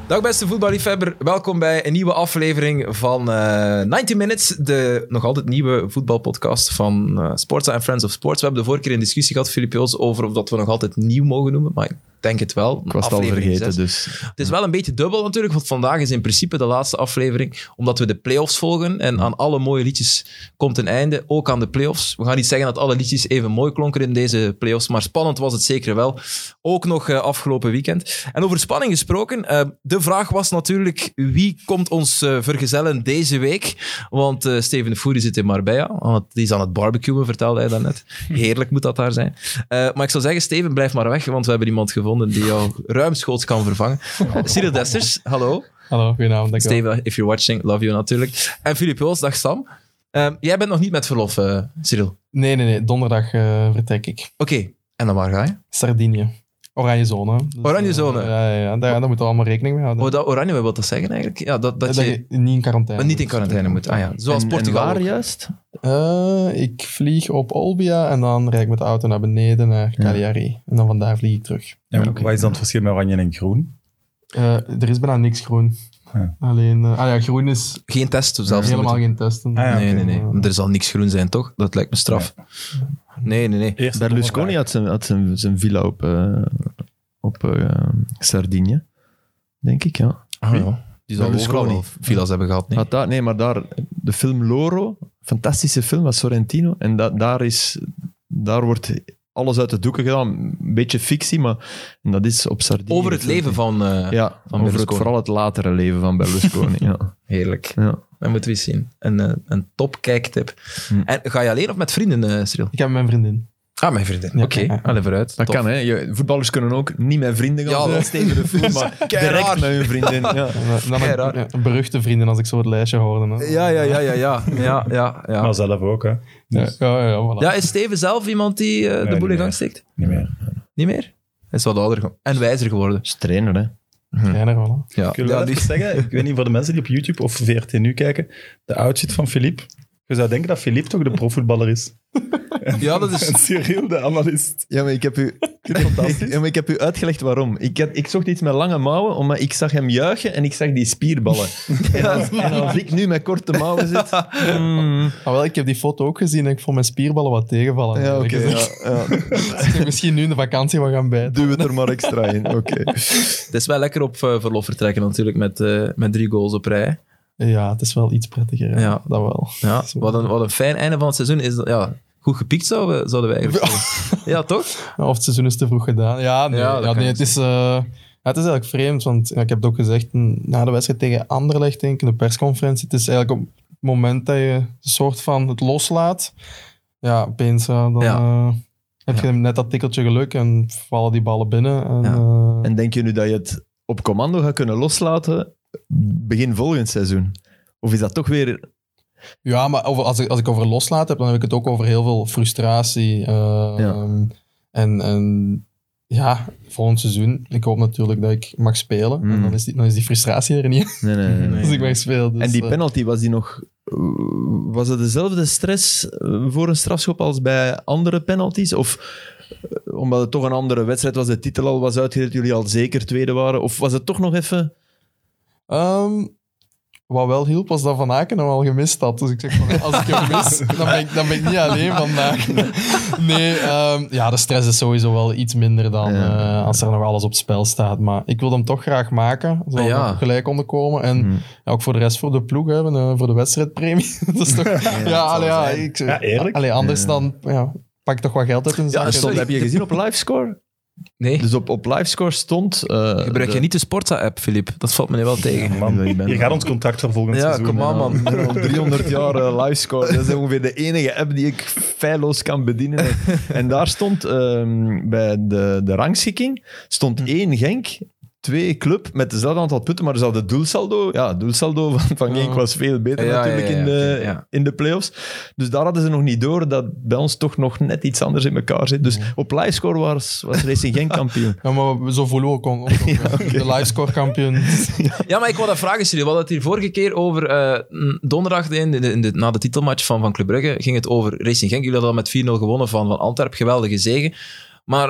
Dag beste voetballiefhebber, welkom bij een nieuwe aflevering van 90 Minutes, de nog altijd nieuwe voetbalpodcast van Sportza en Friends of Sports. We hebben de vorige keer een discussie gehad, Filip Joos, over of dat we nog altijd nieuw mogen noemen, maar ik denk het wel. Ik was het al vergeten, dus. Het is wel een beetje dubbel natuurlijk, want vandaag is in principe de laatste aflevering, omdat we de play-offs volgen en aan alle mooie liedjes komt een einde, ook aan de play-offs. We gaan niet zeggen dat alle liedjes even mooi klonken in deze play-offs, maar spannend was het zeker wel. Ook nog afgelopen weekend. En over spanning gesproken, de vraag was natuurlijk, wie komt ons vergezellen deze week? Want Steven de Voer zit in Marbella, die is aan het barbecuen, vertelde hij daarnet. Heerlijk moet dat daar zijn. Maar ik zou zeggen, Steven, blijf maar weg, want we hebben iemand gevonden die jou ruimschoots kan vervangen. Cyril Desters, hallo. Hallo, goedenavond. Dankjewel. Steven, if you're watching, love you natuurlijk. En Filip Joos, dag Sam. Jij bent nog niet met verlof, Cyril. Nee. Donderdag vertrek ik. Oké, en dan waar ga je? Sardinië. Oranje zone. Dus, Oranje zone? Ja. Daar moeten we allemaal rekening mee houden. Oh, dat oranje, wat wil dat zeggen eigenlijk? Ja, dat je niet in quarantaine niet in quarantaine moet. Ah ja, zoals Portugal. En waar ook. Juist? Ik vlieg op Olbia en dan rijd ik met de auto naar beneden naar Cagliari. En dan vandaar vlieg ik terug. Ja, wat is dan het verschil met oranje en groen? Er is bijna niks groen. Ja. Alleen, groen is Geen test, zelfs. helemaal geen testen. Nee. Er zal niks groen zijn, toch? Dat lijkt me straf. Nee. Eerst Berlusconi had zijn villa op Sardinië, denk ik, ja. Ah, ja. Die zal overal wel villa's hebben gehad. Nee? Maar daar, de film Loro, fantastische film van Sorrentino, en daar wordt alles uit de doeken gedaan. Een beetje fictie, maar en dat is op Sardinië. Over het leven van van Berlusconi. Vooral het latere leven van Berlusconi. Ja. Heerlijk. Ja. Dat moeten we eens zien. Een top kijktip. En ga je alleen of met vrienden, Cyril? Ik heb mijn vriendin. Ah, mijn vriendin. Ja. Oké, allee, vooruit. Dat Top. kan, hè. Voetballers kunnen ook niet met vrienden gaan, zoals Steven de Voer, maar direct raar. met hun vriendin. Ja. Dan raar. een beruchte vrienden als ik zo het lijstje hoorde. Hè. Ja. Maar zelf ook, hè. Dus, Voilà. Ja, is Steven zelf iemand die de boel in niet gang meer. steekt? niet meer. Niet meer? Hij is wat ouder en wijzer geworden. Is trainer, hè. Trainer, voilà. Ja, Ik wil wel even zeggen, ik weet niet, voor de mensen die op YouTube of VRT nu kijken, de outfit van Philippe. Je zou denken dat Philippe toch de profvoetballer is. Ja, dat is... En Cyril, de analist. Ja, maar ik heb u uitgelegd waarom. Ik zocht iets met lange mouwen, omdat ik zag hem juichen en ik zag die spierballen. En als ik nu met korte mouwen zit... Ik heb die foto ook gezien en ik vond mijn spierballen wat tegenvallen. Ja, oké. Dus ik denk misschien nu in de vakantie wat gaan bijten. Duw het er maar extra in. Oké. Het is wel lekker op verlof vertrekken natuurlijk, met 3 goals op rij. Ja, het is wel iets prettiger. Ja. Ja. Dat wel. Ja, wat een fijn einde van het seizoen is. Ja, goed gepiekt zouden we eigenlijk zeggen. Ja, toch? Of het seizoen is te vroeg gedaan. Ja, nee, Ja, dat kan het is eigenlijk vreemd, want ik heb het ook gezegd na de wedstrijd tegen Anderlecht, denk ik, in de persconferentie. Het is eigenlijk op het moment dat je een soort van het loslaat, ja, opeens heb je net dat tikkeltje geluk en vallen die ballen binnen. En denk je nu dat je het op commando gaat kunnen loslaten begin volgend seizoen? Of is dat toch weer... Ja, maar als ik over loslaat heb, dan heb ik het ook over heel veel frustratie. En volgend seizoen, ik hoop natuurlijk dat ik mag spelen. En dan is die frustratie er niet. Nee. Als ik mag spelen. Dus, En die penalty, was die nog... Was het dezelfde stress voor een strafschop als bij andere penalties? Of omdat het toch een andere wedstrijd was, de titel al was uitgedeeld, jullie al zeker tweede waren? Of was het toch nog even... Wat wel hielp, was dat Van Aken hem al gemist had. Dus ik zeg van, als ik hem mis, dan ben ik niet alleen vandaag. Nee, de stress is sowieso wel iets minder dan als er nog alles op het spel staat. Maar ik wil hem toch graag maken, zodat we nog gelijk onderkomen. En ook voor de rest voor de ploeg hebben, voor de wedstrijdpremie. Dat is toch... eerlijk. Anders dan pak ik toch wat geld uit een zak. Heb je gezien op Livescore? Nee. Dus op Livescore stond... Gebruik je niet de Sportza-app, Filip? Dat valt me nu wel tegen. Man, je gaat ons contract voor volgend seizoen. Kom aan, man. Ik ben al 300 jaar Livescore. Dat is ongeveer de enige app die ik feilloos kan bedienen. En daar stond bij de rangschikking stond 1 Genk, 2 Club met dezelfde aantal punten, maar dezelfde doelsaldo. Ja, het doelsaldo van Genk was veel beter natuurlijk in de play-offs. Dus daar hadden ze nog niet door dat bij ons toch nog net iets anders in elkaar zit. Dus op Livescore was Racing Genk kampioen. Ja, maar zo voelen we ook de Livescore kampioen. Ja, maar ik wil dat vragen, Cyril. We hadden het hier vorige keer over donderdag na de titelmatch van Club Brugge ging het over Racing Genk. Jullie hadden al met 4-0 gewonnen van Antwerpen. Geweldige zege. Maar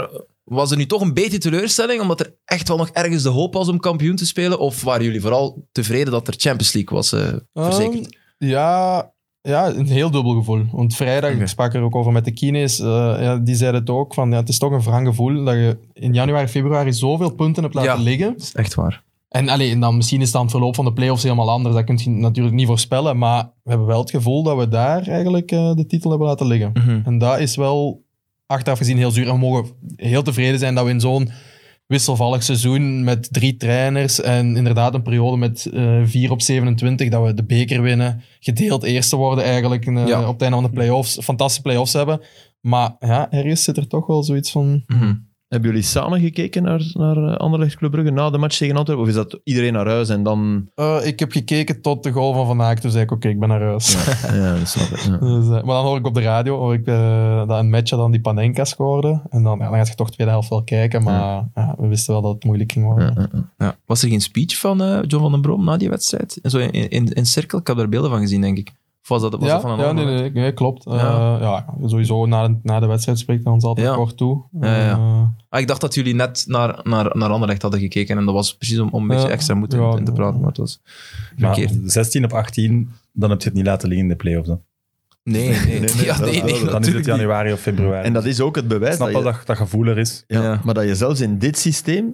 Was er nu toch een beetje teleurstelling, omdat er echt wel nog ergens de hoop was om kampioen te spelen? Of waren jullie vooral tevreden dat er Champions League was verzekerd? Ja, een heel dubbel gevoel. Want vrijdag, Oké. ik sprak er ook over met de kines, die zeiden het ook, van het is toch een wrang gevoel dat je in januari, februari zoveel punten hebt laten liggen. Dat is echt waar. En dan misschien is dan het verloop van de play-offs helemaal anders. Dat kun je natuurlijk niet voorspellen. Maar we hebben wel het gevoel dat we daar eigenlijk de titel hebben laten liggen. En dat is wel achteraf gezien heel zuur. En we mogen heel tevreden zijn dat we in zo'n wisselvallig seizoen met 3 trainers en inderdaad een periode met 4 op 27, dat we de beker winnen, gedeeld eerste worden eigenlijk op het einde van de play-offs. Fantastische play-offs hebben. Maar ja, ergens zit er toch wel zoiets van... Hebben jullie samen gekeken naar Anderlecht Club Brugge na de match tegen Antwerpen? Of is dat iedereen naar huis en dan... Ik heb gekeken tot de goal van Van Aken. Toen zei ik, oké, ik ben naar huis. Ja, dat snap ik. Ja. Dus, maar dan hoor ik op de radio dat een match dan die Panenka scoorde. En dan gaat je toch tweede helft wel kijken. Maar we wisten wel dat het moeilijk ging worden. Ja. Was er geen speech van John van den Brom na die wedstrijd? Zo in cirkel? Ik heb daar beelden van gezien, denk ik. Of was dat van een ander? Nee, klopt. Sowieso na de wedstrijd spreekt hij ons altijd kort toe. Ik dacht dat jullie net naar Anderlecht hadden gekeken en dat was precies om een beetje extra moed in te praten, maar het was verkeerd. 16 op 18, dan heb je het niet laten liggen in de play-offs. Dan. Nee. Dan is het januari of februari. En dat is ook het bewijs. Ik snap wel dat gevoel er is. Ja, maar dat je zelfs in dit systeem,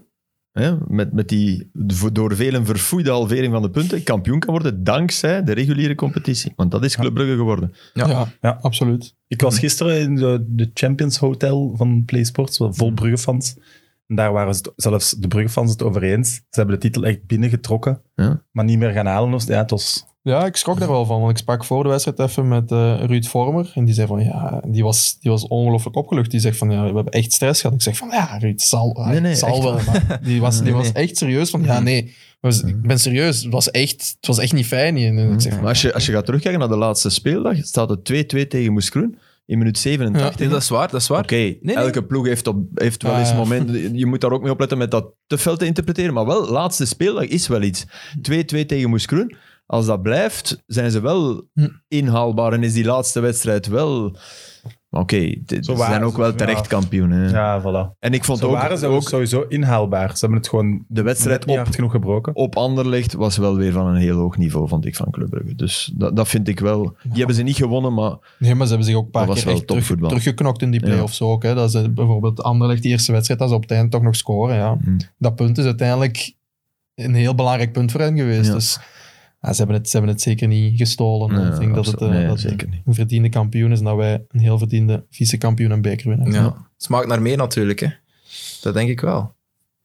met die door velen verfoeide halvering van de punten, kampioen kan worden dankzij de reguliere competitie. Want dat is Club Brugge geworden. Ja, absoluut. Ik was gisteren in de Champions Hotel van PlaySports, vol Brugge-fans. En daar waren zelfs de Brugge-fans het over eens. Ze hebben de titel echt binnengetrokken, maar niet meer gaan halen. Het was... Ja, ik schrok daar wel van. Want ik sprak voor de wedstrijd even met Ruud Vormer. En die zei van, die was ongelooflijk opgelucht. Die zegt van, we hebben echt stress gehad. Ik zeg van, Ruud, zal wel. Maar die was echt serieus van, ik ben serieus. Het was echt niet fijn. En ik zeg van, maar als je gaat terugkijken naar de laatste speeldag, staat het 2-2 tegen Moes Kroen. In minuut 87. Ja, dat is waar. Oké, elke ploeg heeft wel eens momenten. Je moet daar ook mee opletten met dat te fel te interpreteren. Maar wel, laatste speeldag is wel iets. 2-2 tegen Moes Kroen. Als dat blijft, zijn ze wel inhaalbaar en is die laatste wedstrijd wel... Oké, ze zijn ook wel terecht kampioen. Hè. Ja, voilà. En ik vond waren ze ook sowieso inhaalbaar. Ze hebben het gewoon de wedstrijd niet hard genoeg gebroken. Op Anderlecht was wel weer van een heel hoog niveau, vond ik, van Club Brugge. Dus dat vind ik wel... Die hebben ze niet gewonnen, maar... Nee, maar ze hebben zich ook een paar keer echt teruggeknokt in die play-offs ook. Hè. Dat ze bijvoorbeeld Anderlecht, die eerste wedstrijd, dat ze op het eind toch nog scoren. Ja. Dat punt is uiteindelijk een heel belangrijk punt voor hen geweest. Ja. Dus... ze hebben het zeker niet gestolen. Nee, ik denk dat het zeker niet. een verdiende kampioen is en dat wij een heel verdiende vice-kampioen en bekerwinnaar zijn. Ja, smaakt naar meer natuurlijk. Hè. Dat denk ik wel.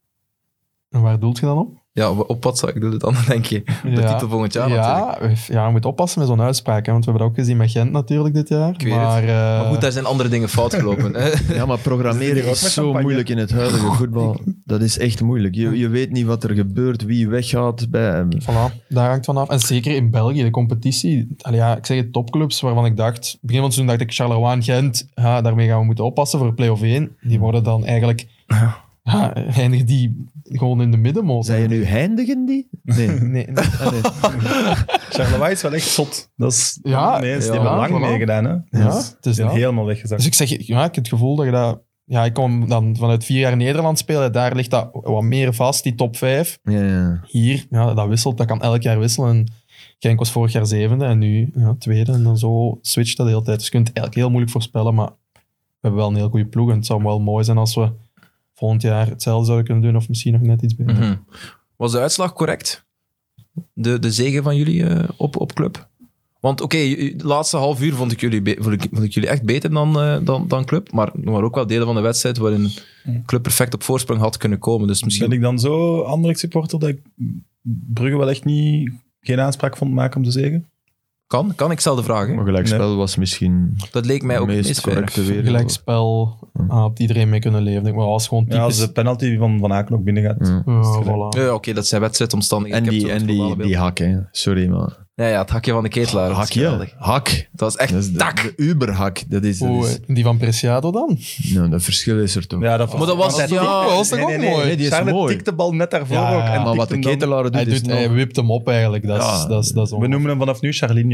En waar doelt je dan op? Ja, op wat zou ik doen dan, denk je? De titel volgend jaar natuurlijk. Ja, we moeten oppassen met zo'n uitspraak. Hè, want we hebben dat ook gezien met Gent natuurlijk dit jaar. Maar goed, daar zijn andere dingen fout gelopen. Hè? Ja, maar programmeren is zo moeilijk in het huidige voetbal. Dat is echt moeilijk. Je weet niet wat er gebeurt, wie weggaat. Voilà, daar hangt vanaf. En zeker in België, de competitie. Ik zeg het, topclubs waarvan ik dacht... Begin van het seizoen dacht ik, Charleroi, Gent, daarmee gaan we moeten oppassen voor play-off 1. Die worden dan eigenlijk... eindigen die gewoon in de middenmoot. Zijn je nu eindigen die? Nee. Charleroi is wel echt zot. Dat is, die hebben lang meegedaan. Hè? Ja, het is helemaal weggezakt. Dus ik zeg, ik heb het gevoel dat je dat... Ja, ik kom dan vanuit 4 jaar Nederland spelen. Daar ligt dat wat meer vast, die top 5. Ja. Hier, dat wisselt. Dat kan elk jaar wisselen. En Genk was vorig jaar 7e en nu 2e. En dan zo switcht dat de hele tijd. Dus je kunt het eigenlijk heel moeilijk voorspellen. Maar we hebben wel een heel goede ploeg. En het zou wel mooi zijn als we volgend jaar hetzelfde zouden kunnen doen, of misschien nog net iets beter. Was de uitslag correct? De zege van jullie op club? Want de laatste half uur vond ik jullie echt beter dan club, maar er waren ook wel delen van de wedstrijd waarin club perfect op voorsprong had kunnen komen. Dus misschien... Ben ik dan zo Anderlecht supporter dat ik Brugge wel echt geen aanspraak vond maken om de zege? Kan ik stel de vraag. Maar gelijkspel was misschien... Dat leek mij ook meest correcte weer. Gelijkspel had iedereen mee kunnen leven. Maar was gewoon typisch... als de penalty van Aken ook binnen gaat. Voilà. Dat zijn wedstrijdomstandigheden. En die hak, hè. Sorry, maar... Ja, het hakje van de ketelaar. Hak. Dat is echt tak. De Uberhak. Dat is... Die van Preciado dan? Nou, dat verschil is er toch. Ja, maar dat was... was toch ook mooi? Die is Charles mooi. tikt de bal net daarvoor ook. Maar wat de ketelaar doet, hij wipt hem op eigenlijk. Dat is we noemen hem vanaf nu Charlinho.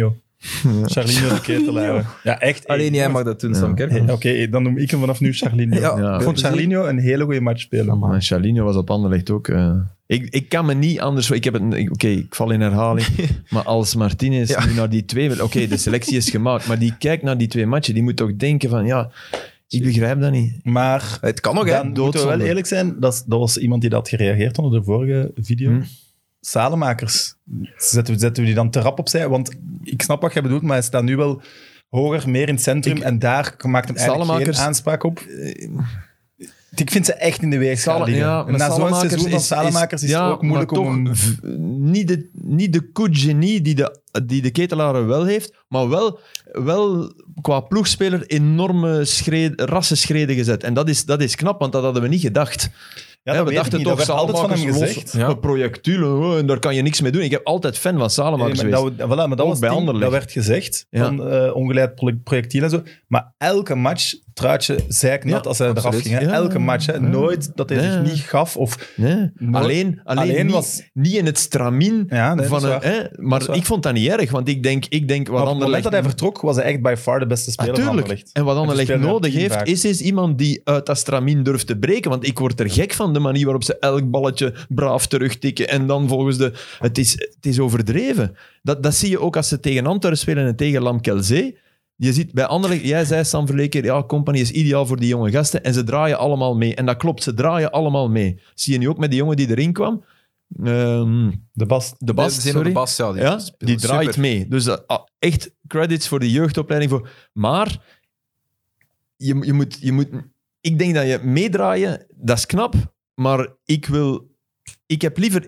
Charlinho de Ketelaar. Ja, echt. Alleen jij mag dat doen, Sam Kerk. Oké, dan noem ik hem vanaf nu Charlinho. Ja. Ik vond Charlinho een hele goede match spelen. Maar Charlinho was op Anderlecht ook... Ik kan me niet anders... Ik val in herhaling. Maar als Martinez nu naar die 2... Oké, de selectie is gemaakt. Maar die kijkt naar die 2 matchen. Die moet toch denken van... Ja, ik begrijp dat niet. Maar Het kan nog, hè. dan moeten we wel eerlijk zijn. Dat was iemand die dat gereageerd onder de vorige video. Salemakers. Zetten we die dan te rap opzij? Want ik snap wat je bedoelt, maar hij staat nu wel hoger, meer in het centrum. En daar maakt hem eigenlijk geen aanspraak op. Ik vind ze echt in de weegschaal liggen. Ja, en na zo'n seizoen van Salemakers is het ook moeilijk om hem... Niet de coup-genie die de Ketelaren wel heeft, maar wel qua ploegspeler enorme rassenschreden gezet. En dat is knap, want dat hadden we niet gedacht. Ja, dat we dachten niet. toch, dat werd altijd van hem Salemakers gezegd. een projectiel, en daar kan je niks mee doen. Ik heb altijd fan van Salemakers geweest. Maar dat was bij ding, Anderlecht. dat werd gezegd, van ongeleid projectiel en zo. Maar elke match, Truitje zeiknat als hij eraf ging. Hè. Ja. Elke match. Hè. Nooit dat hij zich niet gaf. Of Nee. nooit- Alleen was... niet in het stramien Ja, nee, van dat is waar. maar Dat is waar. ik vond dat niet erg, want ik denk wat Maar op het moment Anderlecht... dat hij vertrok, was hij echt by far de beste speler van Natuurlijk. Anderlecht. En wat En Anderlecht die speelde nodig team heeft, vaak. is iemand die uit dat stramien durft te breken. Want ik word er gek van de manier waarop ze elk balletje braaf terugtikken. En dan volgens de... Het is overdreven. Dat zie je ook als ze tegen Antwerpen spelen en tegen Lamkelzee. Je ziet bij Anderlecht... Jij zei, Sam Verleker, ja, Company is ideaal voor die jonge gasten. En ze draaien allemaal mee. En dat klopt, ze draaien allemaal mee. Zie je nu ook met die jongen die erin kwam? De Bast. De Bast, Zeno sorry. de Bast, ja, Ja, speelt die draait super. mee. Dus echt credits voor de jeugdopleiding. Maar je moet... Ik denk dat je meedraaien, dat is knap. Maar ik heb liever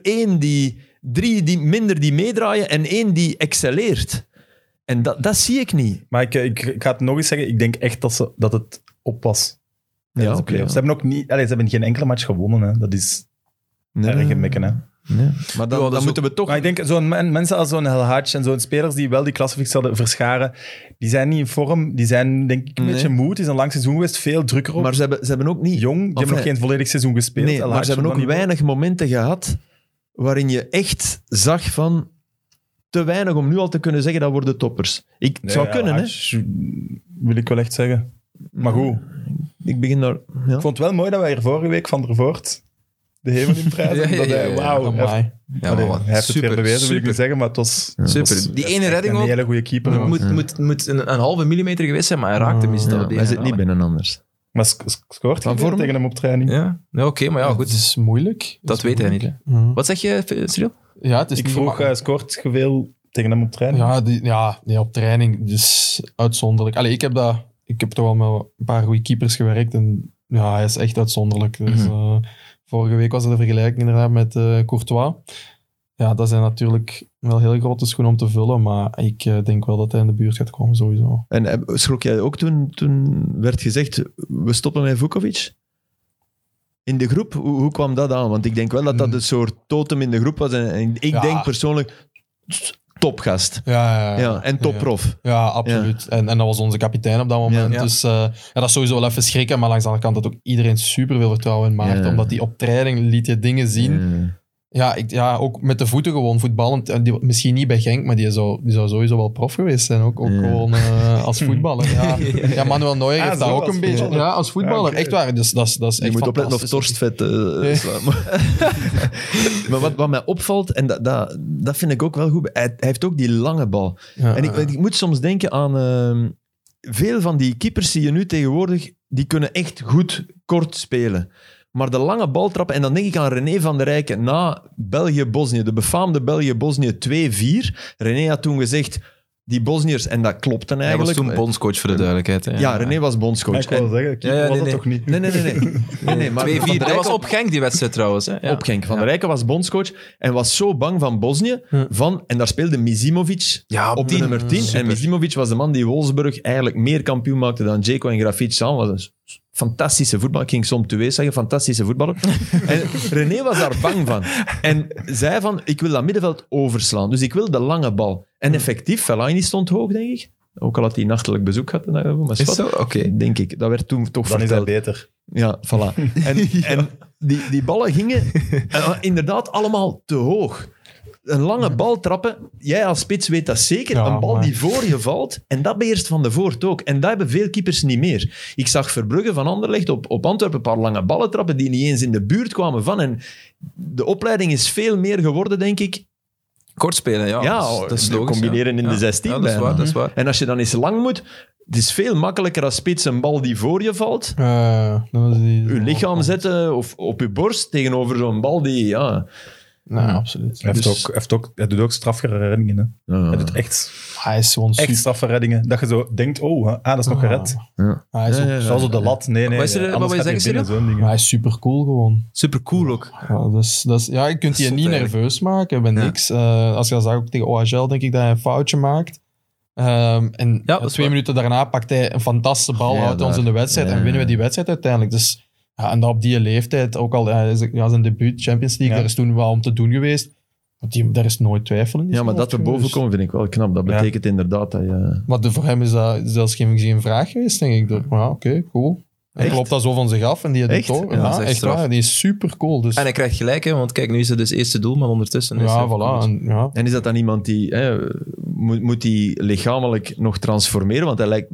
3 die minder die meedraaien en 1 die excelleert. En dat zie ik niet. Maar ik ga het nog eens zeggen. Ik denk echt dat het op was. Ja, De oké, playoffs. ja. Ze hebben ook niet... Allee, ze hebben geen enkele match gewonnen. Hè. Dat is erg in mekken, hè. Nee. Maar Ja, dat dan is moeten we toch... Maar ik denk, mensen als zo'n El Hadj en zo'n spelers die wel die klassifiek zouden verscharen, die zijn niet in vorm. Die zijn, denk ik, een Nee. beetje moe. Het is een lang seizoen geweest, veel drukker op. Maar ze hebben ook niet... Jong, die hebben nog geen volledig seizoen gespeeld. Nee, El maar Hadj ze hebben op ook dat niveau. weinig momenten gehad waarin je echt zag van... Te weinig om nu al te kunnen zeggen dat worden toppers. Het Nee, zou El kunnen, hè. Hadj wil ik wel echt zeggen. Maar goed. Ik begin daar... Ja. Ik vond het wel mooi dat wij hier vorige week Van der Voort de hemel in prijzen. Ja, Dat hij, ja. wauw. Amai. Ja, Allee, maar hij heeft het weer bewezen, wil ik niet zeggen, maar het was... Super. Die ene redding een ook. hele goede keeper. Moet een halve millimeter geweest zijn, maar hij raakte mis. Ja, hij zit niet binnen anders. Maar scoort Van hij veel vorm? tegen hem op training? Ja, oké, maar ja, Het goed. is moeilijk. Dat weet hij niet. Hè. Ja. Wat zeg je, Cyril? Ja, het is Ik niet vroeg, gemakkelijk. scoort je veel tegen hem op training? Ja, op training. Dus uitzonderlijk. Allee, ik heb toch al met een paar goede keepers gewerkt. En ja, hij is echt uitzonderlijk. Dus, vorige week was er de vergelijking inderdaad met Courtois. Ja, dat zijn natuurlijk wel heel grote schoenen om te vullen. Maar ik denk wel dat hij in de buurt gaat komen, sowieso. En schrok jij ook toen werd gezegd, we stoppen met Vukovic? In de groep? Hoe kwam dat aan? Want ik denk wel dat dat een soort totem in de groep was. En ik Ja. denk persoonlijk, topgast. Ja, en topprof. Ja, absoluut. En dat was onze kapitein op dat moment. Ja. Dus dat is sowieso wel even schrikken. Maar langs de andere kant had ook iedereen super veel vertrouwen in Maarten. Ja. Omdat hij op training liet je dingen zien. Ja, ook met de voeten gewoon voetballend. En misschien niet bij Genk, maar die zou sowieso wel prof geweest zijn. Ook gewoon als voetballer. Ja, Manuel Neuer heeft dat zo ook als een beetje. voetballer. Ja, als voetballer. Oké. Echt waar. Dus dat is Je echt moet opletten of fantastisch. torstvet slaan. Maar wat mij opvalt, en dat vind ik ook wel goed, hij heeft ook die lange bal. Ja, En ik moet soms denken aan veel van die keepers die je nu tegenwoordig, die kunnen echt goed kort spelen. Maar de lange baltrappen, en dan denk ik aan René van der Rijken na België-Bosnië, de befaamde België-Bosnië 2-4. René had toen gezegd, die Bosniërs, en dat klopte Hij eigenlijk. was toen bondscoach, voor de duidelijkheid. Hè. Ja, René was bondscoach. Ik wil zeggen, keeper Ja, was nee, dat toch niet? Nee, maar 2-4. Van der Dat Rijken was op Genk, die wedstrijd trouwens. Hè. Ja. op Genk. Van der Rijken was bondscoach en was zo bang van Bosnië. En daar speelde Misimovic Ja, op de nummer 10. En Misimovic was de man die Wolfsburg eigenlijk meer kampioen maakte dan Dzeko en Grafic samen. Was een fantastische voetballer. Ik ging soms twee zeggen, fantastische voetballer. En René was daar bang van. En zei van, ik wil dat middenveld overslaan. Dus ik wil de lange bal. En effectief, Fellaini stond hoog, denk ik. Ook al had hij nachtelijk bezoek gehad. Maar Is zo? Oké. denk ik. Dat werd toen toch Dan is hij verteld. beter. Ja, voilà. En die ballen gingen inderdaad allemaal te hoog. een lange bal trappen, jij als spits weet dat zeker, Ja, een bal maar- die voor je valt, en dat beheerst Van de Voort ook. En dat hebben veel keepers niet meer. Ik zag Verbrugge van Anderlecht op Antwerpen een paar lange ballen trappen die niet eens in de buurt kwamen van. En de opleiding is veel meer geworden, denk ik. Kort spelen, ja. dat is logisch. combineren in de 16 Ja, dat is bijna. waar, dat is waar. En als je dan eens lang moet, het is veel makkelijker als spits een bal die voor je valt, Dan is die- je lichaam zetten of op je borst tegenover zo'n bal die, ja... Nee, absoluut. Hij doet ook straffere reddingen. Hè. Hij doet Hij is gewoon echt straffe reddingen. Dat je zo denkt, dat is nog gered. Hij is, ook- Zoals op de lat. Nee, Wat is er- anders wat wil je gaat hij zeggen, binnen, zo'n dingen. hij is super cool gewoon. Super cool ook. Ja, ja, je kunt die Zot niet eigenlijk. nerveus maken bij niks. Als je dat zag ook tegen OHL, denk ik dat hij een foutje maakt. En Ja, dat is 2 waar. minuten daarna pakt hij een fantastische bal, Ja, houdt ons daar. in de wedstrijd en winnen we die wedstrijd uiteindelijk. Dus, ja, en dat op die leeftijd, ook al zijn debuut Champions League, Ja. daar is toen wel om te doen geweest. Want daar is nooit twijfel in. die Ja, maar dat hoofd er boven geweest. komen vind ik wel knap. Dat betekent inderdaad dat je... Maar voor hem is dat zelfs geen vraag geweest, denk ik. Maar ja, oké, cool. Hij Echt? klopt dat zo van zich af en die doet Echt? ook. Ja, dat is Ja, echt echt straf. waar. Die is super cool. Dus, En hij krijgt gelijk, hè, want kijk, nu is hij dus eerste doelman ondertussen. is ja, hij- voilà. En, ja. En is dat dan iemand die... moet die lichamelijk nog transformeren? Want hij lijkt...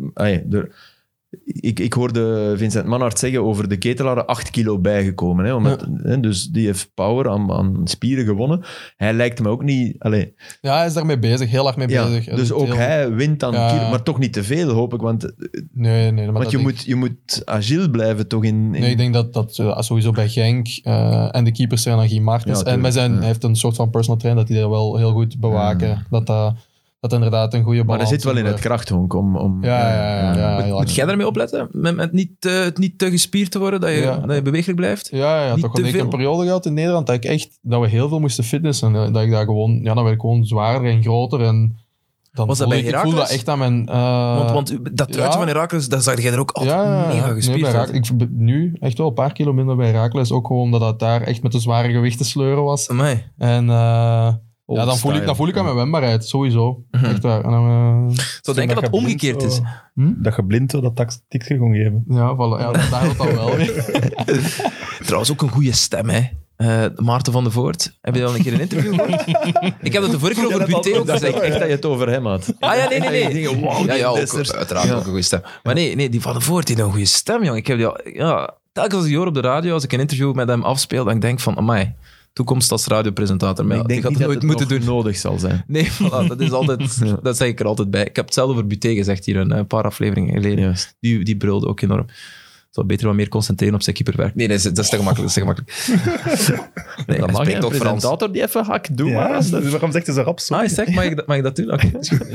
Ik hoorde Vincent Manhart zeggen over de Ketelaar 8 kilo bijgekomen. Hè, dus die heeft power aan spieren gewonnen. Hij lijkt me ook niet... Ja, hij is daarmee bezig, heel hard mee bezig. Hij dus doet ook heel- hij wint aan Ja. kilo, maar toch niet te veel, hoop ik. Want Nee, maar want dat je moet agile blijven toch in... Nee, ik denk dat sowieso bij Genk en de keepers zijn dan Guy Martens. Ja, en tuurlijk, hij heeft een soort van personal trainer dat hij dat wel heel goed bewaken. Dat inderdaad een goede maar balans hij zit wel in het blijft. krachthonk om... Ja, heel Moet hard. jij daarmee opletten? Met het niet te gespierd te worden, dat je bewegelijk blijft? Ja, Niet toch te wel. Ik heb veel. een periode gehad in Nederland dat we heel veel moesten fitnessen. Dat ik daar gewoon, dan werd ik gewoon zwaarder en groter. En dan Was dat voelde bij ik voelde dat Heracles? echt aan mijn... Want dat truitje van Heracles, daar zag jij er ook altijd mega nee, gespierd bij uit. Heracles- ik nu echt wel een paar kilo minder bij Heracles. Ook gewoon omdat het daar echt met de zware gewichten sleuren was. Amai. En Old dan voel style. ik aan mijn wendbaarheid, sowieso. Echt waar. En dan, Ik zou denken dat het omgekeerd is. Dat je blind door dat tactiekje kon geven. ja, voilà. Ja, daar gaat het dan wel weer. Trouwens, ook een goede stem, hè. Maarten van de Voort. Heb je al een keer een interview gehoord? Ik heb dat de vorige keer over Buté ook Dat is gezegd. echt dat je het over hem had. Ah ja, nee. Ik denk, wauw, Ja, die ook, Dessers. uiteraard Ja. ook een goede stem. Maar nee, die van de Voort die heeft een goede stem, jong. Ik heb die al, telkens als ik die hoor op de radio, als ik een interview met hem afspeel, dan denk ik van, amai, toekomst als radiopresentator. Maar Ik denk die gaat niet het dat nooit het moeten nog doen. nodig zal zijn. Nee, voilà, dat is altijd, dat zeg ik er altijd bij. Ik heb hetzelfde over Buté gezegd hier een paar afleveringen geleden. Juist. Die brulde ook enorm. Zou beter wat meer concentreren op zijn keeperwerk. Nee, dat is te gemakkelijk. Nee, Dat hij mag je, spreekt een ook Frans. presentator die even hak, doe maar. Ja, dus waarom zegt hij zo rap? Ah, is het echt? Mag ik dat doen? Oké, is goed.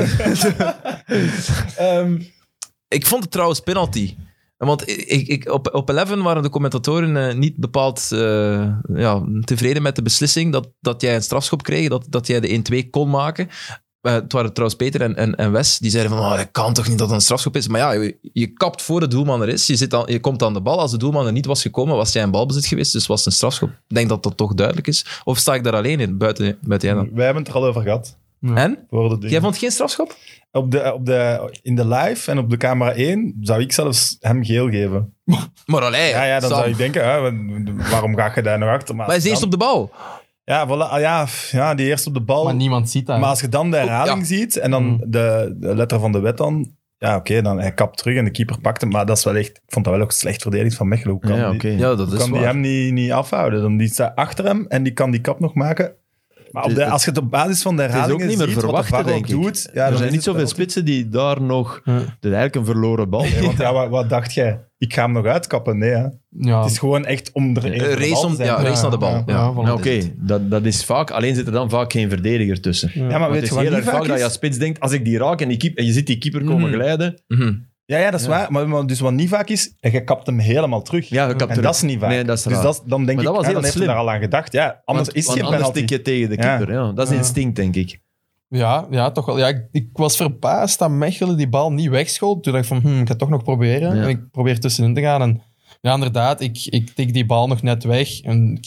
Ik vond het trouwens penalty. Want op 11 waren de commentatoren niet bepaald tevreden met de beslissing dat jij een strafschop kreeg, dat jij de 1-2 kon maken. Het waren trouwens Peter en Wes, die zeiden van, dat kan toch niet dat het een strafschop is. Maar ja, je kapt voor de doelman er is, je komt aan de bal. Als de doelman er niet was gekomen, was jij in balbezit geweest, dus was het een strafschop. Ik denk dat dat toch duidelijk is. Of sta ik daar alleen in, buiten jij dan? Wij hebben het er al over gehad. En? Voor de dingen. Jij vond geen strafschop? In de live en op de camera 1 zou ik zelfs hem geel geven. Maar allee, Ja, dan Sam. zou ik denken, waarom ga je daar nog achter? Maar hij is eerst op de bal. Ja, voilà, ja, die eerst op de bal. Maar niemand ziet dat. Maar als je dan de herhaling ziet en dan de letter van de wet dan... Ja, oké, dan hij kapt terug en de keeper pakt hem. Maar dat is wel echt... Ik vond dat wel ook slecht verdedigd van Mechelen. Hoe kan, Ja, die, oké. Ja, dat hoe is kan die waar. hem niet afhouden? Dan die staat achter hem en die kan die kap nog maken. Maar als je het op basis van de Het is herhalingen ook niet meer ziet wat de verwachten, VAR denk ook ik. doet... Ja, Er dan zijn is niet het zoveel penalty. spitsen die daar nog... Ja. Dat is eigenlijk een verloren bal. Nee, want wat dacht jij? Ik ga hem nog uitkappen. Nee, hè. Ja. Het is gewoon echt om er Een race naar de bal. Ja, Ja. voilà. Nou, oké, dat is vaak... Alleen zit er dan vaak geen verdediger tussen. Ja, maar Want weet het je is wat heel niet erg vaak vaak dat je is? als spits denkt, als ik die raak en je ziet die keeper komen glijden... Mhm. Ja, dat is waar. Maar dus wat niet vaak is, je kapt hem helemaal terug. Ja, je kapt en terug. dat is niet vaak. Nee, dat is dus raar. dan denk Maar ik, dat was heel dan heeft hij slim. daar al aan gedacht. Ja, anders is Want hij een anders penalty. tik je tegen de keeper. Ja. Dat is instinct, denk ik. Ja, toch wel. Ja, ik was verbaasd dat Mechelen die bal niet wegschoot. Toen dacht ik van, ik ga het toch nog proberen. Ja. En ik probeer tussenin te gaan. En ja, inderdaad, ik tik die bal nog net weg. En de keeper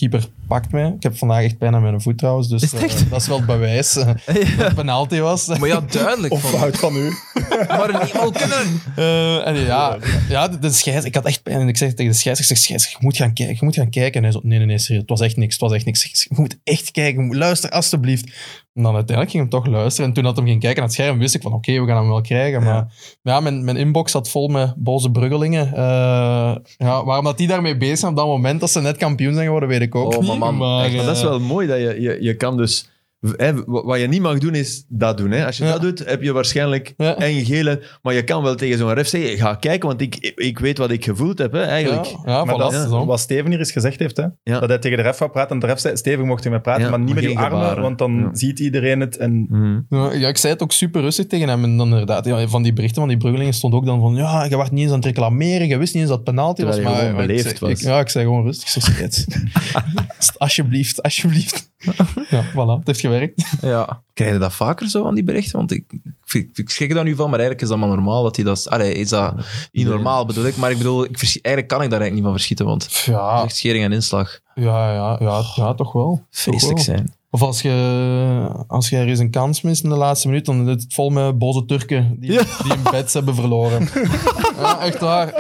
pakt mij. Ik heb vandaag echt pijn aan mijn voet trouwens, dus Is het echt? dat is wel het bewijs dat het penalty was. Maar ja, duidelijk. Of fout van u. Maar niet wel kunnen. En de scheids, ik had echt pijn. En ik zeg tegen de scheids, je moet gaan kijken. En hij zo, nee, serieus, het was echt niks. Je moet echt kijken, luister alstublieft. En dan uiteindelijk ging hij toch luisteren. En toen dat hem ging kijken naar het scherm, wist ik van oké, we gaan hem wel krijgen. Maar ja, mijn inbox zat vol met boze Bruggelingen. Waarom dat die daarmee bezig zijn op dat moment dat ze net kampioen zijn geworden, weet ik ook Oh, niet. man, Maar, Maar dat is wel mooi, dat je kan dus... wat je niet mag doen, is dat doen. Hè. Als je dat doet, heb je waarschijnlijk een gele... Maar je kan wel tegen zo'n ref zeggen, ga kijken, want ik weet wat ik gevoeld heb, hè, eigenlijk. Ja, Maar voilà, dat is zo. wat Steven hier eens gezegd heeft. Hè? Ja. Dat hij tegen de ref wou praten en de ref zei, Steven mocht je met praten, Ja, maar niet maar met je geen armen, gebaren. want dan ziet iedereen het. En Ja, ik zei het ook super rustig tegen hem. En dan inderdaad, van die berichten van die Bruggelingen stond ook dan van je was niet eens aan het reclameren, je wist niet eens dat het penalty was. Terwijl je Maar gewoon beleefd ik zei, was. ik zei gewoon rustig. Ik zeg, scheids. Alsjeblieft. Ja, voilà, het heeft gewerkt. Ja. Krijg je dat vaker zo aan die berichten? Want ik schrik er dan nu van, maar eigenlijk is dat maar normaal. Dat hij dat, is dat niet normaal bedoel ik, maar ik bedoel, eigenlijk kan ik daar eigenlijk niet van verschieten, want het is Ja, echt schering en inslag. ja, toch wel. Vreselijk Toch wel. zijn. Of als je er eens een kans mist in de laatste minuut, dan is het vol met boze Turken die in bed hebben verloren. Ja, echt waar.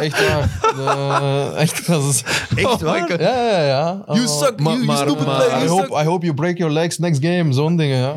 Echt, dat is... Echt waar? Ja. You suck, Maar- you maar- stupid maar- player, you suck. I hope you break your legs next game. Zo'n dingen, ja.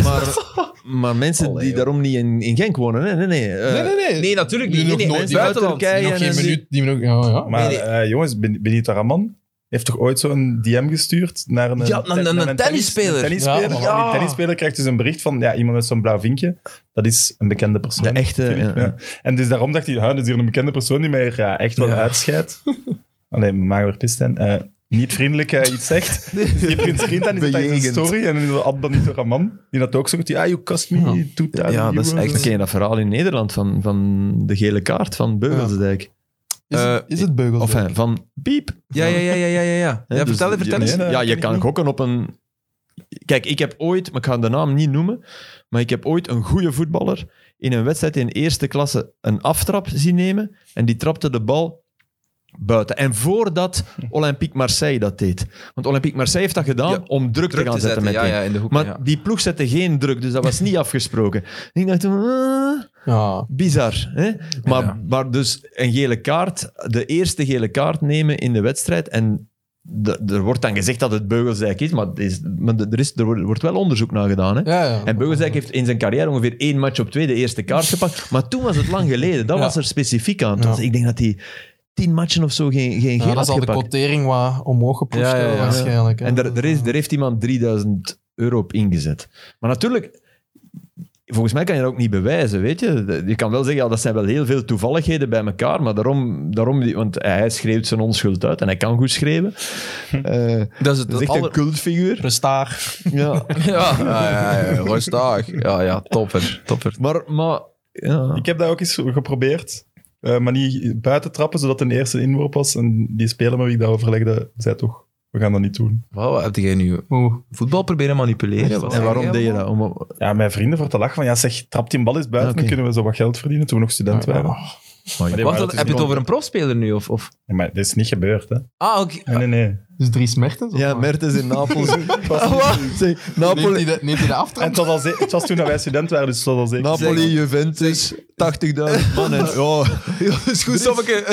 Maar mensen die daarom niet in Genk wonen, nee. Nee. Nee, natuurlijk niet. Die nog Nee, nooit het in buitenland. Turkije Die nog en geen die- minuut... Die minuut ja. maar Nee. jongens, Benito Raman heeft toch ooit zo'n DM gestuurd naar een, Ja, een tennisspeler. Een tennisspeler. Ja, En die tennisspeler krijgt dus een bericht van iemand met zo'n blauw vinkje. Dat is een bekende persoon. De echte, Filip, ja. En dus daarom dacht hij, dat is hier een bekende persoon die mij echt wel uitscheidt. Alleen, maar Pisten. Niet vriendelijk iets zegt. Dus die heeft een screen aan in zijn Bejegend. story. En dan had Benito Raman, die dat ook zo goed. You cost me 2000 Ja, dat is euros. echt... Ken je dat verhaal in Nederland van de gele kaart van Beugelsdijk? Is het Beugels? Of van Piep. Ja. Ja, Hè, dus vertel eens. nee, Ja, ken je ik kan niet. gokken op een... Kijk, ik heb ooit, maar ik ga de naam niet noemen, maar ik heb ooit een goede voetballer in een wedstrijd in eerste klasse een aftrap zien nemen en die trapte de bal buiten. En voordat Olympique Marseille dat deed. Want Olympique Marseille heeft dat gedaan Ja, om druk te gaan zetten meteen. Ja, in de hoek. Maar ja. die ploeg zette geen druk, dus dat was niet afgesproken. En ik dacht toen, Ja. bizar. Hè? Ja. Maar dus een gele kaart, de eerste gele kaart nemen in de wedstrijd en er wordt dan gezegd dat het Beugelsdijk is, maar er wordt wel onderzoek naar gedaan. Hè? Ja. En Beugelsdijk heeft in zijn carrière ongeveer 1 match op 2 de eerste kaart gepakt. Maar toen was het lang geleden. Dat Ja. was er specifiek aan. Ja. Ik denk dat hij 10 matchen of zo geen geel Ja, dat had zal de gepakt. quotering wat omhoog gepusht Ja, hebben, waarschijnlijk. Hè. En er heeft iemand 3000 euro op ingezet. Maar natuurlijk, volgens mij kan je dat ook niet bewijzen, weet je. Je kan wel zeggen, dat zijn wel heel veel toevalligheden bij elkaar, maar daarom want hij schreeuwt zijn onschuld uit en hij kan goed schreeuwen. Dat is het Dat is echt een cultfiguur. Rustaar. Ja. Ja, rustig. Ja, topper. Maar ja. Ik heb dat ook eens geprobeerd. Maar niet buiten trappen, zodat het een eerste inworp was. En die speler met wie ik dat overlegde, zei toch, we gaan dat niet doen. Wat heb jij nu voetbal proberen manipuleren? Wat En waarom zeg jij deed je allemaal? dat? Ja, mijn vrienden voor te lachen van, zeg, trap die een bal eens buiten, Oké. dan kunnen we zo wat geld verdienen, toen we nog student waren. Maar die Wat, waren heb dus je het niet- over een profspeler nu? Of? Ja, maar dat is niet gebeurd, hè. Ah, oké. Nee. Dus Dries Mertens? of Ja, wat? Mertens in Napels. Zeg, Neemt Napoli, hij de En aftrap? het was toen dat wij student waren, dus het was al zeker. Napoli, Juventus, 80.000 man. En, ja, is goed, Sommeke.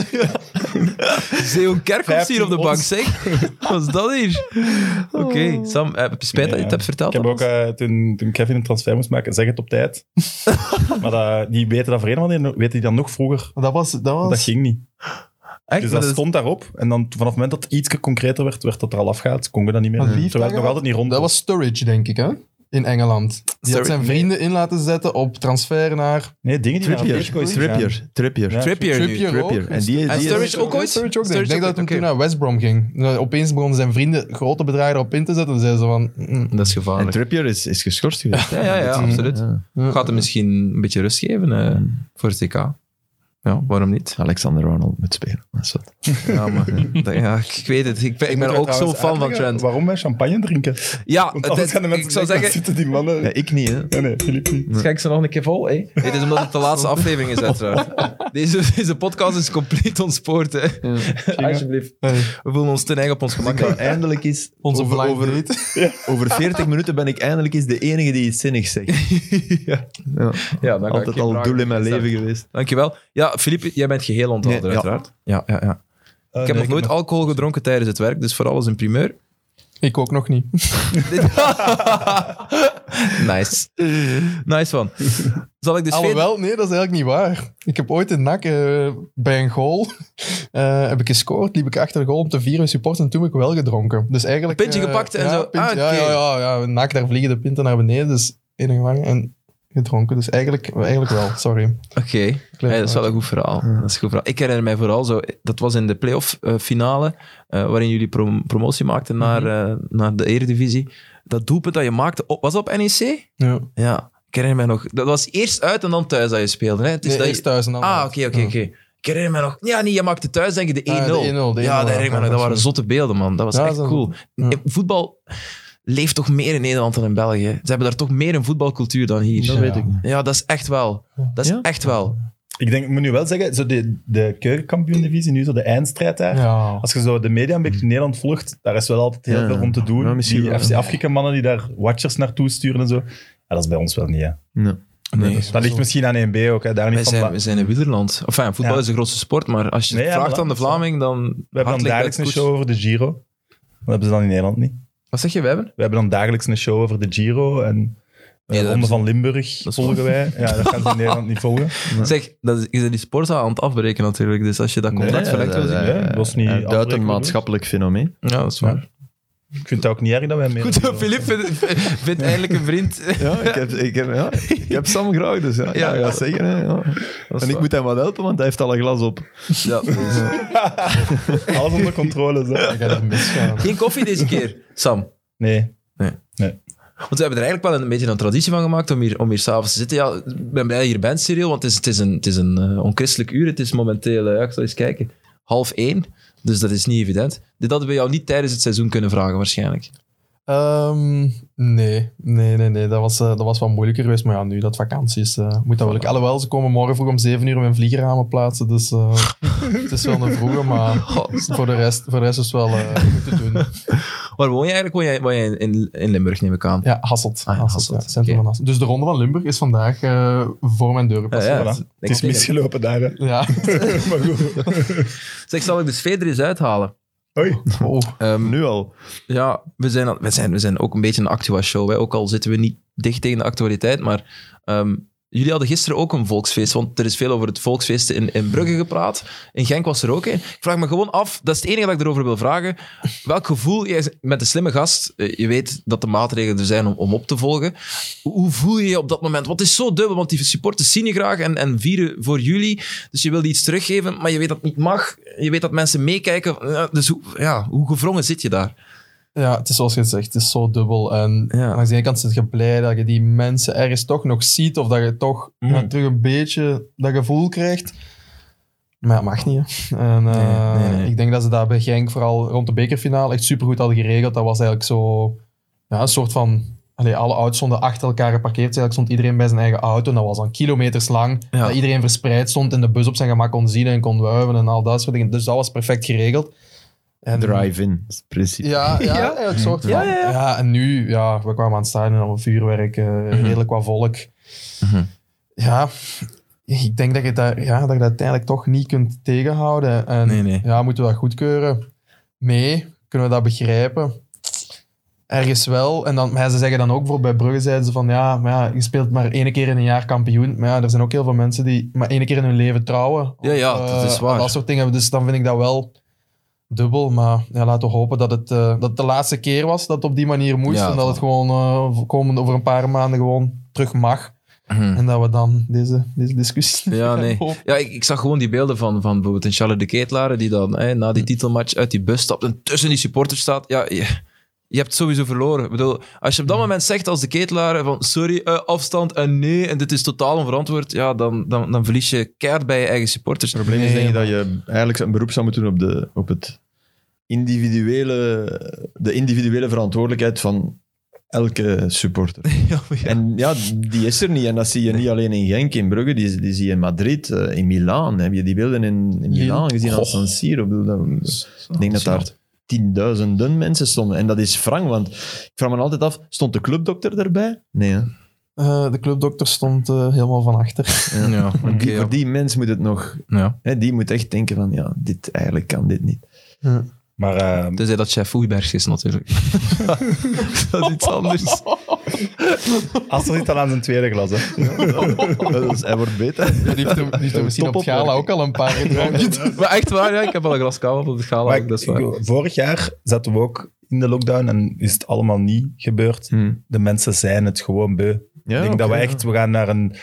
Zeeuwen Kerkhoff hier op de bank, zeg. Wat is dat hier? Oké, Sam, heb je spijt dat je het hebt verteld? Ik heb ook, toen Kevin een transfer moest maken, zeg het op tijd. Maar die weten dat voor een of andere weten die dan nog vroeger. Dat was... Dat ging niet. Echt? Dus Maar dat dat- stond daarop. En dan vanaf het moment dat het iets concreter werd dat er al afgaat, kon je dat niet meer. Maar wie heeft Terwijl het dat nog altijd niet rond Dat was Sturridge, denk ik, hè? In Engeland. Die had zijn vrienden in laten zetten op transfer naar... Nee, dingen die naar Atletico is gegaan. Trippier. Ja. Trippier nu. Trippier ook. Trippier. En die En is... Sturridge ook ooit? Sturridge ook, denk ik. Ik Sturridge denk dat ook, hij toen oké. naar West Brom ging. Opeens begonnen zijn vrienden grote bedragen erop in te zetten. En zeiden ze van... Dat is En gevaarlijk. Trippier is geschorst geweest. Ja, absoluut. Ja. Gaat hem misschien een beetje rust geven voor het TK. Ja, waarom niet? Alexander Arnold moet spelen. Dat is wat. Ja, maar ik weet het. Ik ben ook zo fan van Trent. Waarom wij champagne drinken? Ja, Want anders gaan de mensen ik zou denken, zeggen... zitten die mannen... Ja, ik niet, hè. Nee, Filip niet. Schenk ze nog een keer vol, hè? Het is omdat het de laatste aflevering is, uiteraard. Deze podcast is compleet ontspoord, hè. Alsjeblieft. We voelen ons ten eigen op ons gemak. Dat eindelijk is... Onze blind over, date. over 40 minuten ben ik eindelijk eens de enige die iets zinnigs zegt. Ja. Ja. Ja, dan ga ik Altijd geen al vragen doel in mijn stellen. leven geweest. Dankjewel. Ja, Filip, jij bent geheel onthouden, Nee, ja. uiteraard. Ja. Ik heb nog nooit alcohol gedronken tijdens het werk, dus voor alles een primeur. Ik ook nog niet. Nice. Nice one. Zal ik de sfeer... Alhoewel, nee, dat is eigenlijk niet waar. Ik heb ooit in NAC bij een goal heb ik gescoord, liep ik achter de goal om te vieren met support en toen heb ik wel gedronken. Dus eigenlijk... Pintje gepakt en zo? Pintje, Ah, oké. ja. NAC, daar vliegen de pinten naar beneden, dus enige gevangen en gedronken. Dus eigenlijk wel, sorry. Oké, Klein dat is wel een goed verhaal. Dat is een goed verhaal. Ik herinner mij vooral zo, dat was in de playoff finale, waarin jullie promotie maakten naar de Eredivisie. Dat doelpunt dat je maakte, was dat op NEC? Ja. Ja, ik herinner mij nog. Dat was eerst uit en dan thuis dat je speelde. Hè? Het is Nee, dat eerst thuis en dan uit. oké. Ik herinner me nog... Ja, nee, je maakte thuis denk ik de 1-0. Ah, de 1-0, de 1-0, ja, dat herinner ik me nog. Dat waren zotte beelden, man. Dat was Ja, echt zo- cool. ja. Voetbal leeft toch meer in Nederland dan in België. Ze hebben daar toch meer een voetbalcultuur dan hier. Dat weet ik niet. Ja, dat is echt wel. Dat is Ja? echt wel. Ik denk, ik moet nu wel zeggen, zo de keukenkampioen-divisie, nu zo de eindstrijd daar. Ja. Als je zo de media een beetje in Nederland volgt, daar is wel altijd heel Ja. veel om te doen. Ja, misschien die wel. FC Afrika-mannen die daar watchers naartoe sturen en zo. Ja, dat is bij ons wel niet, hè. Nee. Nee. Dat ligt misschien aan 1B ook, hè. Daar niet We zijn in Wielerland. Enfin, voetbal Ja. is de grootste sport, maar als je Nee, het ja, vraagt voilà, aan de dat is Vlaming, dan... We hebben dan hartelijk dagelijks een uit show over de Giro. Dat hebben ze dan in Nederland niet. Wat zeg je, we hebben? We hebben dan dagelijks een show over de Giro en Nee, dat Ronde hebben van Limburg is volgen wij. Ja, dat gaan ze in Nederland niet volgen. Zeg, je bent die sportzaal aan het afbreken natuurlijk, dus als je dat contract verlengt wil zien... nee, dat is niet Hij duidt afbreken, een maatschappelijk fenomeen. Ja, dat is waar. Ik vind het ook niet erg dat wij mee... Goed, Filip vindt eindelijk een vriend. Ja, ik heb Sam graag, dus ja. Ja. Ja, zeggen. Hè, ja. En ik moet hem wat helpen, want hij heeft al een glas op. Ja. Alles onder controle. Zo. Ik ga er misgaan. Geen koffie deze keer, Sam. Nee. Want we hebben er eigenlijk wel een beetje een traditie van gemaakt om hier s'avonds te zitten. Ja, ik ben blij dat je hier bent, Cyril, want het is een onchristelijk uur. Het is momenteel, ik zal eens kijken, 12:30. Dus dat is niet evident. Dit hadden we jou niet tijdens het seizoen kunnen vragen, waarschijnlijk. Nee. Dat was wat moeilijker geweest. Maar ja, nu dat vakantie is, moet dat wel. Alhoewel, ze komen morgen vroeg om 7 uur mijn vliegerramen plaatsen. Dus het is wel een vroege, maar voor de rest is het wel goed te doen. Waar woon je eigenlijk? Woon je in Limburg, neem ik aan? Ja, Hasselt. Ah, ja, Hasselt. Ja, centrum Oké. van Hasselt. Dus de Ronde van Limburg is vandaag voor mijn deur gepasseerd. Ja, Voilà. Het is misgelopen daar, hè. Ja. Maar goed. Zeg, zal ik de sfeer er eens uithalen? Hoi. Oh. Nu al. Ja, we zijn ook een beetje een actua-show. Hè? Ook al zitten we niet dicht tegen de actualiteit. Maar jullie hadden gisteren ook een volksfeest. Want er is veel over het volksfeest in Brugge gepraat. In Genk was er ook een. Ik vraag me gewoon af, dat is het enige dat ik erover wil vragen. Welk gevoel, jij met een slimme gast, je weet dat de maatregelen er zijn om op te volgen. Hoe voel je je op dat moment? Want het is zo dubbel, want die supporters zien je graag en vieren voor jullie. Dus je wil iets teruggeven, maar je weet dat het niet mag. Je weet dat mensen meekijken. Dus hoe gevrongen zit je daar? Ja, het is zoals je zegt, het is zo dubbel. En Ja. aan de ene kant zit je blij dat je die mensen ergens toch nog ziet, of dat je toch terug een beetje dat gevoel krijgt. Maar ja, mag niet. Hè. En, Nee. Ik denk dat ze dat bij Genk, vooral rond de bekerfinale, echt supergoed hadden geregeld. Dat was eigenlijk zo een soort van... alle auto's stonden achter elkaar geparkeerd. Eigenlijk stond iedereen bij zijn eigen auto. En dat was dan kilometers lang. Ja. Dat iedereen verspreid stond en de bus op zijn gemak kon zien en kon wuiven en al dat soort dingen. Dus dat was perfect geregeld. En, Drive-in, dat is het principe. ja, eigenlijk soort van. Ja. En nu, we kwamen aan het staan en allemaal vuurwerk, redelijk wat volk. Mhm. Ja, ik denk dat je dat uiteindelijk toch niet kunt tegenhouden. En Nee. ja, moeten we dat goedkeuren? Nee, kunnen we dat begrijpen? Ergens wel. En dan, maar ze zeggen dan ook, bijvoorbeeld bij Brugge zeiden ze van, je speelt maar 1 keer in een jaar kampioen. Maar ja, er zijn ook heel veel mensen die maar 1 keer in hun leven trouwen. Ja, Of, dat is waar. Dat soort dingen. Dus dan vind ik dat wel dubbel. Maar ja, laten we hopen dat het de laatste keer was dat het op die manier moest. Ja, en dat het gewoon komend over een paar maanden gewoon terug mag. Mhm. En dat we dan deze discussie Ja, gaan nee. hopen. Ja, ik zag gewoon die beelden van bijvoorbeeld een Charles de Ketelaere die dan na die titelmatch uit die bus stapt en tussen die supporters staat. Ja, je hebt sowieso verloren. Ik bedoel, als je op dat moment zegt als de Ketelaar van sorry, afstand en nee, en dit is totaal onverantwoord, ja, dan verlies je keihard bij je eigen supporters. Het probleem is denk ik dat je eigenlijk een beroep zou moeten doen op de individuele verantwoordelijkheid van elke supporter. En ja, die is er niet. En dat zie je niet alleen in Genk, in Brugge, die zie je in Madrid, in Milaan. Heb je die beelden in Milaan gezien aan San Siro? Ik denk dat daar 10.000 mensen stonden. En dat is wrang, want ik vraag me altijd af, stond de clubdokter erbij? Nee, hè? De clubdokter stond helemaal van achter. Ja, oké, Voor die mens moet het nog... Ja. Hè, die moet echt denken van, ja, eigenlijk kan dit niet. Ja. Maar Tenzij dat chef Oeibergs is, natuurlijk. Dat is iets anders. Astor zit al aan zijn tweede glas, hè. Dus hij wordt beter. Die heeft hem misschien op het gala ook al een paar gedronken. Maar echt waar, ja, ik heb al een glas kava op het gala. Maar Dat is waar. vorig jaar zaten we ook in de lockdown en is het allemaal niet gebeurd. De mensen zijn het gewoon beu. Ja, ik denk dat oké, we gaan naar een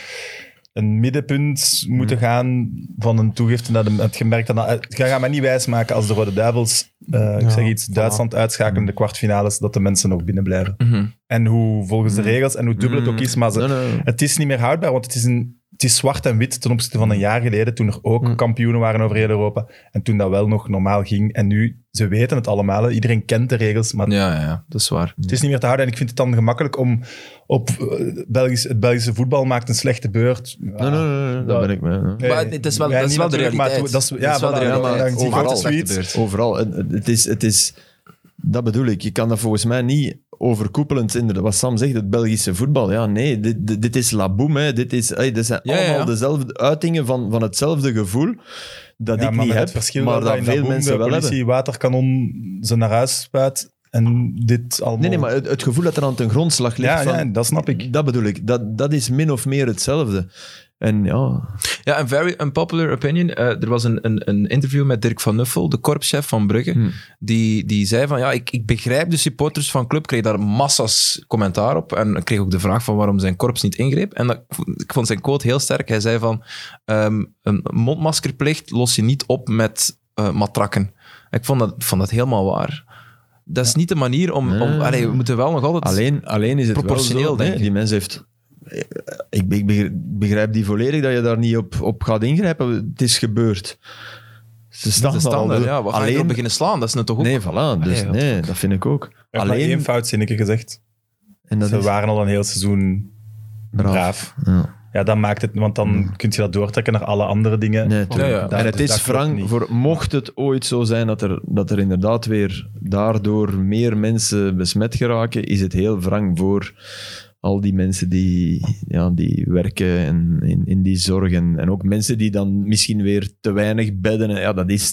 middenpunt moeten gaan van een toegifte. Dat het gemerkt dat ga mij niet wijsmaken als de Rode Duivels, ik zeg iets, Duitsland uitschakelen in de kwartfinales, dat de mensen nog binnen blijven. En hoe volgens de regels en hoe dubbel het ook is, maar het is niet meer houdbaar, want het is zwart en wit ten opzichte van een jaar geleden, toen er ook kampioenen waren over heel Europa. En toen dat wel nog normaal ging. En nu, ze weten het allemaal. Hè. Iedereen kent de regels. Maar Ja, dat is waar. het is niet meer te houden. En ik vind het dan gemakkelijk om op het Belgische voetbal maakt een slechte beurt. Nee, daar ben ik mee. Nee, Maar het is wel, wij dat is niet wel de natuurlijk, maar realiteit. dat is wel de de realiteit. realiteit. Dan zie je Overal. altijd zoiets. Gebeurt. Overal. Het is... Dat bedoel ik. Je kan dat volgens mij niet overkoepelend in. Wat Sam zegt, het Belgische voetbal. Ja, nee, dit is laboom. Hè. Dit zijn allemaal dezelfde uitingen van hetzelfde gevoel dat ik maar niet met heb, het verschil maar dat in veel boom mensen de wel politie hebben. waterkanon ze naar huis spuit en dit allemaal... Nee, maar het gevoel dat er aan ten grondslag ligt, Ja, dat snap ik. dat bedoel ik. Dat is min of meer hetzelfde. En ja... Ja, een very unpopular opinion. Er was een interview met Dirk van Nuffel, de korpschef van Brugge. Die zei van, ja, ik begrijp de supporters van club. Kreeg daar massa's commentaar op. En ik kreeg ook de vraag van waarom zijn korps niet ingreep. En ik vond zijn quote heel sterk. Hij zei van, een mondmaskerplicht los je niet op met matrakken. Ik vond dat helemaal waar. Dat is niet de manier om... we moeten wel nog altijd... Alleen is het proportioneel, wel zo, denk ik. Die mens heeft... Ik begrijp die volledig dat je daar niet op gaat ingrijpen. Het is gebeurd. Ze staan Dat is daar al. standaard, ja. Wat ga je Alleen... erop beginnen slaan? Dat is net toch ook... Nee, voilà. Dus ja, nee, dat vind ik ook. Er is maar één fout zinnetje gezegd. En dat Ze is waren al een heel seizoen braaf. Ja, dan maakt het... Want dan kun je dat doortrekken naar alle andere dingen. Nee, tuurlijk. Ja. En het dus is dat klopt wrang, niet. mocht het ooit zo zijn dat er inderdaad weer daardoor meer mensen besmet geraken, is het heel wrang voor al die mensen die werken in die zorg. En ook mensen die dan misschien weer te weinig bedden. Ja,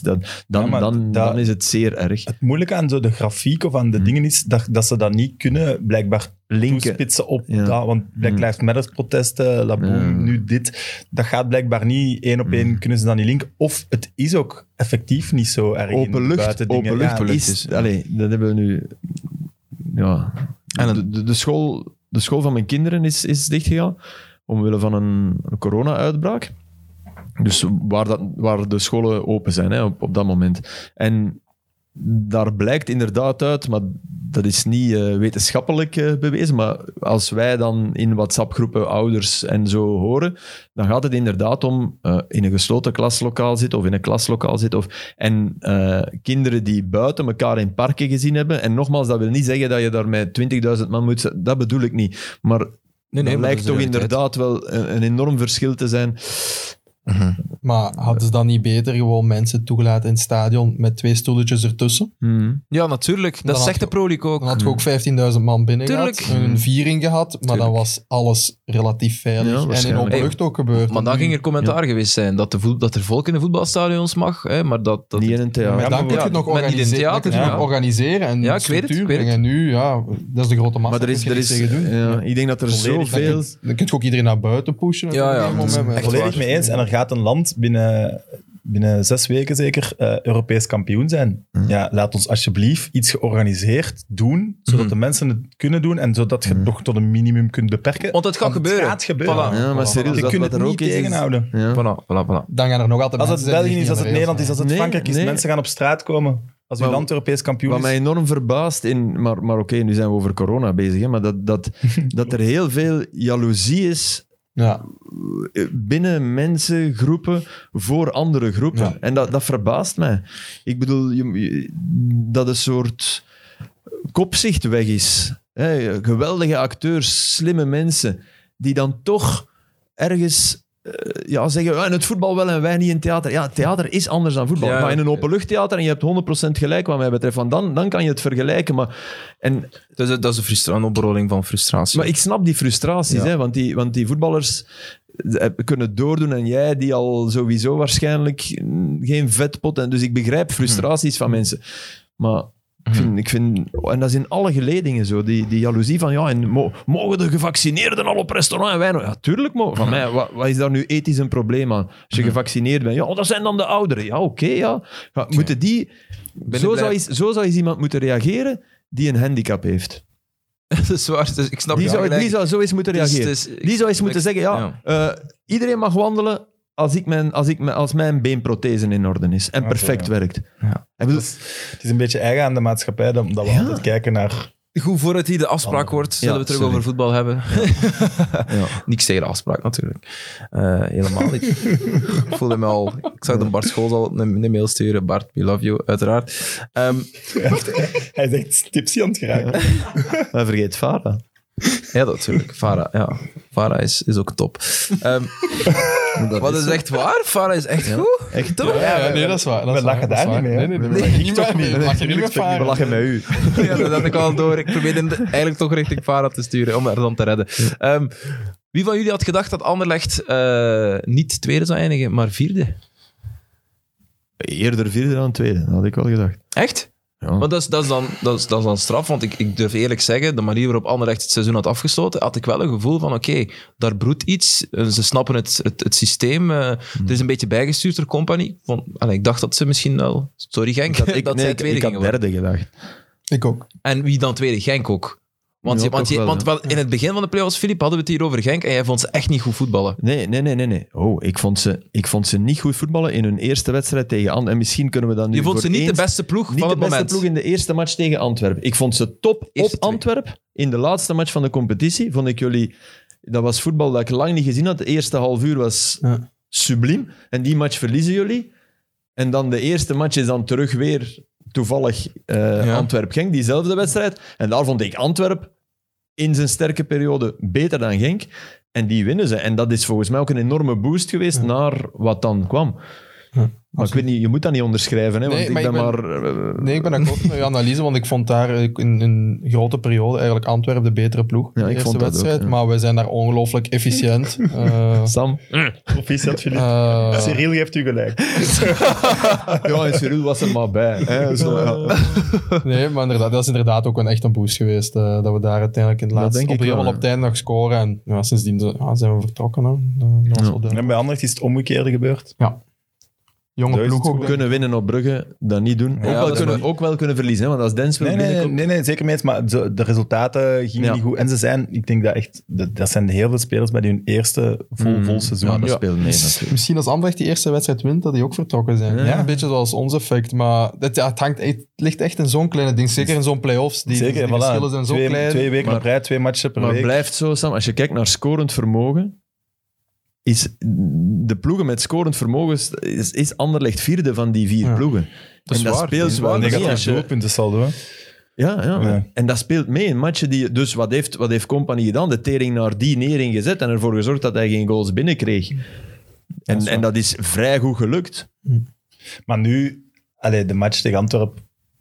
dan is het zeer erg. Het moeilijke aan zo de grafiek of aan de dingen is dat ze dat niet kunnen blijkbaar Linken. toespitsen op Ja. dat. Want Black Lives Matter protesten, Laboom, nu dit. Dat gaat blijkbaar niet één op één, kunnen ze dat niet linken. Of het is ook effectief niet zo erg in Open lucht buitendingen. Ja, is... Allee, dat hebben we nu... Ja. En De school van mijn kinderen is dichtgegaan, omwille van een corona-uitbraak. Dus waar de scholen open zijn, hè, op dat moment. En daar blijkt inderdaad uit, maar dat is niet wetenschappelijk bewezen, maar als wij dan in WhatsApp-groepen ouders en zo horen, dan gaat het inderdaad om in een gesloten klaslokaal zitten of in een klaslokaal zitten. En kinderen die buiten elkaar in parken gezien hebben. En nogmaals, dat wil niet zeggen dat je daar met 20.000 man moet... Dat bedoel ik niet. Maar maar dat dat lijkt is de toch realiteit. inderdaad wel een enorm verschil te zijn. Maar hadden ze dan niet beter gewoon mensen toegelaten in het stadion met 2 stoeltjes ertussen? Ja, natuurlijk. Dat Dan zegt de had Pro League ook. Dan had je ook 15.000 man binnen Tuurlijk. gehad, een viering gehad, maar dan was alles relatief Ja, veilig. En in waarschijnlijk. openlucht ook gebeurd. Maar dan ging er commentaar geweest zijn dat er volk in de voetbalstadions mag, hè, maar dat Niet in een theater. Maar dan kun je het nog maar niet in het organiseren, dan kun je het theater, nog organiseren en Ja, ik weet het, structuur ik weet het. brengen. Nu, ja, dat is de grote massa. Maar er is, daar kun je niks tegen doen. ja, ik denk dat er Volledig zoveel... Dan kun je ook iedereen naar buiten pushen. Ja, ja, op een dat is gegeven moment. echt volledig mee eens. En er gaat een land binnen 6 weken zeker Europees kampioen zijn. Ja, laat ons alsjeblieft iets georganiseerd doen, zodat de mensen het kunnen doen en zodat je het nog tot een minimum kunt beperken. Want het gaat gebeuren. Het gaat gebeuren. Voilà. Ja, maar serieus, Je dat kunt wat het er niet ook is... tegenhouden. Ja. Voilà. Dan gaan er nog altijd Als het mensen zijn die België is, als het geen Nederland is, als het Nee, Frankrijk is, nee. mensen gaan op straat komen. Als uw land Europees kampioen Wat is... mij enorm verbaast, maar oké, nu zijn we over corona bezig, hè, maar dat er heel veel jaloezie is Ja. binnen mensengroepen voor andere groepen. Ja. En dat verbaast mij. Ik bedoel, dat een soort kopzicht weg is. Hè, geweldige acteurs, slimme mensen, die dan toch ergens zeggen, in het voetbal wel en wij niet in theater. Ja, theater is anders dan voetbal. Ja, Maar in een openluchttheater, en je hebt 100% gelijk wat mij betreft, want dan kan je het vergelijken. Maar Dat is een oprolling van frustratie. ik snap die frustraties, Ja. hè, want die voetballers kunnen doordoen en jij die al sowieso waarschijnlijk geen vetpot. En dus ik begrijp frustraties van mensen. Maar ik vind, en dat is in alle geledingen zo, die jaloezie van, en mogen de gevaccineerden al op restaurant en wij nog? Ja, tuurlijk mogen. Van mij, wat is daar nu ethisch een probleem aan? Als je gevaccineerd bent, dat zijn dan de ouderen. Ja, oké, ja. Moeten die... Zo zou eens iemand moeten reageren die een handicap heeft. Dat is waar. Dus ik snap Die zou zo eens moeten reageren. Die zou eens moeten zeggen, iedereen mag wandelen als mijn beenprothese in orde is en perfect werkt. Ja. Ik bedoel, Het is een beetje eigen aan de maatschappij dat we altijd kijken naar... Goed, voordat hier de afspraak wordt, zullen we terug sorry. over voetbal hebben. ja. Niks tegen de afspraak, natuurlijk. Helemaal niet. Ik voelde me al... Ik zag de Bart Scholes al een mail sturen. Bart, we love you, uiteraard. Hij is echt tipsy aan het geraken. maar vergeet Farah. Ja, natuurlijk. Farah is ook top. Wat is echt waar? Farah is echt goed. Echt Top. Ja, nee, dat is waar. We lachen daar niet mee. Nee, Ik toch niet. We lachen niet met We Farah. lachen met u. Ja, dat had ik al door. Ik probeerde hem eigenlijk toch richting Farah te sturen, om haar dan te redden. Wie van jullie had gedacht dat Anderlecht niet tweede zou eindigen, maar vierde? Eerder vierde dan tweede, dat had ik wel gedacht. Echt? Ja. Maar dat is dan straf, want ik durf eerlijk zeggen, de manier waarop Anderlecht het seizoen had afgesloten, had ik wel een gevoel van, oké, daar broedt iets. Ze snappen het systeem. Er is een beetje bijgestuurd door Company. Ik dacht dat ze misschien wel... Sorry Genk, dat zij tweede ik had gingen worden. derde gedacht. Ik ook. En wie dan tweede? Genk ook. Want in het begin van de play-offs, Filip, hadden we het hier over Genk en jij vond ze echt niet goed voetballen. Nee. Oh, ik vond ze niet goed voetballen in hun eerste wedstrijd tegen Antwerpen. En misschien kunnen we dan nu Je vond ze niet de eens- beste ploeg Niet van de het beste moment. ploeg in de eerste match tegen Antwerpen. Ik vond ze top Eerste op twee. Antwerpen. In de laatste match van de competitie vond ik jullie... Dat was voetbal dat ik lang niet gezien had. De eerste half uur was subliem. En die match verliezen jullie. En dan de eerste match is dan terug weer toevallig Antwerp-Genk. Diezelfde wedstrijd. En daar vond ik Antwerp in zijn sterke periode beter dan Genk. En die winnen ze. En dat is volgens mij ook een enorme boost geweest naar wat dan kwam. Maar ik weet niet, je moet dat niet onderschrijven, hè, want Nee, ik maar ben ik ben- maar... Nee, ik ben akkoord met je analyse, want ik vond daar in een grote periode eigenlijk Antwerpen de betere ploeg. Ja, de ik eerste vond dat wedstrijd, ook, ja. maar wij zijn daar ongelooflijk efficiënt. Sam? Proficiat, Filip. Cyril geeft u gelijk. Ja, en Cyril was er maar bij. Hè, zo, ja. Nee, maar inderdaad, dat is inderdaad ook echt een boost geweest. Dat we daar uiteindelijk in het Dat laatste denk ik helemaal wel, op het einde nog scoren. En sindsdien zijn we vertrokken. Hè. Dat was wel duidelijk. En bij Anderlecht is het omgekeerde gebeurd. Jonge Duizend ploeg ook. seconden. Kunnen winnen op Brugge, dat niet doen. Ja, dat is Ook wel kunnen verliezen, hè, want als Dens wil binnenkomen... Nee, zeker mee eens. Maar de resultaten gingen Ja. niet goed. En ze zijn, ik denk dat echt, dat zijn heel veel spelers bij die hun eerste vol seizoen. Ja, dat Ja. speelt mee natuurlijk. Misschien als Anderlecht die eerste wedstrijd wint, dat die ook vertrokken zijn. Ja. Een beetje zoals ons effect, maar het ligt echt in zo'n kleine ding. Zeker in zo'n play-offs. Die Zeker, die verschillen zijn zo klein. twee weken Maar- op rij, 2 matchen per Maar week. het blijft zo, Sam, als je kijkt naar scorend vermogen, is de ploegen met scorend vermogen is Anderlecht vierde van die 4 Ja. ploegen. Dat is en dat waar, speelt dat is wel waar. mee. Negatief Als je- doelpunten saldo. Hè. Ja. Ja. En dat speelt mee in matchen die... Dus wat heeft Company gedaan? De tering naar die nering gezet en ervoor gezorgd dat hij geen goals binnenkreeg. En dat is vrij goed gelukt. Maar nu, de match tegen Antwerpen.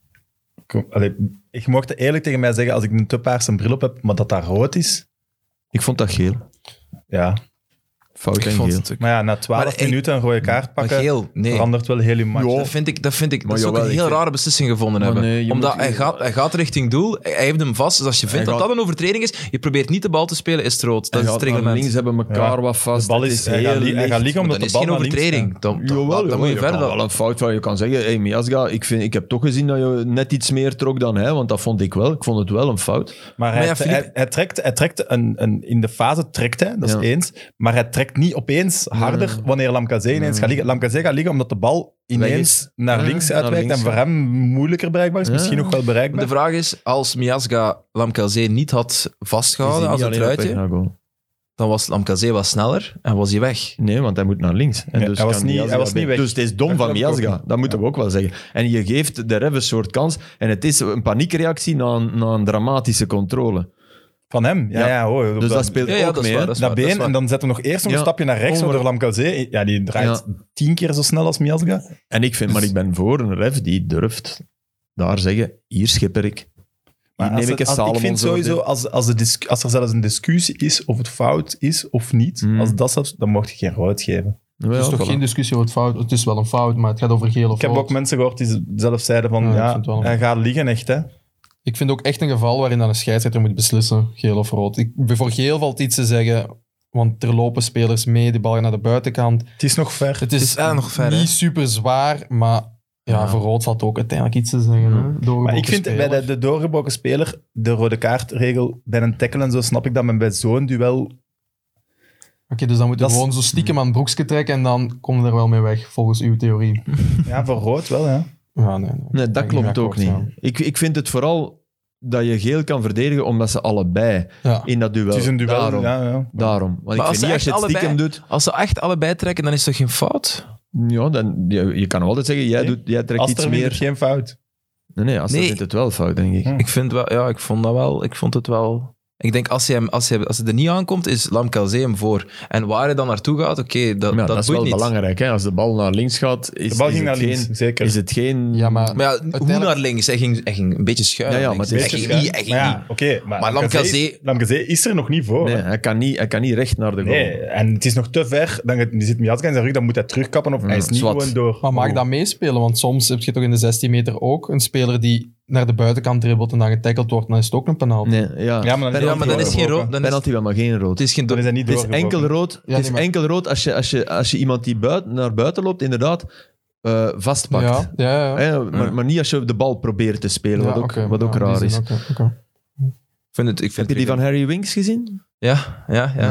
Je mocht eerlijk tegen mij zeggen, als ik een te paarse bril op heb, maar dat dat rood is. Ik vond dat geel. Ja. Fout Ik en vond geel. het ook. Maar ja, na 12 Maar minuten een rode kaart Maar pakken, geel, nee. verandert wel heel je match. Ja. Dat vind ik Maar dat is ook jawel, een ik heel vind- rare beslissing gevonden Maar hebben. nee, je Omdat moet- hij gaat richting doel, hij heeft hem vast. Dus als je vindt Hij dat gaat- dat een overtreding is, je probeert niet de bal te spelen, is het rood. Dat En is het gaat naar reglement. links hebben elkaar Ja. wat vast. De bal Het is, hij gaat heel liggen licht. omdat Dat de is bal geen naar links overtreding. gaat. Dan Jawel, moet je je verder. kan wel een fout van. Je kan zeggen, hey, Miasga, ik heb toch gezien dat je net iets meer trok dan hij, want dat vond ik wel. Ik vond het wel een fout. Maar Maar ja, hij trekt in de fase trekt hij, dat is Ja. eens. Maar hij trekt trekt niet opeens harder wanneer Lamkelzee ineens gaat liggen. Lamkelzee gaat liggen omdat de bal ineens naar links uitwijkt en voor hem moeilijker bereikbaar is. Misschien nog wel bereikbaar. De vraag is, als Miazga Lamkelzee niet had vastgehouden als een truitje, dan was Lamkelzee wat sneller en was hij weg. Nee, want hij moet naar links. En Nee, dus hij was kan niet- Miazga hij was niet weg. Dus het is dom Dat van geloof ik ook Miazga. niet. Dat moeten we ook wel zeggen. En je geeft de ref een soort kans. En het is een paniekreactie na een dramatische controle. Van hem? Ja, hoor. Dus dat speelt ook dat is mee. waar, hè. dat is Dat waar, dat is been, waar. en dan zetten we nog eerst nog een Ja. stapje naar rechts, waardoor Lamkelzee, ja, die draait 10 keer zo snel als Miazga. En ik vind, maar ik ben voor een ref die durft daar zeggen, hier schipper ik. Hier neem ik een ik Salomon vind zo sowieso, in. als er zelfs een discussie is of het fout is of niet, als dat zelfs, dan mocht je geen rood geven. Ja, Er is toch voilà. geen discussie over het fout. Het is wel een fout, maar het gaat over geel of Ik heb rood. ook mensen gehoord die zelf zeiden van, Ja, ik ja, vind het wel een- hij gaat liggen echt, hè. Ik vind ook echt een geval waarin dan een scheidsrechter moet beslissen, geel of rood. Voor geel valt iets te zeggen, want er lopen spelers mee, die bal gaat naar de buitenkant. Het is nog ver. Het is nog ver, hè? niet super zwaar, maar ja, voor rood valt ook uiteindelijk iets te zeggen. Hè? Maar Doorgebroken ik vind speler. bij de doorgebroken speler, de rode kaartregel, bij een tackle en zo, snap ik dat, maar bij zo'n duel... Oké, dus dan moet je Dat is- gewoon zo stiekem aan het broekje trekken en dan kom je er wel mee weg, volgens uw theorie. Ja, voor rood wel, ja. Ja, nee, Nee, dat klopt ook niet. Ik vind het vooral dat je geel kan verdedigen omdat ze allebei Ja. in dat duel... Het is een duel, Daarom. ja. Daarom. Want ik als vind ze niet, als je echt het stiekem allebei- doet... Als ze echt allebei trekken, dan is het toch geen fout? Ja, dan, je kan altijd zeggen, jij trekt Als iets er meer... geen fout. Nee, als Nee. vindt het wel fout, denk ik. Ik vind wel, ja, ik vond dat wel. Ik vond het wel. Ik denk, als hij er niet aankomt, is Lamkelzee hem voor. En waar hij dan naartoe gaat, oké, dat, Maar ja, dat dat is boeit wel niet. belangrijk. Hè? Als de bal naar links gaat, De bal ging naar links, zeker. is het geen... Ja, maar Maar ja, hoe uiteindelijk- naar links? Hij ging een beetje schuin. Ja, ja, naar maar links. het hij is ging niet. Hij ging Maar niet. ja, oké. Maar Lamkelzee- Lamkelzee is er nog niet voor. Nee, hè. hij kan niet recht naar de goal. Nee, en het is nog te ver. Dan zit Miazga in zijn rug, dan moet hij terugkappen of hij is niet zwart. gewoon door. Maar mag dat meespelen? Want soms heb je toch in de 16 meter ook een speler die naar de buitenkant dribbelt en dan getackled wordt, dan is het ook een penalty. Nee, ja. Ja, maar dan Ja, maar dan is geen rood. Dan is, Penalty wel, maar geen rood. het is geen Dan is hij niet Het is doorgebroken. enkel rood, Ja, het is nee, maar- enkel rood als je iemand die naar buiten loopt, inderdaad, vastpakt. Ja. Maar niet als je de bal probeert te spelen, wat ook, oké. wat ook Ja, raar die is. zin, oké. ik vind Heb je die van Harry Winks gezien? Ja.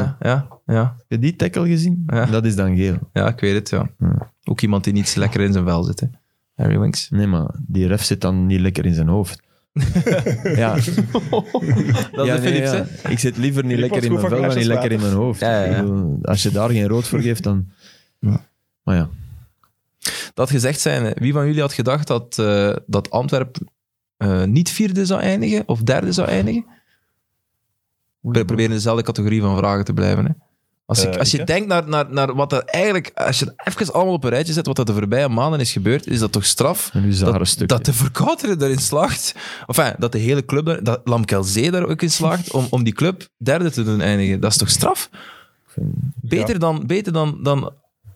Heb je die tackle gezien? Ja. Dat is dan geel. Ja, ik weet het, ja. Ja. Ook iemand die niet zo lekker in zijn vel zit, hè. Harry Winks. Nee, maar die ref zit dan niet lekker in zijn hoofd. Ja. Dat is de Philips, hè. Ik zit liever niet Filip lekker in was mijn goed vel van dan niet glasjes lekker in mijn hoofd. Ja. Ik bedoel, als je daar geen rood voor geeft, dan... Maar ja. Dat gezegd zijn, wie van jullie had gedacht dat Antwerp niet vierde zou eindigen of derde zou eindigen? We proberen in dezelfde categorie van vragen te blijven. Hè. Als je ik, denkt naar wat er eigenlijk... Als je het even allemaal op een rijtje zet, wat er de voorbije maanden is gebeurd, is dat toch straf Een bizarre stuk. dat de verkouter erin slaagt. Enfin, dat de hele club, dat Lamkelzee daar ook in slaagt, om die club derde te doen eindigen. Dat is toch straf? Beter dan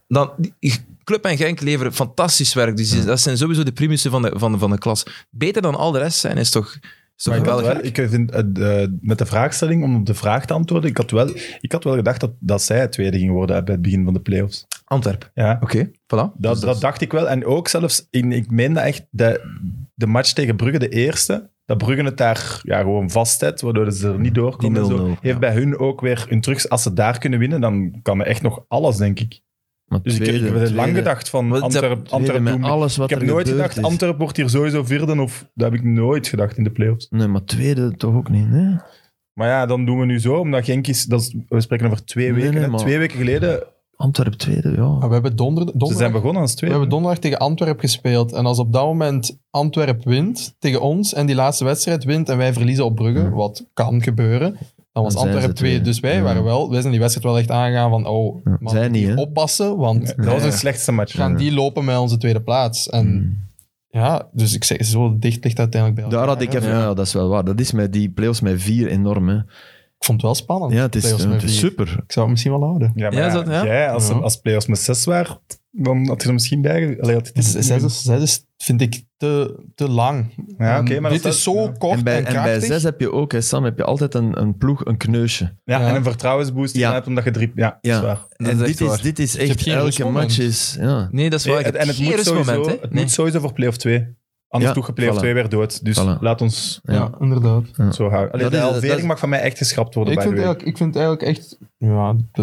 Club en Genk leveren fantastisch werk. Dus dat zijn sowieso de primussen van de klas. Beter dan al de rest zijn is toch Maar ik, geweldig. had wel, ik vind, met de vraagstelling, om op de vraag te antwoorden, ik had wel gedacht dat zij het tweede ging worden bij het begin van de playoffs. Antwerp. Ja, Oké, voilà. dat dacht ik wel. En ook zelfs, ik meende echt, de match tegen Brugge, de eerste, dat Brugge het daar gewoon vastzet, waardoor ze er niet doorkomen. Die en zo, 0-0, heeft bij hun ook weer een terug. Als ze daar kunnen winnen, dan kan er echt nog alles, denk ik. Maar Dus ik heb lang gedacht van Maar Antwerp met doen- alles wat Ik heb er nooit gebeurd gedacht, is. Antwerp wordt hier sowieso vierde, of dat heb ik nooit gedacht in de playoffs. Nee, maar tweede toch ook niet, nee? Maar ja, dan doen we nu zo, omdat Genk is... We spreken over 2 Nee, weken. nee, hè. maar- 2 weken geleden, Antwerp tweede, ja. Maar we hebben ze zijn begonnen als We tweede. hebben donderdag tegen Antwerp gespeeld. En als op dat moment Antwerp wint tegen ons en die laatste wedstrijd wint en wij verliezen op Brugge, wat kan gebeuren, dan was Dan zijn Antwerp ze 2. tweede. Dus wij Ja. wij zijn die wedstrijd wel echt aangegaan van, man, Zij niet, hè? oppassen, want Dat was een slechtste match. gaan die lopen met onze tweede plaats. En ja, dus ik zeg, zo dicht ligt uiteindelijk bij Daar elkaar, had ik hè. even... Ja, dat is wel waar. Dat is met die play-offs met 4 enorm, hè. Ik vond het wel spannend. Ja, het is Playoffs met 4. super. Ik zou het misschien wel houden. Ja, maar Ja, is dat- ja? jij, als, Ja. als playoffs met 6 waren, dan had je er misschien bij... Allee, had je het- 6 vind ik te lang. Ja, oké, maar dit dat is zo En kort en, bij krachtig. 6 heb je ook, hè, Sam, heb je altijd een ploeg, een kneusje. Ja, Ja. en een vertrouwensboost die Ja. je hebt omdat je 3... Ja, dat is Ja. waar. Dat En is echt waar. dit is hebt echt... geen Elke rustmoment. match is... Ja. Nee, dat is waar. Nee, Ik heb en het geen moet rustmoment, sowieso, hè. het Nee. moet sowieso voor play-off 2. Anders Ja, doe je play-off voilà. 2 weer dood. Dus Voilà. laat ons Ja, inderdaad. zo houden. Allee, Dat de is- halvering dat- mag van mij echt geschrapt worden. Ik by vind, the way. eigenlijk echt... Ja,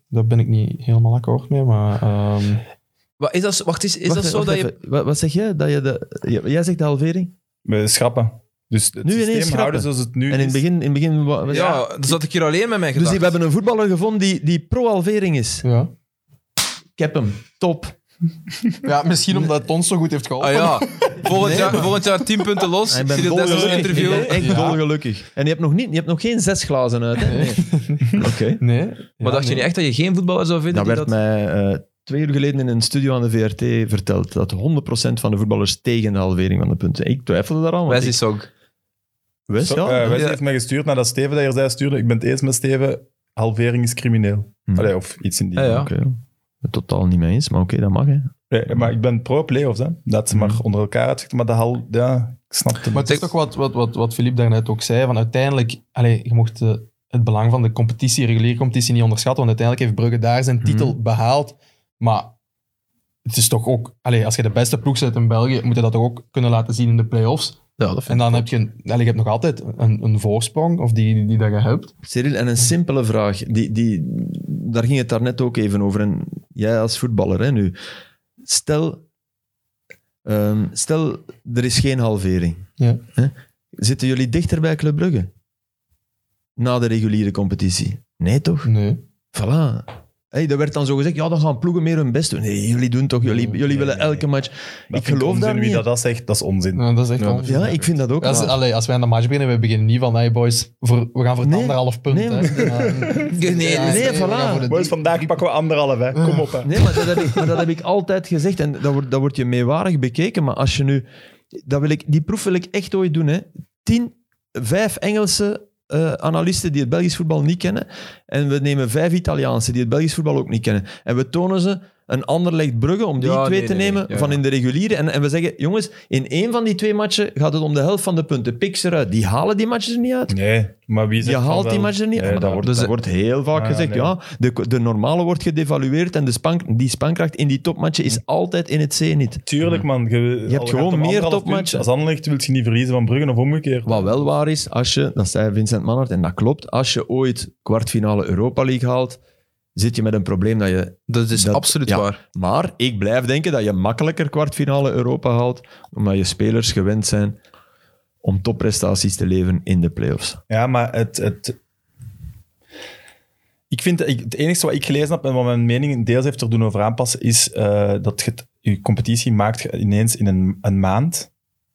Daar ben ik niet helemaal akkoord mee, maar... Is dat zo dat je... Wat zeg jij? Jij zegt de halvering? We schrappen. Dus het Nu ineens systeem schrappen. houden zoals het nu En in is. het begin Ja, dan zat ik hier alleen met mijn Dus gedachten. we hebben een voetballer gevonden die pro-halvering is. ja. Ik heb hem. Top. Ja, misschien omdat het ons zo goed heeft geholpen. Ah ja, volgend jaar 10 punten los. Ik ben Cyril Dessers dolgelukkig. interview. Ik ben echt Ja. dolgelukkig. En je hebt nog geen 6 glazen uit, hè? Nee. Oké. Nee. Maar dacht je niet echt dat je geen voetballer zou vinden? Dat die werd mij 2 uur geleden in een studio aan de VRT verteld. Dat 100% van de voetballers tegen de halvering van de punten. Ik twijfelde daaraan. want Wesley ik- Sog. Wes, ja. Wesley Ja. heeft mij gestuurd nadat Steven dat hier zei stuurde. Ik ben het eens met Steven. Halvering is crimineel. Hm. Of iets in die. Ja, ja. Oké. Het totaal niet mee eens, maar oké, dat mag, hè. Nee, maar ik ben pro-playoffs, hè. Dat ze maar onder elkaar uitzichten. Maar ik snap het Maar niet. het is toch wat Philippe daarnet ook zei, van uiteindelijk, je mocht het belang van de competitie, reguliere competitie, niet onderschatten, want uiteindelijk heeft Brugge daar zijn titel behaald. Maar het is toch ook, als je de beste ploeg zet in België, moet je dat toch ook kunnen laten zien in de play-offs. Ja, dat En dan heb je, je hebt nog altijd een voorsprong, of die dat je hebt. Cyril, en een simpele vraag. Daar ging het daarnet ook even over. En jij als voetballer, hè, nu. Stel, er is geen halvering. Ja. Hè? Zitten jullie dichter bij Club Brugge? Na de reguliere competitie? Nee, toch? Nee. Voilà. Hey, er werd dan zo gezegd, ja, dan gaan ploegen meer hun best doen. Nee, jullie doen toch, jullie willen elke match... Dat Ik vind geloof daar onzin. niet. Wie dat zegt, dat is onzin. Ja, dat is echt onzin. Ja, ik vind dat ook. Als wij aan de match beginnen, we beginnen niet van, hey boys, we gaan voor het 1,5 punt. Nee, hè. nee, we gaan voilà. voor de Boys, vandaag pakken we 1,5, hè. Kom op, hè. Nee, maar dat heb ik altijd gezegd. En dat wordt je meewarig bekeken. Maar als je nu... Die proef wil ik echt ooit doen. Hè. 5 Engelse analisten die het Belgisch voetbal niet kennen. En we nemen 5 Italiaanse die het Belgisch voetbal ook niet kennen. En we tonen ze een Anderlecht Brugge om die Ja, twee nee, te nee, nemen nee. Ja, van ja. in de reguliere. En we zeggen, jongens, in 1 van die 2 matchen gaat het om de helft van de punten. Pik ze eruit. Die halen die matches er niet uit. Nee, maar wie Je zegt haalt van die wel? match er niet. Nee, Maar dat wordt heel vaak Ja, gezegd. nee. Ja, de normale wordt gedevalueerd en die spankracht in die topmatchen is altijd in het zenit. Tuurlijk, man. Je hebt gewoon meer topmatchen. Als Anderlecht wil je niet verliezen van Brugge of omgekeerd. Wat wel waar is, dat zei Vincent Manhart, en dat klopt, als je ooit kwartfinale Europa League haalt, zit je met een probleem dat je... Dat is absoluut ja, waar. Maar ik blijf denken dat je makkelijker kwartfinale Europa haalt, omdat je spelers gewend zijn om topprestaties te leveren in de play-offs. Ja, maar ik vind, het enige wat ik gelezen heb en wat mijn mening deels heeft er doen over aanpassen, is dat je competitie maakt ineens in een maand.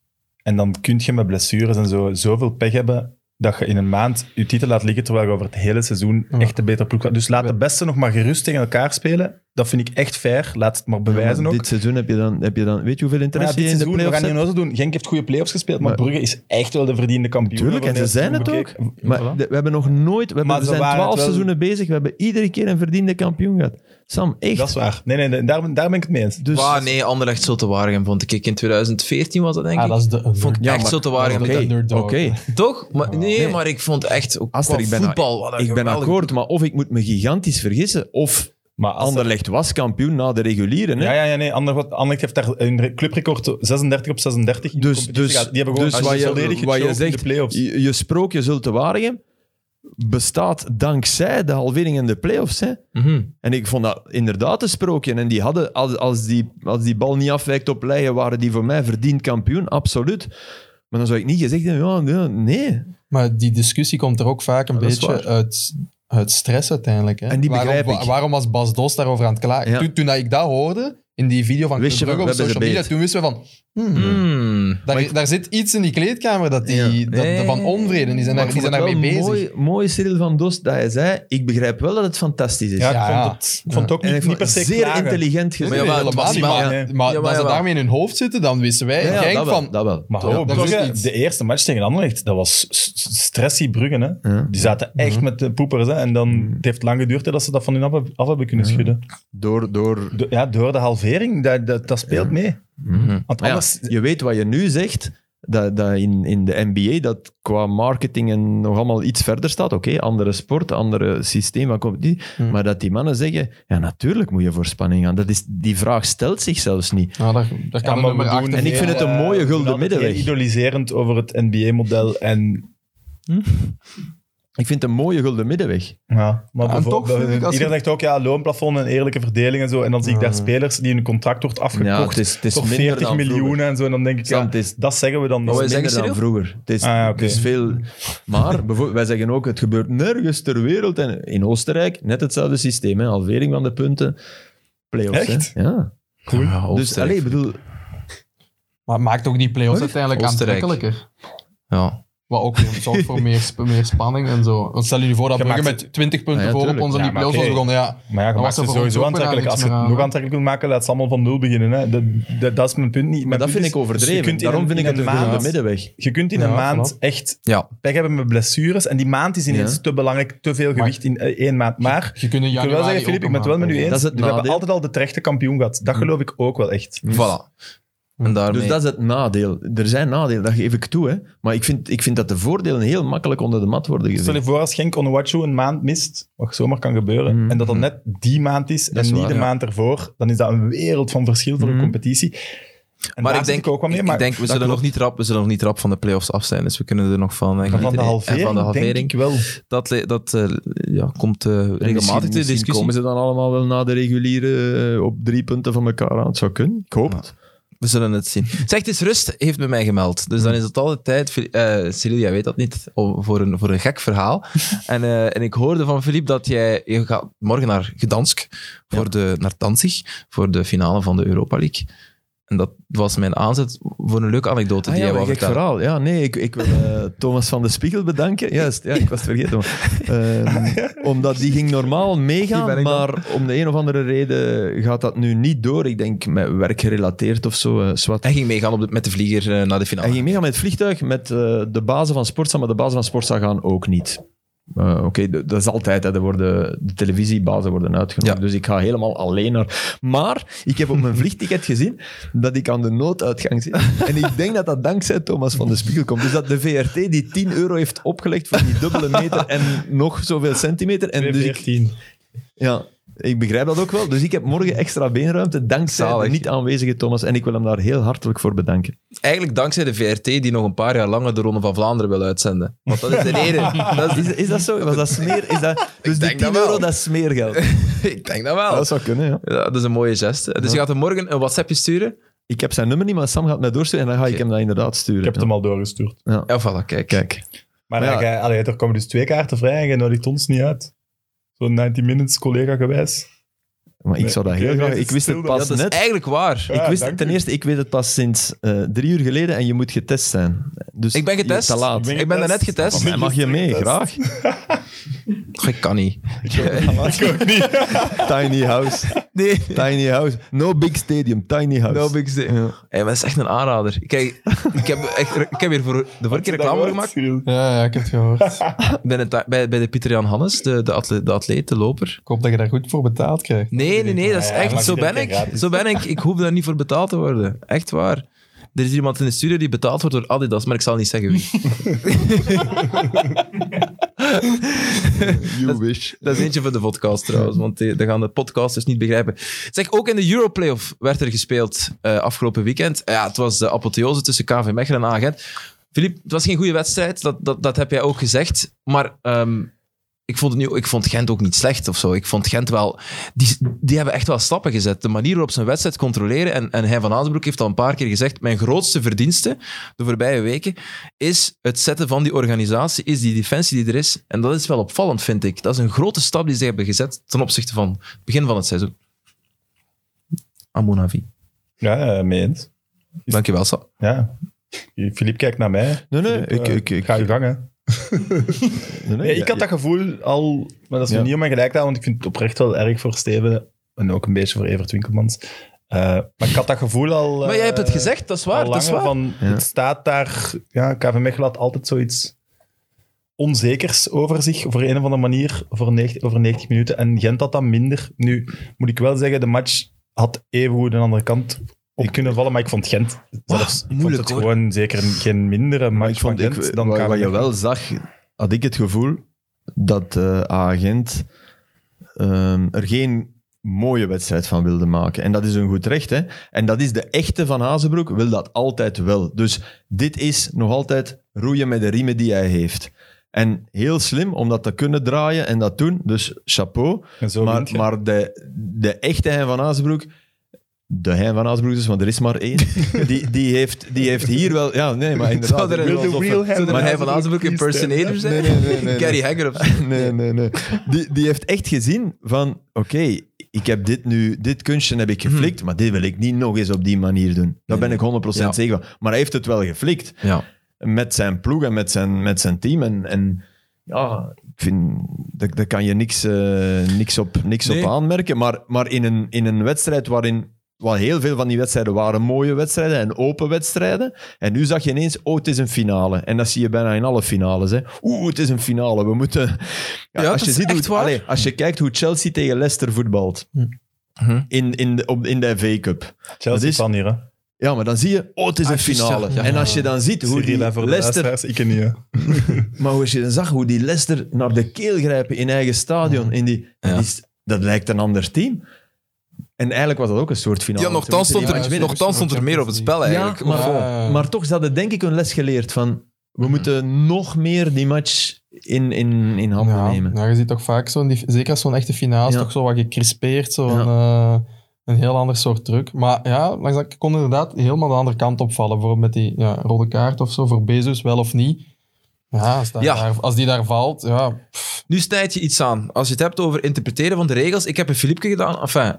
En dan kun je met blessures en zo zoveel pech hebben dat je in een maand je titel laat liggen, terwijl je over het hele seizoen echt een betere ploeg had. Dus laat de beste nog maar gerust tegen elkaar spelen. Dat vind ik echt fair. Laat het maar bewijzen Maar ook. dit seizoen heb je dan weet je hoeveel Maar ja, interesse dit je in de seizoen, we play-offs gaan hebt? niet zo doen. Genk heeft goede play-offs gespeeld, maar Maar- Brugge is echt wel de verdiende kampioen. Tuurlijk, en ze zijn het ook. Maar we hebben nog nooit... Maar We ze zijn waren 12 het wel- seizoenen bezig. We hebben iedere keer een verdiende kampioen gehad. Sam, echt. Dat is waar. Nee, daar ben ik het mee eens. Dus, Nee, Anderlecht Zulte Waregem vond ik in 2014 was dat, denk ik. dat is de Vond ik Ja, echt maar- Zulte Waregem. Oké, underdog. oké. Toch? Maar, nee, maar ik vond echt... Ook Aster, qua ik ben, voetbal, wat een ik ben geweldig- akkoord, maar of ik moet me gigantisch vergissen, of Maar als Anderlecht was kampioen na de reguliere. Hè? Ja, nee. Anderlecht heeft daar een clubrecord 36 op 36 in de competitie gehad. Die hebben gewoon dus wat volledig je gechoked in de zegt, play-offs. je sprookje Zulte Waregem bestaat dankzij de halvering in de play-offs. Hè? Mhm. En ik vond dat inderdaad een sprookje. En die hadden, als die bal niet afwijkt op Leien, waren die voor mij verdiend kampioen, absoluut. Maar dan zou ik niet gezegd hebben, ja, nee. Maar die discussie komt er ook vaak een dat is beetje waar. uit stress uiteindelijk. Hè? En die begrijp ik. Waarom was Bas Dost daarover aan het klagen? Ja. Toen dat ik dat hoorde, in die video van Wist je Club van, Brugge op we hebben social ze media, beet. toen wisten we van... Mm. Daar zit iets in die kleedkamer dat Ja. van onvrede. Die zijn, Maar daar, ik die vond zijn het daarmee wel bezig. mooi, Cyril van Dost, dat hij zei, ik begrijp wel dat het fantastisch is. Ja, Ja. ik vond het ook En ik niet vond per se het zeer klagen. intelligent gezegd. Maar ja, maar het was helemaal niet. niet Maar, maar- maar Ja, maar dat ze jawel. daarmee in hun hoofd zitten, dan wisten wij, Ja, Genk, dat wel, van... dat wel. Maar Ja, ho, dat Brugge, is iets. de eerste match tegen Anderlecht, dat was stressy Brugge. Hè? Ja. Die zaten echt met de poepers. Hè? En dan, het heeft lang geduurd hè, dat ze dat van hun af hebben kunnen schudden. Door Door de halvering, dat speelt mee. Want Maar ja, anders... je weet wat je nu zegt, dat in de NBA dat qua marketing en nog allemaal iets verder staat. Oké, andere sport, andere systeem van competitie. Maar dat die mannen zeggen, ja, natuurlijk moet je voor spanning gaan. Die vraag stelt zich zelfs niet. Nou, daar kan Ja, een maar nummer we doen 8 En ik vind het een mooie we doen gulden altijd middenweg. heel idoliserend over het NBA-model. En Ik vind het een mooie gulden middenweg. Ja, maar Ja, en toch vind ik, als iedereen zegt ook, loonplafond en eerlijke verdeling en zo. En dan zie ik daar spelers die hun contract wordt afgekocht het is voor minder 40 dan miljoen vroeger. en zo. En dan denk ik, Sam, het is- dat zeggen we dan. Maar wij Het is zeggen minder dan serieus? vroeger. Het is, Oké. het is veel... Maar wij zeggen ook, het gebeurt nergens ter wereld. En in Oostenrijk, net hetzelfde systeem. Hè? Halvering van de punten. Play-offs. Echt? Hè? Ja. Ja, Dus, allee, ik bedoel... Maar het maakt ook die play-offs Hoor? uiteindelijk Oostenrijk. aantrekkelijker. Ja. Wat ook weer zorgt voor meer spanning en zo. Want stel je nu voor dat Je Brugge maakt met 20 punten Ah, ja, voor op tuurlijk. ons en die Ja, maar play-offs was oké. begonnen. Ja, Maar ja, je Dan maakt was ze er voor ons sowieso ook aantrekkelijk. bijna Als je niks het meer nog aan, aantrekkelijk wil maken, laat ze allemaal van nul beginnen. Hè. Dat is mijn punt niet. Maar Mijn dat punt vind ik is, dus overdreven. Daarom vind ik het een goede middenweg. Je kunt in Ja, een maand vanaf. echt Ja. pech hebben met blessures. En die maand is ineens Ja. te belangrijk, te veel gewicht in 1 maand. Maar Je kunt in ik wil wel zeggen, Filip, ik ben het wel met u eens. Dat is het We hebben nadeel. altijd al de terechte kampioen gehad. Dat geloof ik ook wel echt. Voilà. En daarmee... Dus dat is het nadeel. Er zijn nadelen, dat geef ik toe. Hè. Maar ik vind dat de voordelen heel makkelijk onder de mat worden Stel gezet. je voor als Genk Onuachu een maand mist, wat zomaar kan gebeuren, en dat dat net die maand is Dat is en niet waar, de ja. maand ervoor, dan is dat een wereld van verschil voor een competitie. En Maar daar ik zit denk, ook wel mee. Maar ik denk we, zullen nog niet rap, van de play-offs af zijn. Dus we kunnen er nog van van genieten. de En halvering, van de halvering. denk ik wel. Dat komt regelmatig te discussie. komen ze dan allemaal wel na de reguliere op 3 punten van elkaar aan. Het zou kunnen. Ik hoop het. We zullen het zien. Zeg, het is rust, heeft met mij gemeld. Dus dan is het altijd tijd... Cyril, jij weet dat niet, voor een gek verhaal. En ik hoorde van Philippe dat je gaat morgen naar Gdansk, naar Danzig, voor de finale van de Europa League. En dat was mijn aanzet voor een leuke anekdote die jij maar wou gek vertellen. verhaal. Ja, nee, ik wil Thomas van de Spiegel bedanken. Juist, ja, ik was het vergeten. Omdat die ging normaal Wie ben meegaan, ik dan? maar om de een of andere reden gaat dat nu niet door. Ik denk met werk gerelateerd of zo. Swat. Hij ging meegaan met de vlieger naar de finale. Hij ging meegaan met het vliegtuig, met de bazen van Sportza, maar de bazen van Sportza gaan ook niet. Oké, dat is altijd. Hè. De televisiebazen worden uitgenodigd. Ja. Dus ik ga helemaal alleen naar... Maar ik heb op mijn vliegticket gezien dat ik aan de nooduitgang zit. En ik denk dat dat dankzij Thomas van de Spiegel komt. Dus dat de VRT die €10 heeft opgelegd voor die dubbele meter en nog zoveel centimeter. En dus ik, 14. ja, ik begrijp dat ook wel. Dus ik heb morgen extra beenruimte dankzij Zalig. de niet aanwezige Thomas. En ik wil hem daar heel hartelijk voor bedanken. Eigenlijk dankzij de VRT die nog een paar jaar langer de Ronde van Vlaanderen wil uitzenden. Want dat is de reden. Dat is, Is dat zo? Was dat smeer? Is dat, dus die denk €10, dat wel. dat is smeergeld. ik denk dat wel. Dat zou kunnen, ja. Ja, dat is een mooie geste. Dus je gaat hem morgen een WhatsAppje sturen. Ik heb zijn nummer niet, maar Sam gaat mij doorsturen en dan ga ik hem dat inderdaad sturen. Ik heb het hem al doorgestuurd. Ja. Ja, voilà, kijk. Kijk. Maar Maar ja. er komen dus 2 kaarten vrij en jij nodigt ons niet uit. Zo'n 90 minutes collega gewijs. Maar ik zou dat heel Oké, graag... nee, Ik wist het stil pas Ja, dat is net. eigenlijk waar. Ja, Ik wist, dank ten u. eerste, ik weet het pas sinds 3 uur geleden en je moet getest zijn. Dus Ik ben je getest. Te laat. Ik ben daarnet getest. Van mij mag je mee, graag. Ik kan niet. Ik ook niet. Tiny house. Nee. Tiny house. No big stadium, tiny house. No big deal. Ja. Hey, maar dat is echt een aanrader. Kijk, ik heb hier voor de vorige keer reclame voor gemaakt. Ja, ik heb het gehoord. Bij de Pieter Jan Hannes, de atleet, de loper. Ik hoop dat je daar goed voor betaald krijgt. Nee, dat is Ja, echt... maar Zo iedere ben keer ik. gratis. Zo ben ik. Ik hoef daar niet voor betaald te worden. Echt waar. Er is iemand in de studio die betaald wordt door Adidas, maar ik zal niet zeggen wie. You wish. Dat is eentje voor de podcast trouwens, want dat gaan de podcasters niet begrijpen. Zeg, ook in de Europlayoff werd er gespeeld afgelopen weekend. Ja, het was de apotheose tussen KV Mechelen en Agent. Philippe, het was geen goede wedstrijd, dat heb jij ook gezegd. Maar ik vond Gent ook niet slecht of zo. Ik vond Gent wel... Die hebben echt wel stappen gezet. De manier waarop ze een wedstrijd controleren, en hij van Azenbroek heeft al een paar keer gezegd, mijn grootste verdienste de voorbije weken is het zetten van die organisatie, is die defensie die er is. En dat is wel opvallend, vind ik. Dat is een grote stap die ze hebben gezet ten opzichte van het begin van het seizoen. À mon avis. Ja, mee eens. Dankjewel, Sa. Ja. Filip kijkt naar mij. Nee, Filip, ik ga je gang, hè. Nee, ik had dat gevoel al, maar dat is Ja. niet om mijn gelijk te houden, want ik vind het oprecht wel erg voor Steven en ook een beetje voor Evert Winkelmans. Maar ik had dat gevoel al... Maar jij hebt het gezegd, dat is waar. al Dat is langer waar. van, Ja. het staat daar... Ja, KV Mechelen had altijd zoiets onzekers over zich, op een of andere manier, over 90 minuten. En Gent had dat minder. Nu moet ik wel zeggen, de match had evengoed de andere kant op kunnen vallen, maar ik vond Gent zelfs... ik moeilijk, vond het hoor. gewoon zeker geen mindere Maar match ik vond, van Gent dan KV wat je Mechelen. wel zag, had ik het gevoel dat Agent er geen mooie wedstrijd van wilde maken. En dat is een goed recht. Hè? En dat is de echte Van Azenbroek, wil dat altijd wel. Dus dit is nog altijd roeien met de riemen die hij heeft. En heel slim om dat te kunnen draaien en dat doen. Dus chapeau. En zo wint je. Maar de echte Hein van Azenbroek... De Hein van Azenbroek dus, want er is maar één. Die heeft hier wel... Ja, nee, maar inderdaad... Zou er ik bedoel een- alsof real het- Hein Maar hij van Azenbroek Azenbroek impersonator zijn? Nee. Gary Hagger of zo. Nee. Die heeft echt gezien van... Oké, ik heb dit kunstje heb ik geflikt, maar dit wil ik niet nog eens op die manier doen. Daar ben ik 100% Ja. zeker van. Maar hij heeft het wel geflikt. Ja. Met zijn ploeg en met zijn team. En ja, ik vind... Daar kan je niks op Nee. aanmerken. Maar in een wedstrijd waarin... Wel, heel veel van die wedstrijden waren mooie wedstrijden en open wedstrijden. En nu zag je ineens, het is een finale. En dat zie je bijna in alle finales. Hè. Het is een finale. We moeten... Ja, dat als je is ziet echt waar. als je kijkt hoe Chelsea tegen Leicester voetbalt in de FA Cup. Chelsea dat is- van hier, hè. Ja, maar dan zie je, het is een juist, finale. ja. En als je dan ziet hoe die Cyril, hè, voor de Leicester... luisteraars, ik niet, hè. Maar als je dan zag hoe die Leicester naar de keel grijpen in eigen stadion, Ja. dat lijkt een ander team. En eigenlijk was dat ook een soort finale. Ja, nogthans Ze moeten stond die match winnen. nogthans stond er meer op het spel eigenlijk. Ja, maar, Ja. maar toch, ze hadden denk ik een les geleerd van... We moeten nog meer die match in handen nemen. Ja, je ziet toch vaak zeker als zo'n echte finale, is Ja. toch zo wat gecrispeerd, zo Ja. een heel ander soort druk. Maar ja, langs dat kon inderdaad helemaal de andere kant opvallen. Bijvoorbeeld met die rode kaart of zo, voor Bezos wel of niet. Ja, als die daar valt, ja... Nu snijdt je iets aan. Als je het hebt over interpreteren van de regels. Ik heb een Filipke gedaan. Enfin,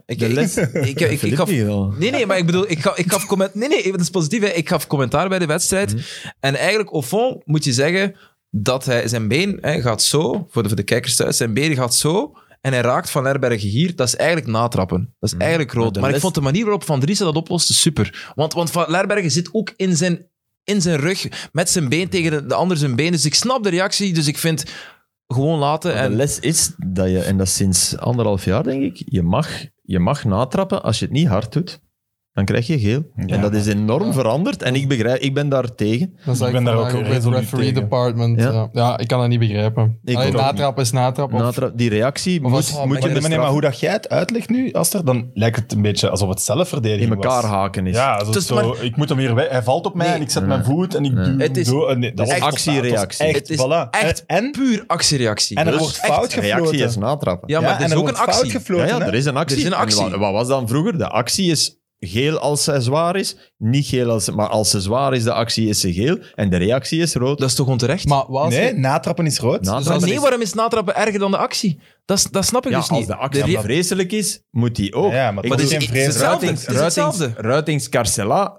ik gaf... Nee, maar ik bedoel, ik gaf comment... Nee, dat is positief. Hè. Ik gaf commentaar bij de wedstrijd. En eigenlijk, au fond, moet je zeggen dat hij zijn been gaat zo, voor de kijkers thuis, zijn been gaat zo en hij raakt Van Lerbergen hier. Dat is eigenlijk natrappen. Dat is eigenlijk rood. Maar ik vond de manier waarop Van Driessen dat oploste super. Want Van Lerbergen zit ook in zijn rug, met zijn been tegen de ander zijn been. Dus ik snap de reactie, dus ik vind... Gewoon laten. En de les is dat je, en dat is sinds 1,5 jaar denk ik, je mag natrappen. Als je het niet hard doet, dan krijg je geel. Ja. En dat is enorm veranderd. En ik ben daar tegen. Dan zei Ik ben daar ook bij het resoluut referee tegen. department. Ja. Ja, ik kan dat niet begrijpen. Ik Allee, ook natrappen is natrappen. Die reactie Of moet als- je maar Maar bestraffen. hoe dat jij het uitlegt nu, Aster, dan lijkt het een beetje alsof het zelfverdediging in elkaar was. haken is. Ja, Dus zo, maar- ik moet hem weer weg. Hij valt op mij Nee. en ik zet mijn voet en ik duw Het is- hem door. Nee, dat het is was actie-reactie. Echt, Het is voilà. echt En puur actiereactie. er Dus wordt echt- fout gefloten. Reactie is natrappen. Ja, maar Ja, er en is er ook een wordt fout actie. gefloten. Ja, hè. er is een actie. Er is een actie. En wat was dan vroeger? De actie is geel als zij zwaar is. Niet geel maar als ze zwaar is, de actie is ze geel. En de reactie is rood. Dat is toch onterecht? Maar wat als Nee, je- natrappen is rood. Natrappen Nee, is- waarom is natrappen erger dan de actie? Dat snap ik Ja, dus niet. als de actie De re- vreselijk is, moet die ook. Ja, maar Ik dat is bedoel, geen vrees. hetzelfde. Het is hetzelfde. Ruitings Carcella.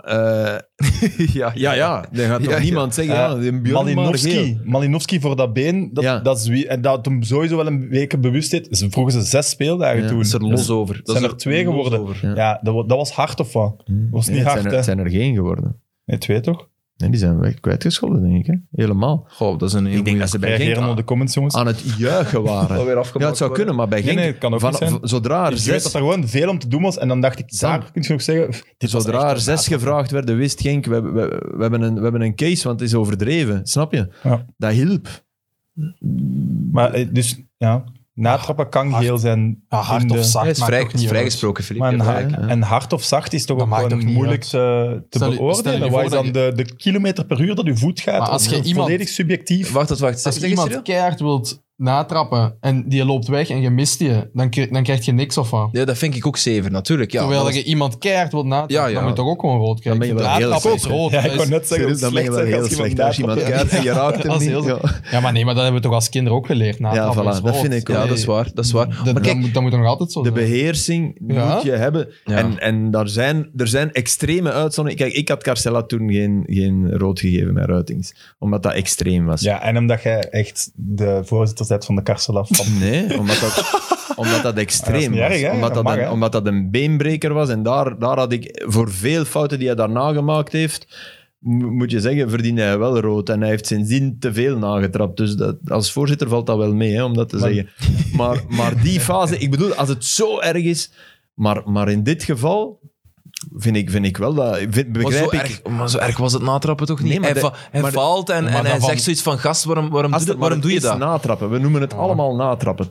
Ja. Dan gaat toch Ja, niemand zeggen, ja, die Bjorn maar geel. Malinowski voor dat been, Ja. dat is wie, en dat hem sowieso wel een week bewust is. Vroegen ze 6 speeldagen Ja, toen. Dat is er los over. Dat zijn is er 2 geworden. over. Ja, dat was hard of wat? Dat was niet Nee, hard, hè? het zijn er geen geworden. Nee, 2 toch? Nee, die zijn weg kwijtgescholden, denk ik. Hè? Helemaal. Goh, dat is een heel Ik denk dat ze bij Reageren Genk op de comments, jongens. aan het juichen waren. Alweer Ja, afgemaakt het zou worden. kunnen, maar bij Nee, Genk... nee, het kan ook niet zijn. Zodra er Ik weet dat zes, er gewoon veel om te doen was. En dan dacht ik, Sam, daar kun je nog zeggen... Dit was zodra echt er 6 gevraagd werden, wist Genk, we hebben een case, want het is overdreven. Snap je? Ja. Dat hielp. Maar dus, ja... Natrappen kan geel zijn. Ja, hard in de- of zacht Hij is maakt vrij, toch niet vrijgesproken, Filip. Maar Ja, en hard of zacht is toch Dat ook maakt gewoon toch niet moeilijk uit. te Stel je beoordelen. voor Wat is dat dan de kilometer per uur dat uw voet gaat? Maar als Dat je is iemand- volledig subjectief. Wacht. Als Zeg je iemand Cyril? keihard wilt natrappen en die loopt weg en je mist die, dan krijg je niks of wat. Ja, dat vind ik ook zever, natuurlijk. Ja, Terwijl dat je iemand keihard wilt natrappen, Ja, ja. dan moet je toch ook gewoon rood krijgen. Dan ben je wel heel Natrappen is slecht, hè? rood. Ja, Dat ik wou is- net zeggen, Dan ben je wel heel slecht. Als iemand natrapt. kijkt en je raakt hem Dat is niet. heel Ja. Ja, maar nee, maar dat hebben we toch als kinderen ook geleerd. Natrappen Ja, voilà, is dat rood. vind ik ook. Ja, Nee, dat is waar. Dat is waar. dat, Maar kijk, dat moet nog altijd zo De zijn. beheersing Ja. moet je hebben. Ja. En er zijn extreme uitzonderingen. Kijk, ik had Carcella toen geen rood gegeven met Ruitings. Omdat dat extreem was. Ja, en omdat jij echt de voorzitter bent van de Carcella van. Nee, omdat dat Dat is extreem niet was. erg, hè? Dat mag, hè? Omdat dat een beenbreker was. En daar had ik voor veel fouten die hij daarna gemaakt heeft, moet je zeggen, verdiende hij wel rood. En hij heeft sindsdien te veel nagetrapt. Dus als voorzitter valt dat wel mee, hè, om dat te zeggen. Maar die fase, ik bedoel, als het zo erg is... Maar in dit geval vind ik wel dat... maar zo erg was het natrappen toch niet? Nee, maar hij maar valt en hij daarvan- zegt zoiets van, gast, waarom doe je het dat? natrappen. We noemen het allemaal natrappen, toch?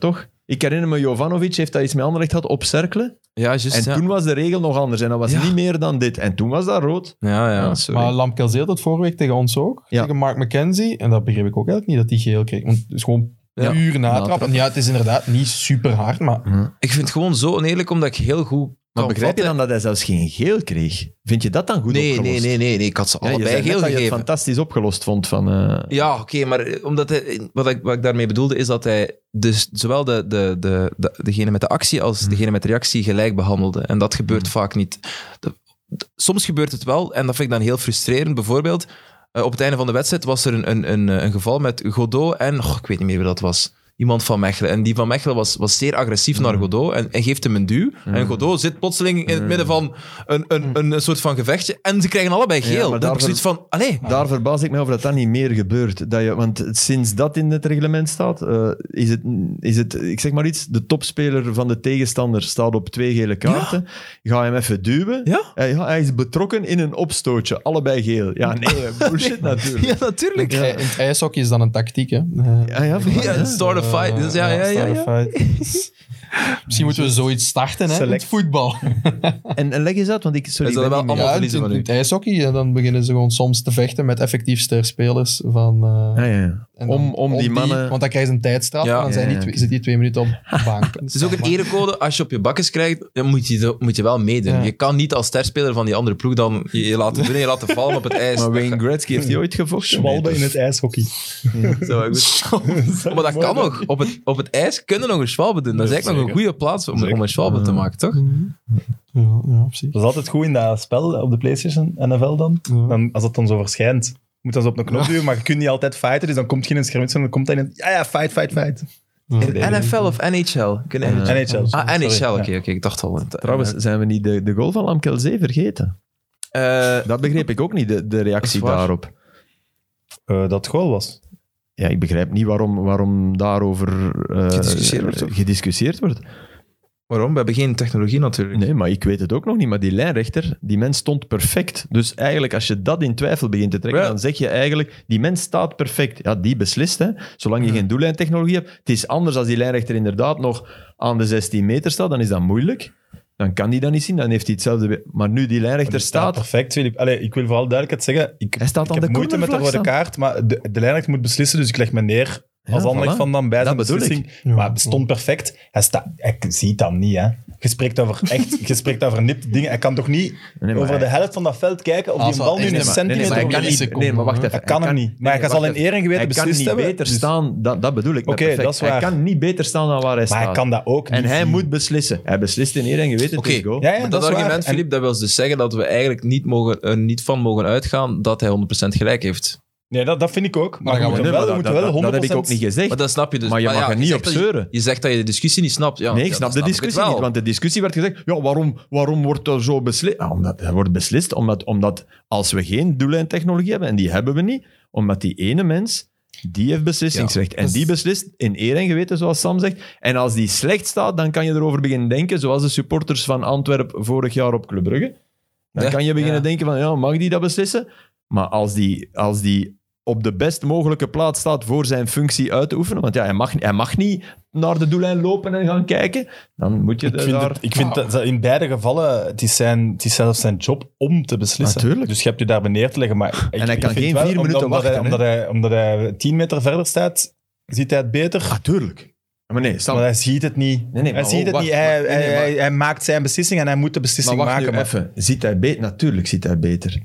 Ik herinner me, Jovanovic heeft dat iets met Anderlecht gehad, opcerkelen. Ja, juist. En toen was de regel nog anders. En dat was niet meer dan dit. En toen was dat rood. Ja. Sorry. Maar Lamkelzee had het vorige week tegen ons ook. Ja. Tegen Mark McKenzie. En dat begreep ik ook eigenlijk niet, dat hij geel kreeg. Want het is gewoon puur natrappen. En ja, het is inderdaad niet super hard, maar... Ik vind het gewoon zo oneerlijk, omdat ik heel goed Maar kan begrijp je vatten- dan dat hij zelfs geen geel kreeg? Vind je dat dan goed opgelost? Nee. Ik had ze Ja, je allebei zei net geel dat je het gegeven. fantastisch opgelost vond van... Ja, oké, maar omdat wat ik daarmee bedoelde is dat hij dus zowel degene met de actie als degene met de reactie gelijk behandelde. En dat gebeurt vaak niet. Soms gebeurt het wel en dat vind ik dan heel frustrerend. Bijvoorbeeld, op het einde van de wedstrijd was er een geval met Godot en... ik weet niet meer wie dat was. Iemand van Mechelen. En die van Mechelen was zeer agressief naar Godot en geeft hem een duw. En Godot zit plotseling in het midden van een soort van gevechtje en ze krijgen allebei geel. Ja, maar Dan heb ik zoiets van, allee. Daar verbaas ik mij over dat dat niet meer gebeurt. Want sinds dat in het reglement staat, is het, ik zeg maar iets, de topspeler van de tegenstander staat op 2 gele kaarten. Ga hem even duwen. Ja? Hij is betrokken in een opstootje. Allebei geel. Ja, nee, bullshit natuurlijk. Ja, natuurlijk. In het ijshockey is dan een tactiek, hè. Ja, Ja, start a fight. Dus ja. Misschien moeten we zoiets starten, hè, in het voetbal. En leg eens uit, want ik... Sorry, Wij ik ben zullen wel niet meer- allemaal Ja, verliezen in van u. het ijshockey, dan beginnen ze gewoon soms te vechten met effectief sterspelers van... Ja. en dan Om die mannen... Want dan krijgen ze een tijdstraf Ja. en dan zijn Ja, zit die 2 minuten op de bank. Het is ook een erecode. Als je op je bakkes krijgt, dan moet je wel meedoen. Ja. Je kan niet als sterspeler van die andere ploeg dan je laten winnen, je laten vallen op het ijs. Maar Wayne Gretzky heeft die ooit gevochten? Schwalbe in het ijshockey. Zo, goed. Maar dat kan nog. Op het ijs kunnen nog een schwalbe doen. Dat is eigenlijk nog een goede plaats om een schwalbe te maken, toch? Ja, precies. Dat is altijd goed in dat spel op de PlayStation, NFL dan. Als dat dan zo verschijnt, moet dat zo op een knop duwen, maar je kunt niet altijd fighten, dus dan komt geen schermutsen en dan komt hij in ja, fight. In NFL of NHL? NHL. Ah, NHL, Sorry, oké, ik dacht al. Trouwens, zijn we niet de goal van Lamkelzee vergeten? Eh, Dat begreep ik ook niet, de reactie Dat is waar. daarop. Dat het goal was. Ja, ik begrijp niet waarom daarover Gediscussieerd wordt, toch? gediscussieerd wordt. waarom? We hebben geen technologie natuurlijk. Nee, maar ik weet het ook nog niet. Maar die lijnrechter, die mens stond perfect. Dus eigenlijk, als je dat in twijfel begint te trekken, Ja. dan zeg je eigenlijk, die mens staat perfect. Ja, die beslist, hè. Zolang je geen doellijntechnologie hebt. Het is anders als die lijnrechter inderdaad nog aan de 16 meter staat, dan is dat moeilijk. Dan kan hij dat niet zien, dan heeft hij hetzelfde... Maar nu die lijnrechter staat... perfect, Filip. Allee, ik wil vooral duidelijkheid zeggen, Hij staat ik aan heb de moeite met de cornervlag rode kaart, maar de lijnrechter moet beslissen, dus ik leg me neer als Ja, Anderlecht voilà. van dan bij Dat zijn bedoel beslissing. Ja. Maar het stond perfect. Hij ziet dat niet, hè. Je spreekt over nipt dingen. Hij kan toch niet maar over hij- de helft van dat veld kijken of Als die dat- bal nu nee, een maar- centimeter maar hij over kan is. niet... Nee, maar wacht even. Dat kan hem niet. Maar hij zal in eer en geweten Hij kan beslist niet hebben. beter dus- staan, dat bedoel ik. met Oké, perfect. dat is waar. Hij kan niet beter staan dan waar hij Maar staat. hij kan dat ook niet En hij zien. moet beslissen. Hij beslist in eer en geweten. Oké. het is goal. Ja, ja, Maar dat dat is waar. argument, En- Filip, dat wil dus zeggen dat we eigenlijk niet van mogen uitgaan dat hij 100% gelijk heeft. Nee, dat vind ik ook. Maar dan we gaan we- moeten Nee, wel, maar we moeten wel 100%... dat heb ik ook niet gezegd. Maar dat snap je dus. Maar je mag er niet zegt op dat je- zeuren. Je zegt dat je de discussie niet snapt. Ja, Nee, ik ja, snap dan de ik het discussie wel. niet. Want de discussie werd gezegd, ja, waarom wordt er zo beslist? Omdat er wordt beslist omdat als we geen doellijntechnologie hebben, en die hebben we niet, omdat die ene mens, die heeft beslissingsrecht. En die beslist in eer en geweten, zoals Sam zegt. En als die slecht staat, dan kan je erover beginnen denken, zoals de supporters van Antwerpen vorig jaar op Club Brugge. Dan Ja, kan je beginnen ja. denken van, ja, mag die dat beslissen? Maar als die op de best mogelijke plaats staat voor zijn functie uit te oefenen, want ja, hij mag niet naar de doellijn lopen en gaan kijken, dan moet je Ik vind dat in beide gevallen, het is zelfs zijn job om te beslissen. Natuurlijk. Dus je hebt je daarbij neer te leggen. Maar hij kan vind geen wel, 4 minuten wachten, hè. Omdat hij 10 meter verder staat, ziet hij het beter. Natuurlijk. Maar nee, Sam, Maar hij ziet het niet. Nee, hij maar ziet het wacht, niet. maar- Hij, nee, maar- hij maakt zijn beslissing en hij moet de beslissing maar wacht maken. nu even. Ziet hij beter? Natuurlijk ziet hij beter.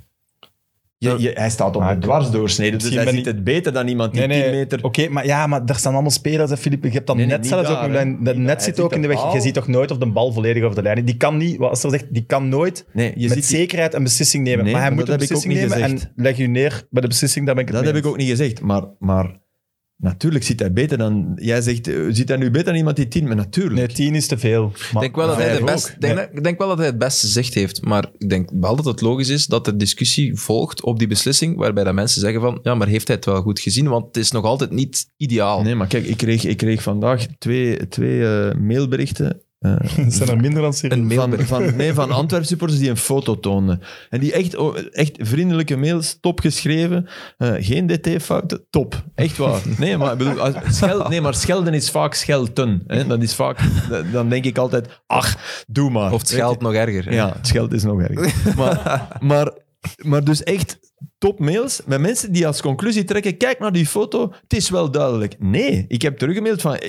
Hij staat op een dwarsdoorsnede, dus Misschien hij ben ziet het beter dan iemand die 10 meter... Oké, maar daar staan allemaal spelers, hè, Filip. Je hebt dan Nee, net niet zelfs daar, ook nog... hè. Dat Niet net daar. zit Hij ook in de ziet weg. de Je bal. ziet toch nooit of de bal volledig over de lijn is. Die kan niet, wat Aster zegt, die kan nooit Nee, je met ziet zekerheid een beslissing nemen. Nee, maar hij maar moet een dat heb ik ook beslissing niet nemen gezegd. en leg je neer bij de beslissing, daar ben ik het Dat mee heb ik eens. ook niet gezegd, maar natuurlijk ziet hij beter dan... Jij zegt, ziet hij nu beter dan iemand die 10... Maar natuurlijk. Nee, 10 is te veel. Ik denk wel dat hij vijf het best, ook. ik denk wel dat hij het beste zicht heeft, maar ik denk wel dat het logisch is dat er discussie volgt op die beslissing, waarbij dat mensen zeggen van, ja, maar heeft hij het wel goed gezien? Want het is nog altijd niet ideaal. Nee, maar kijk, ik kreeg vandaag twee mailberichten zijn er minder dan serieus. Van Antwerp supporters die een foto toonden. En die echt vriendelijke mails, top geschreven. Geen dt-fouten, top. Echt waar. Nee, maar, ik bedoel, maar schelden is vaak schelten. Hè? Dat is vaak... Dan denk ik altijd, ach, doe maar. Of het scheld nog erger. Hè? Ja, het scheld is nog erger. maar dus echt top mails met mensen die als conclusie trekken, kijk naar die foto, het is wel duidelijk. Nee, ik heb teruggemaild van,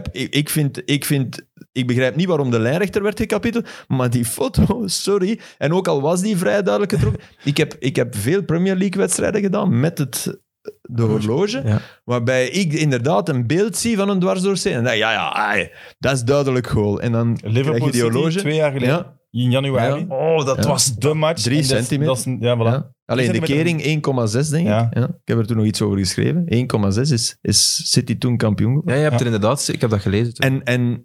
ik begrijp niet waarom de lijnrechter werd gekapiteld, maar die foto, sorry, en ook al was die vrij duidelijk getrokken, ik heb veel Premier League-wedstrijden gedaan met de horloge, waarbij ik inderdaad een beeld zie van een dwarsdoorsnee en dan dat is duidelijk goal. En dan Liverpool krijg je die horloge. City 2 jaar geleden, in januari. Ja. Oh, dat was de match. 3 centimeter. Voilà. Ja. Alleen de kering 1,6 denk ik. Ja. Ja. Ik heb er toen nog iets over geschreven. 1,6 is City toen kampioen geworden. Ja, je hebt er inderdaad... Ik heb dat gelezen. Toen.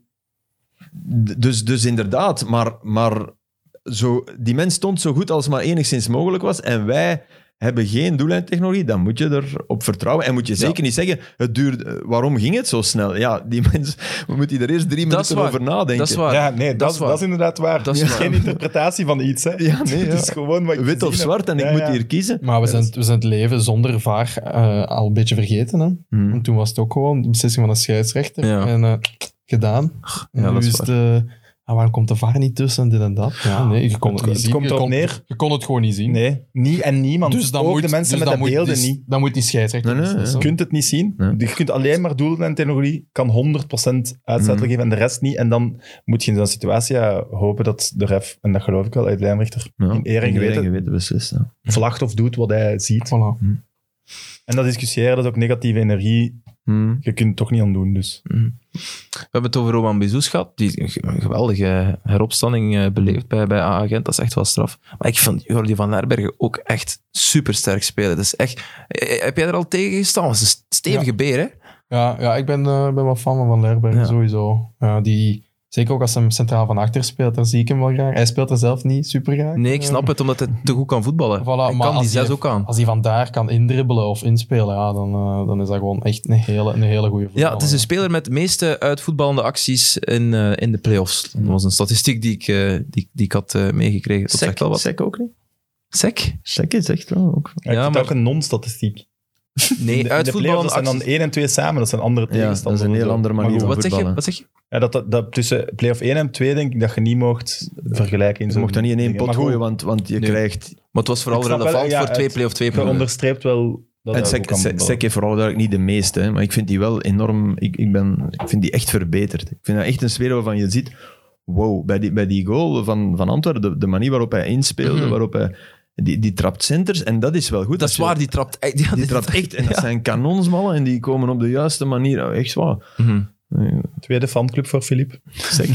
Dus inderdaad, maar zo, die mens stond zo goed als maar enigszins mogelijk was en wij hebben geen doellijntechnologie, dan moet je erop vertrouwen. En moet je zeker niet zeggen, waarom ging het zo snel? Ja, die mensen, we moeten er eerst 3 minuten over nadenken. Dat is waar. Ja, nee, dat is inderdaad waar. Dat is Het is geen interpretatie van iets. Hè. Ja, nee, Het is gewoon wat ik wit of gezien zwart en heb. ik moet hier kiezen. Maar we zijn het leven zonder VAR al een beetje vergeten. Hè? En toen was het ook gewoon de beslissing van de scheidsrechter. Ja. En gedaan. En dat nu is is het... waarom komt de VAR niet tussen, dit en dat? Ja, nee, je kon het niet zien. komt erop neer. Je kon het gewoon niet zien. Nee, en niemand. Dus dan ook moet, de mensen dus met de beelden die, niet. Dan moet die scheidsrechter beslissen. Je kunt het niet zien. Nee. Je kunt alleen maar doellijntechnologie kan 100% uitsluitelijk geven en de rest niet. En dan moet je in zo'n situatie hopen dat de ref, en dat geloof ik wel, uit de lijnrechter, in eer en geweten beslist. Ja. vlacht of doet wat hij ziet. Voilà. En dat discussiëren, dat is ook negatieve energie. Je kunt het toch niet aan doen. Dus. We hebben het over Roman Bezous gehad, die een geweldige heropstanding beleeft bij AA Gent. Dat is echt wel straf. Maar ik vond Jordi van Lerbergen ook echt supersterk spelen. Dat is echt... Heb jij er al tegen gestaan? Dat is een stevige beer, hè? Ja, ik ben wel fan van Lerberg, Ja. sowieso. Zeker ook als hij centraal van achter speelt, daar zie ik hem wel graag. Hij speelt er zelf niet super graag. Nee, ik snap het, omdat hij te goed kan voetballen. Voilà, Hij maar kan die als 6 ook aan. Als hij vandaar kan indribbelen of inspelen, dan is dat gewoon echt een hele goede voetballer. Ja, het is een speler met de meeste uitvoetballende acties in de play-offs. Dat was een statistiek die ik had meegekregen. Dat zegt wel wat. Sek ook niet? Sek? Sek is echt wel ook. Ja, ik vind maar- ook een non-statistiek. Nee, In de uitvoetballende play-offs zijn dan acties. 1 en 2 samen. Dat zijn andere Ja, dat tegenstanders. is een heel andere manier Maar van goed, voetballen. Wat zeg je? Ja, dat tussen play-off 1 en 2 denk ik dat je niet mocht vergelijken. Je mocht dat niet in één dingen. pot Maar goed, gooien, want je Nee. krijgt... Maar het was vooral Ik snap wel, relevant ja, voor 2 het- play-off 2 Je ploegen. onderstreept wel dat En hij ook kan voetballen. Sek heeft vooral duidelijk niet de meeste, hè, maar ik vind die wel enorm... Ik vind die echt verbeterd. Ik vind dat echt een speler waarvan je ziet... Wow, bij die goal van Antwerpen, de manier waarop hij inspeelde, waarop hij... Die trapt centers en dat is wel goed. Dat is waar, die trapt echt. Ja, Die trapt echt. En dat zijn kanonsballen en die komen op de juiste manier. Oh, echt waar. Mhm. Tweede fanclub voor Philippe. Sek.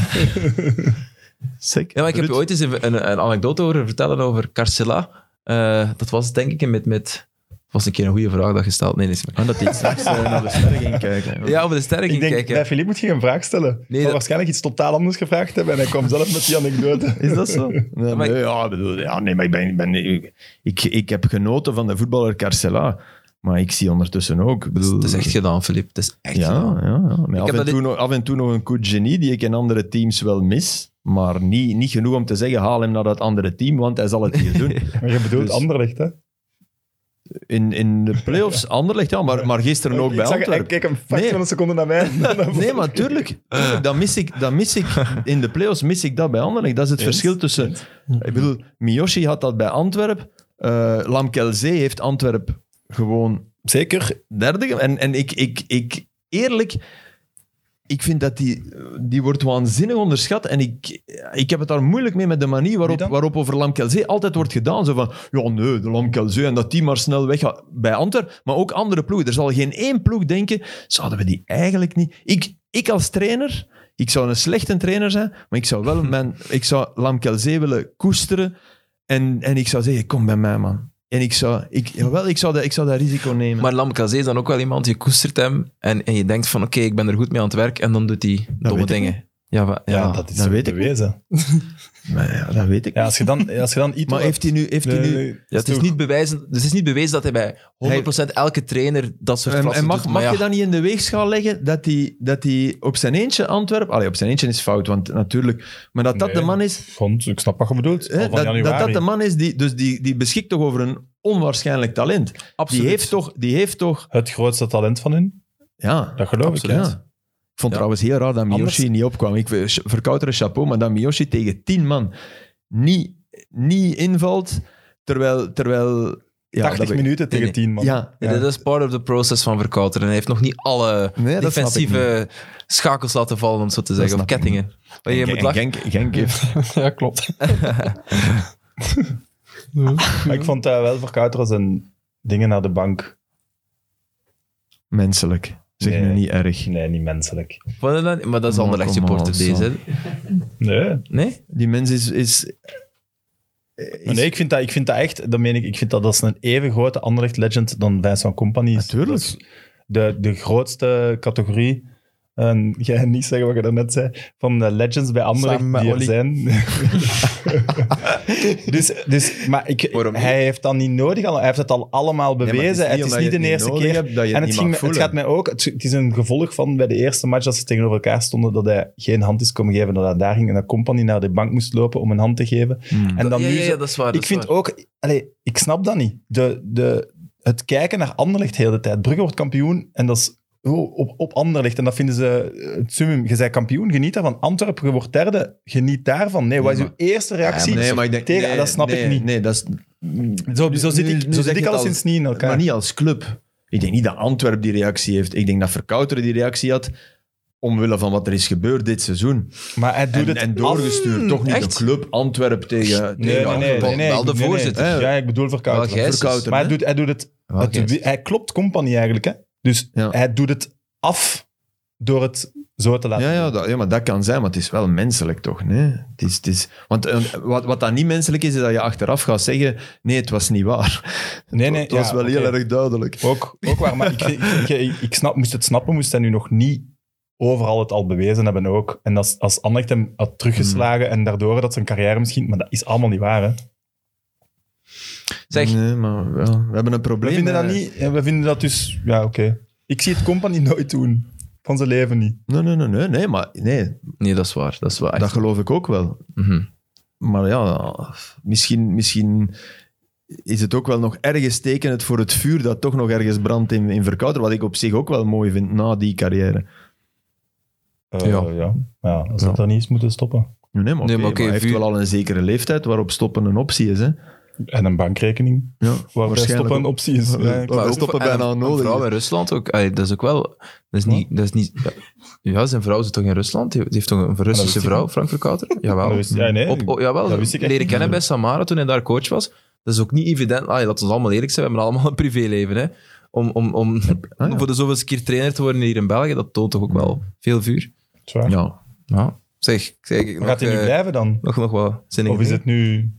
Sek. Ja, maar ik heb je Ruud. ooit eens een anekdote horen vertellen over Carcela. Dat was denk ik met... was een keer een goede vraag dat je stelt. Nee, nee, is maar- Ah, dat hij straks naar de sterren ging kijken. Ja, over de sterren Ik ging denk, kijken. bij Philippe moet je geen vraag stellen. Nee, Nee, zal dat- waarschijnlijk iets totaal anders gevraagd hebben en hij kwam zelf met die anekdote. Is dat zo? Nee, Maar- nee, maar ik heb genoten van de voetballer Carcela. Maar ik zie ondertussen ook... ik bedoel- Het is echt gedaan, Filip. Het is echt Ja, gedaan. ja. Maar heb dat af en toe nog een coup de genie die ik in andere teams wel mis. Maar niet genoeg om te zeggen, haal hem naar dat andere team, want hij zal het hier doen. Maar je bedoelt Dus- Anderlecht, hè? In de play-offs Anderlecht, ja, maar gisteren ook bij Ik Antwerpen. kijk een fractie Nee. van een seconde naar mij. Nee, maar tuurlijk. Dan mis ik in de play-offs mis ik dat bij Anderlecht. Dat is het verschil tussen... Ik bedoel, Miyoshi had dat bij Antwerpen. Lamkelzee heeft Antwerpen gewoon Zeker. derde. En ik eerlijk... Ik vind dat die wordt waanzinnig onderschat. En ik heb het daar moeilijk mee met de manier Wie dan? waarop over Lamkelzee altijd wordt gedaan. Zo van, ja nee, de Lamkelzee en dat die maar snel weggaat bij Antwerpen. Maar ook andere ploegen. Er zal geen één ploeg denken, zouden we die eigenlijk niet... Ik als trainer, ik zou een slechte trainer zijn, maar ik zou wel ik zou Lamkelzee willen koesteren. En ik zou zeggen, kom bij mij, man. En ik zou dat risico nemen. Maar Lamkelzee is dan ook wel iemand, je koestert hem en je denkt van oké, ik ben er goed mee aan het werk en dan doet hij domme weet ik dingen. Ja, dat is dat zo weet ik bewezen. Maar ja, dat weet ik Ja, niet. als je dan iets... Maar heeft hij nu... Ja, het is niet bewezen dat hij bij 100% elke trainer dat soort En flassen mag doet. Maar je dan niet in de weegschaal leggen dat hij op zijn eentje Antwerpen... Allee, op zijn eentje is fout, want natuurlijk... Maar dat Nee. de man is... Ik snap wat je bedoelt. Hè, Al van januari. dat de man is die beschikt toch over een onwaarschijnlijk talent. Absoluut. Die heeft toch... Het grootste talent van hun. Ja, Dat geloof Absoluut. ik. ja. Ja. Ik vond trouwens heel raar dat Miyoshi Anders- niet opkwam. Ik verkouteren chapeau, maar dat Miyoshi tegen 10 man niet invalt, terwijl ja, 80 dat minuten tegen Nee. 10 man. Ja, Ja, dat is part of the process van Verkouteren. Hij heeft nog niet alle Nee, dat snap ik defensieve schakels laten vallen, om het zo te zeggen. Of snap ik kettingen. Maar je moet lachen. Genk heeft Ja, klopt. Maar ik vond wel Verkouteren zijn dingen naar de bank. menselijk. Zeg Nee. nu niet erg. Nee, niet menselijk. Maar dat is Oh, Anderlecht come supporter on, deze. Nee. Nee? Die mens is Maar nee, ik vind dat echt, dat meen ik vind dat is een even grote Anderlecht legend dan Vincent Kompany. Natuurlijk. Dat is de grootste categorie. En jij niet zeggen wat je daarnet zei, van de legends bij Anderlecht Samen met die er Olly. zijn. dus, maar Waarom niet? hij heeft dat niet nodig. Hij heeft het al allemaal bewezen. Het is niet de eerste keer. En Het gaat mij ook... Het is een gevolg van bij de eerste match dat ze tegenover elkaar stonden, dat hij geen hand is komen geven, dat hij daar ging en dat Kompany naar de bank moest lopen om een hand te geven. En dan Ja, nu ja, zo- dat is waar. ik vind ook... ik snap dat niet. Het kijken naar Anderlecht de hele tijd. Brugge wordt kampioen en dat is op Anderlecht. En dat vinden ze het summum. Je bent kampioen, geniet daarvan. Antwerpen, je wordt derde, geniet daarvan. Nee, wat is uw eerste reactie? Nee, maar ik denk, tegen- dat snap ik niet. Nee, dat is... Zo zit Nu ik zeg je al het sinds niet in elkaar. Maar niet als club. Ik denk niet dat Antwerp die reactie heeft. Ik denk dat Verkouteren die reactie had omwille van wat er is gebeurd dit seizoen. Maar hij doet het En doorgestuurd. Toch niet echt? de club Antwerp tegen... Nee, Wel de voorzitter. Ja, ik bedoel Wel Verkouteren. Gijs. Verkouteren, Maar hè? hij doet het... Wel Gijs. Hij klopt Kompany eigenlijk, hè. Dus Ja. hij doet het af door het zo te laten doen. Ja, maar dat kan zijn, maar het is wel menselijk toch? Nee? Het is, want wat dan niet menselijk is dat je achteraf gaat zeggen nee, het was niet waar. Nee, Het was ja, wel heel oké. erg duidelijk. Ook waar, maar moest het snappen, moest hij nu nog niet overal het al bewezen hebben ook. En als Anderlecht hem had teruggeslagen en daardoor dat zijn carrière misschien... Maar dat is allemaal niet waar, hè. Zeg, Nee, maar wel, we hebben een probleem. We vinden dat hè. niet... en we vinden dat dus... Ja, oké. Ik zie het Kompany nooit doen. Van zijn leven niet. Nee, maar nee, nee, dat is waar. Dat is waar. dat geloof ik ook wel. Mhm. Maar ja, misschien is het ook wel nog ergens tekenend voor het vuur dat toch nog ergens brandt in Verkouteren, wat ik op zich ook wel mooi vind na die carrière. Ja. Maar ja, als dat er niet is, moeten stoppen. Nee, maar, Nee, oké, maar oké, hij heeft vuur- wel al een zekere leeftijd waarop stoppen een optie is. Hè? En een bankrekening. Ja, Waarbij stoppen een optie is. Ja, Maar we stoppen bijna nodig. Een vrouw in Rusland ook. Allee, dat is ook wel... Dat is niet ja, zijn vrouw zit toch in Rusland? Die heeft toch een Russische wist ik vrouw, niet. Frank Verkouteren? Jawel. nee. Jawel, dat wist ik echt leren niet. kennen bij Samara toen hij daar coach was. Dat is ook niet evident. Laten we allemaal eerlijk zijn, we hebben allemaal een privéleven. Hè. Om ja. voor de zoveelste keer trainer te worden hier in België, dat toont toch ook wel veel vuur. Zwaar. Ja. Ja. Zeg Maar gaat hij nu blijven dan? nog wat zinnige Of is dingen? het nu...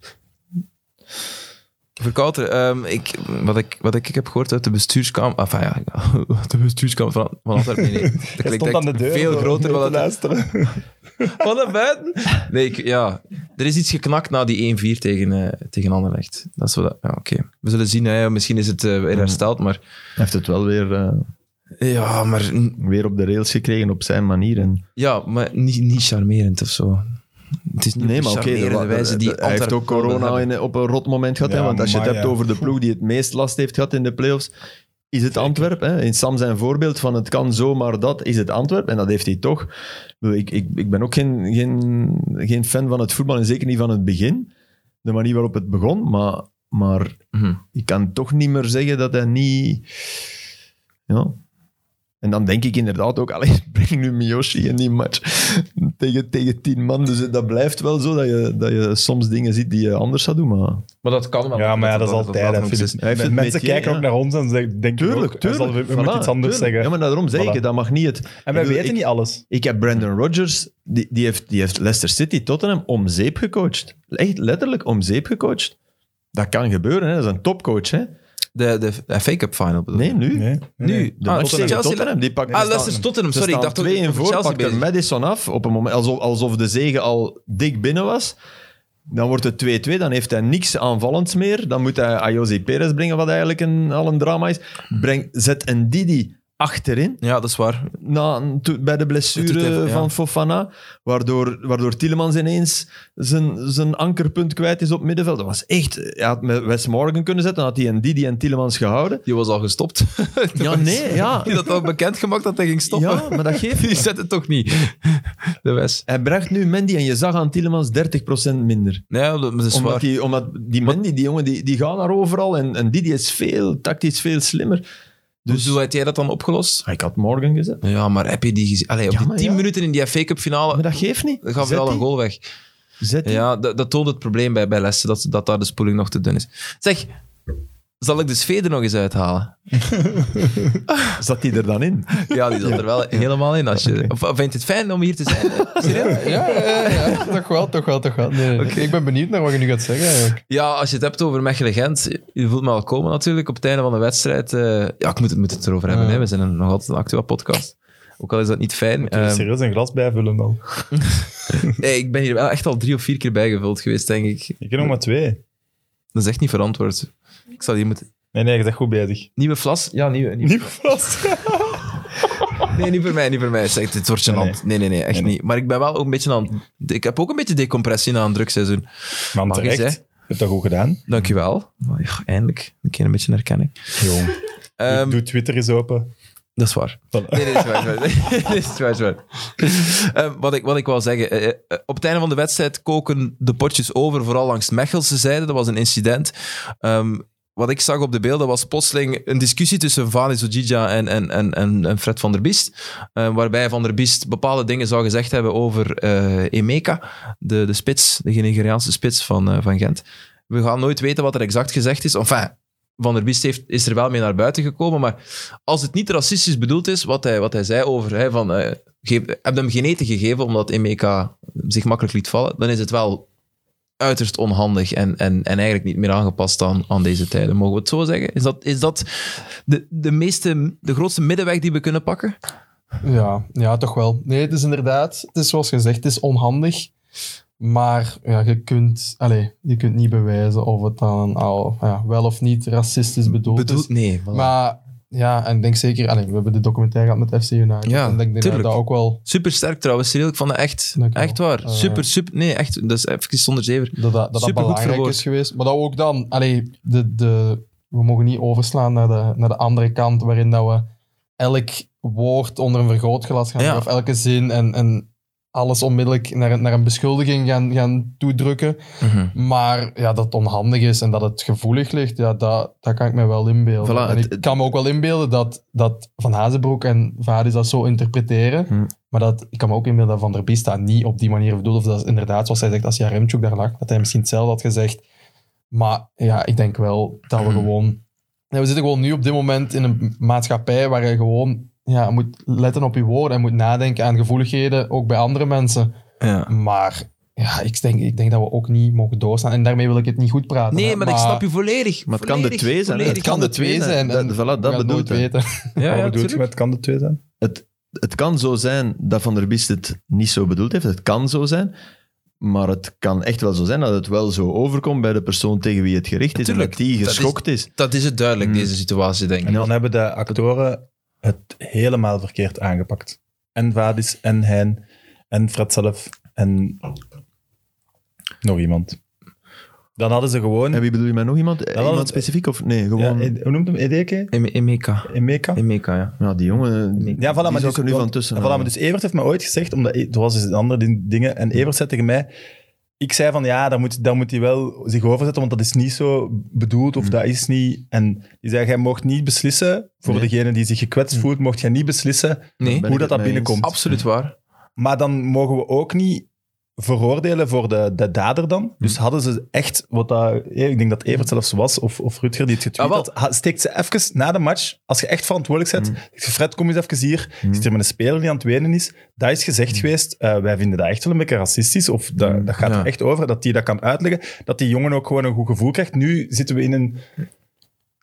Verkouteren, wat ik heb gehoord uit de bestuurskamer... Enfin ja, de bestuurskamer van Antwerpen. Nee. Dat Hij klinkt stond aan de echt deur veel om groter mee te dan dat... luisteren. Van naar buiten? Nee, er is iets geknakt na die 1-4 tegen Anderlecht. Dat is wat... Ja, oké. We zullen zien, hè. Misschien is het weer hersteld, maar... Hij heeft het wel Ja, maar, weer op de rails gekregen op zijn manier. En... niet charmerend of zo. Het is niet Nee, op maar een oké, charmerende wijze die hij heeft ook Antwerpen wilde corona hebben. op een rot moment gehad. Ja, hè, want als je het maar hebt ja. over de ploeg die het meest last heeft gehad in de playoffs, is het Antwerpen. Hè. In Sam zijn voorbeeld van het kan zomaar dat, is het Antwerpen. En dat heeft hij toch. Ik ben ook geen fan van het voetbal en zeker niet van het begin. De manier waarop het begon. Maar Mhm. ik kan toch niet meer zeggen dat hij niet... Ja... En dan denk ik inderdaad ook, allee, breng nu Miyoshi in die match tegen 10 man. Dus dat blijft wel zo, dat je soms dingen ziet die je anders zou doen. Maar dat kan wel. Ja, maar ja, dat is altijd. hè, Filip. Hij heeft het Mensen métier, kijken ja. ook naar ons en denken tuurlijk, ook, hij zal weer Voilà, moet iets anders tuurlijk. zeggen. Ja, maar daarom zeg ik Voilà. het, dat mag niet het... En wij Ik bedoel, weten niet alles. Ik heb Brandon Rodgers, die heeft Leicester City, Tottenham om zeep gecoacht. Echt letterlijk om zeep gecoacht. Dat kan gebeuren, hè. Dat is een topcoach. Hè. De FA Cup final bedoel Nee, je? nu. Nee. Nu? De match tegen Chelsea- Tottenham. Die pakt, Leicester Tottenham, sorry. Ik dacht 2 in voor, Chelsea pakt er bezig. Maddison af, op een moment, alsof de zege al dik binnen was. Dan wordt het 2-2, dan heeft hij niks aanvallends meer. Dan moet hij Ayoze Perez brengen, wat eigenlijk al een drama is. Zet een Didi achterin, Ja, dat is waar. bij de Het blessure doet even, ja. van Fofana, waardoor Tielemans ineens zijn ankerpunt kwijt is op middenveld. Dat was echt... Hij had met Wes Morgan kunnen zetten, dan had hij een Didi en Tielemans gehouden. Die was al gestopt. Ja, nee, ja. Die had al bekendgemaakt dat hij ging stoppen. Ja, maar dat geeft Die niet. zet het toch niet. De West. Hij bracht nu Mendy en je zag aan Tielemans 30% minder. Ja, dat is waar. Omdat die Mendy, die jongen, die gaat naar overal en Didi is tactisch veel slimmer. Dus hoe had jij dat dan opgelost? Ik had Morgan gezet. Ja, maar heb je die gezien? Allee, op Ja, die maar 10 ja. minuten in die FA Cup finale, Maar dat geeft niet. dan gaf je Zet al een die. goal weg. Zet die. Ja, dat toont het probleem bij Leicester, dat daar de spoeling nog te dun is. Zeg, zal ik de sfeer er nog eens uithalen? Zat die er dan in? Ja, die zat er wel helemaal in. Of vind je het fijn om hier te zijn? Serieus? Ja, toch wel. Nee. Ik ben benieuwd naar wat je nu gaat zeggen eigenlijk. Ja, als je het hebt over Mechelen-Gent, je voelt me al komen natuurlijk op het einde van de wedstrijd. Ja, ik moet het erover hebben. Hè. We zijn nog altijd een actuele podcast. Ook al is dat niet fijn. Moet je serieus een glas bijvullen dan? Nee, ik ben hier wel echt al 3 of 4 keer bijgevuld geweest, denk ik. Ik heb nog maar 2. Dat is echt niet verantwoord. Ik zal hier moeten... Nee, je bent goed bezig. Nieuwe flas? Ja, nieuwe. Niet vast. Nee, niet voor mij. Zeg, dit wordt gênant. Nee, echt niet. Maar ik ben wel ook een beetje aan... Ik heb ook een beetje decompressie na een druk seizoen. Maar Mag eens, terecht. hè? Je hebt dat goed gedaan. Dankjewel. Ja, eindelijk. Een keer een beetje herkenning. Jong. Doe Twitter eens open. Dat is waar. Voilà. Nee, dat is waar. Dat is waar. Wat ik wou zeggen. Op het einde van de wedstrijd koken de potjes over, vooral langs Mechelse zijde. Dat was een incident. Wat ik zag op de beelden was plotseling een discussie tussen Vanis Ojija en Fred van der Biest. Waarbij Van der Biest bepaalde dingen zou gezegd hebben over Emeka, de spits, de Nigeriaanse spits van Gent. We gaan nooit weten wat er exact gezegd is. Enfin, Van der Biest is er wel mee naar buiten gekomen, maar als het niet racistisch bedoeld is, wat hij zei over, heb hem geen eten gegeven omdat Emeka zich makkelijk liet vallen, dan is het wel uiterst onhandig en eigenlijk niet meer aangepast aan deze tijden. Mogen we het zo zeggen? Is dat de grootste middenweg die we kunnen pakken? Ja, toch wel. Nee, het is inderdaad, het is zoals gezegd, het is onhandig. Maar ja, je kunt niet bewijzen of het dan al wel of niet racistisch bedoeld is. Nee. Voilà. Maar ja, en ik denk zeker... we hebben de documentaire gehad met FC United. Ja, en ik denk dat tuurlijk. dat ook wel... Supersterk trouwens, Cyril. Ik vond het Dankjewel. echt waar. Super. Nee, echt. Dat is even zonder zever. Dat Supergoed belangrijk verwoord. is geweest. Maar dat ook dan... we mogen niet overslaan naar de andere kant, waarin dat we elk woord onder een vergrootglas gaan Ja. of elke zin en alles onmiddellijk naar een beschuldiging gaan toedrukken. Mhm. Maar ja, dat het onhandig is en dat het gevoelig ligt, ja, dat kan ik me wel inbeelden. Voilà, En ik kan me ook wel inbeelden dat Van Hazenbroek en Vadis dat zo interpreteren. Maar ik kan me ook inbeelden dat Van der Biest dat niet op die manier bedoelt. Of dat is inderdaad, zoals hij zegt, als Jaremchuk daar lag, dat hij misschien hetzelfde had gezegd. Maar ja, ik denk wel dat we gewoon... Ja, we zitten gewoon nu op dit moment in een maatschappij waar je gewoon moet letten op je woorden en moet nadenken aan gevoeligheden, ook bij andere mensen. Ja. Maar ja, ik denk dat we ook niet mogen doorstaan. En daarmee wil ik het niet goed praten. Nee, hè, maar ik snap je volledig. Maar het kan de twee zijn. Volledig. Het kan de twee zijn. en Voilà, we gaan dat het bedoelt nooit hij. weten. Ja, Wat bedoel je tuurlijk. met kan de 2 zijn? Het kan zo zijn dat Van der Biest het niet zo bedoeld heeft. Het kan zo zijn. Maar het kan echt wel zo zijn dat het wel zo overkomt bij de persoon tegen wie het gericht is. Tuurlijk, En dat die dat geschokt is. Dat is het duidelijk, deze situatie, denk ik. En dan hebben de actoren het helemaal verkeerd aangepakt. En Vadis, en Hein, en Fred zelf, en nog iemand. Dan hadden ze gewoon... En wie bedoel je met nog iemand? was Iemand het- specifiek? Of nee, gewoon... Ja, hoe noemt hem? Edeke? Emeka. Emeka? Ja. Ja, die jongen, die Ja, voilà, zou maar ik er nu van tussen voilà, halen. maar dus Evert heeft me ooit gezegd, omdat er was dus andere dingen, en Evert zei tegen mij, ik zei van ja, daar moet hij wel zich overzetten, want dat is niet zo bedoeld, of dat is niet... En die zei, jij mocht niet beslissen, voor Nee. degene die zich gekwetst voelt, mocht jij niet beslissen Nee, ben hoe ik dat het mee binnenkomt. absoluut waar. Maar dan mogen we ook niet veroordelen voor de dader dan. Dus hadden ze echt, ik denk dat Evert zelfs was, of Rutger die het getweet Ah, wel. had, steekt ze even na de match, als je echt verantwoordelijk bent, zegt je, Fred, kom eens even hier, je zit hier met een speler die aan het wenen is, dat is gezegd geweest, wij vinden dat echt wel een beetje racistisch, of dat gaat Ja. er echt over, dat die dat kan uitleggen, dat die jongen ook gewoon een goed gevoel krijgt. Nu zitten we in een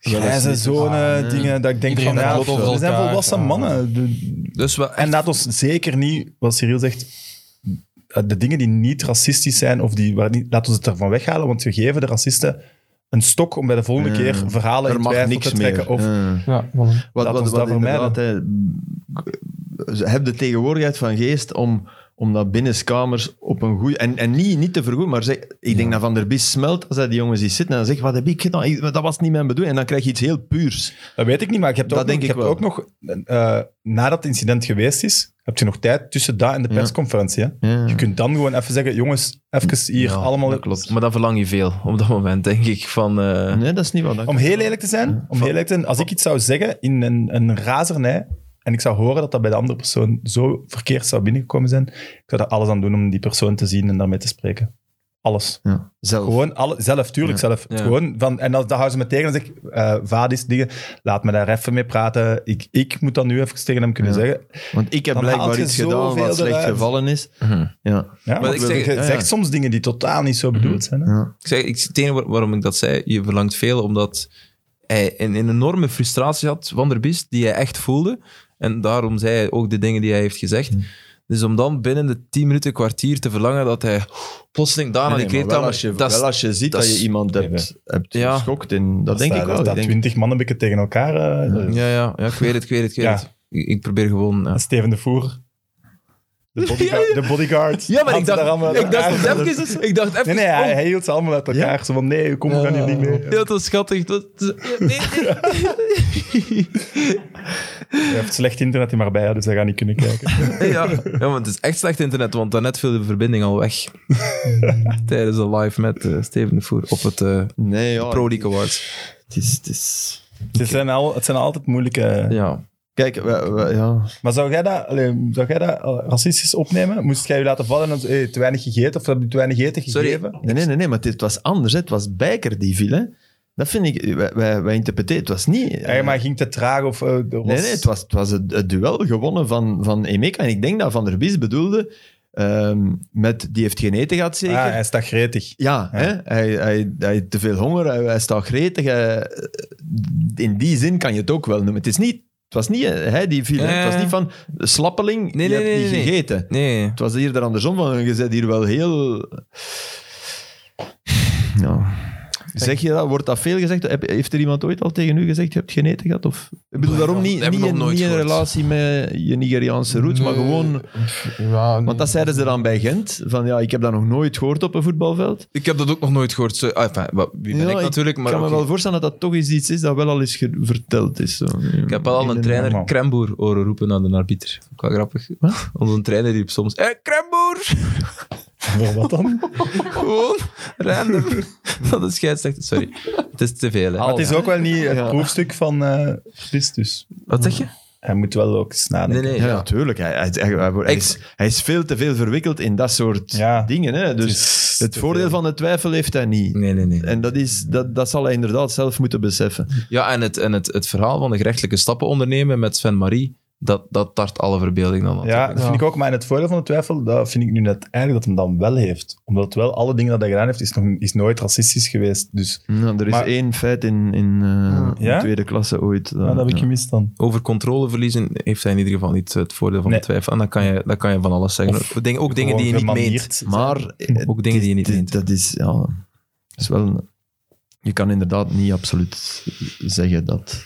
grijze zone, dingen, dat ik denk Iedereen van, klopt over we zijn elkaar. volwassen mannen. Dus wel En laat ons zeker niet, wat Cyril zegt, de dingen die niet racistisch zijn, of laat ons het ervan weghalen, want we geven de racisten een stok om bij de volgende keer verhalen er in mag twijfel niks te trekken. meer. Of, Ja, voilà. Laat ons dat inderdaad, heb de tegenwoordigheid van geest om dat binnenskamers op een goede... En niet te vergoeden, maar ik denk dat Van der Bies smelt als hij die jongens ziet zitten en dan zegt, wat heb ik gedaan? Dat was niet mijn bedoeling. En dan krijg je iets heel puurs. dat weet ik niet, maar je hebt Dat ook, denk nog, ik je hebt wel. ook nog nadat het incident geweest is, heb je nog tijd tussen dat en de persconferentie. Hè? Ja. Je kunt dan gewoon even zeggen, jongens, even hier allemaal... dat klopt. Maar dan verlang je veel op dat moment, denk ik. Van, Nee, dat is niet wat. Om heel eerlijk te zijn, als ik iets zou zeggen in een razernij, en ik zou horen dat dat bij de andere persoon zo verkeerd zou binnengekomen zijn, ik zou er alles aan doen om die persoon te zien en daarmee te spreken. Alles. Ja, zelf. Gewoon zelf, tuurlijk zelf. Ja. Gewoon van, en dan houden ze me tegen en zeg ik, Vadis, dingen, laat me daar even mee praten. Ik moet dat nu even tegen hem kunnen zeggen. Want ik heb Dan haal blijkbaar je iets gedaan zoveel wat slecht eruit. gevallen is. Mhm. Ja. Ja, Maar want ik je zeg- zegt ja. soms dingen die totaal niet zo bedoeld zijn. Hè? Ja. het enige waarom ik dat zei, je verlangt veel, omdat hij een enorme frustratie had, Van der Biest, die hij echt voelde. En daarom zei hij ook de dingen die hij heeft gezegd. Dus om dan binnen de 10 minuten, kwartier te verlangen dat hij plotseling daar naar die Nee, maar wel kleedkamer... wel als je ziet dat je iemand hebt Ja. geschokt. En dat denk ik wel. Dat Ik denk- 20 mannenbekken tegen elkaar. Ja, ik weet het. Ja. Ik probeer gewoon... Ja. Steven de Voer. De bodyguard. Ja, maar ik Had daar allemaal dacht elkaar. even... Nee, hij hield ze allemaal uit elkaar. Zo van, nee, kom, we gaan hier niet mee. Ja, dat was schattig. Nee. Hij heeft slecht internet in Marbella, dus hij gaat niet kunnen kijken. Ja, want het is echt slecht internet, want daarnet viel de verbinding al weg. Tijdens de live met Steven de Voer op het Nee, ja. Pro League Awards. Het is... Het zijn altijd moeilijke... Ja. Kijk, ja. Maar zou jij dat racistisch opnemen? Moest jij je laten vallen en te weinig gegeten? Of heb je te weinig eten Sorry. gegeven? Nee, maar het was anders. Hè. Het was Bijker die viel. Hè. Dat vind ik... Wij interpreteren... Het was niet... Ja, maar ging te traag of... Nee, het was het duel gewonnen van Emeka. En ik denk dat Van der Bies bedoelde... die heeft geen eten gehad, zeker. hij staat gretig. Ja, Ja. hè? Hij heeft te veel honger, hij staat gretig. In die zin kan je het ook wel noemen. Het was niet hij die viel. Hè. Het was niet van slappeling, Nee, je nee, hebt nee, niet nee. gegeten. Nee. Het was eerder andersom. Van, je bent hier wel heel... Ja. Zeg je dat? Wordt dat veel gezegd? Heeft er iemand ooit al tegen u gezegd, je hebt geen eten gehad? Of, ik bedoel, daarom dat niet hebben we nog nooit in gehoord. relatie met je Nigeriaanse roots, maar gewoon... Ja, Want dat zeiden ze dan bij Gent. Van ja, ik heb dat nog nooit gehoord op een voetbalveld. Ik heb dat ook nog nooit gehoord. Wie ben Ja, ik natuurlijk, maar Ik kan me oké. wel voorstellen dat dat toch eens iets is dat wel al eens verteld is. Zo. Ik heb wel al een trainer normaal. Kremboer horen roepen naar de arbiter. Ook wel grappig. Onze trainer riep soms, Kremboer! Voor wat dan? Gewoon, random. Dat is scheidsrechter. Sorry. Het is te veel. Hè. Maar het is ook wel niet het Ja. proefstuk van Christus. Wat zeg je? Hij moet wel ook eens nadenken. Nee. Ja, natuurlijk. Hij is veel te veel verwikkeld in dat soort Ja. dingen. Hè. Dus is het te voordeel veel. van de twijfel heeft hij niet. Nee. En dat zal hij inderdaad zelf moeten beseffen. Ja, en het verhaal van de gerechtelijke stappen ondernemen met Sven Marie, dat tart alle verbeelding dan. Ja, natuurlijk. dat vind ik ook. Maar in het voordeel van de twijfel, dat vind ik nu net eigenlijk dat hem dan wel heeft. Omdat het wel, alle dingen dat hij gedaan heeft, is nooit racistisch geweest. Dus Ja, er is Maar- één feit in Ja? tweede klasse ooit. dat heb ik gemist dan. Over controle verliezen heeft hij in ieder geval niet het voordeel van Nee. de twijfel. En dan kan je van alles zeggen. Of Ook dingen die je niet meent. Maar Ook dingen die je niet meent. Dat is, ja, dat is wel... Je kan inderdaad niet absoluut zeggen dat...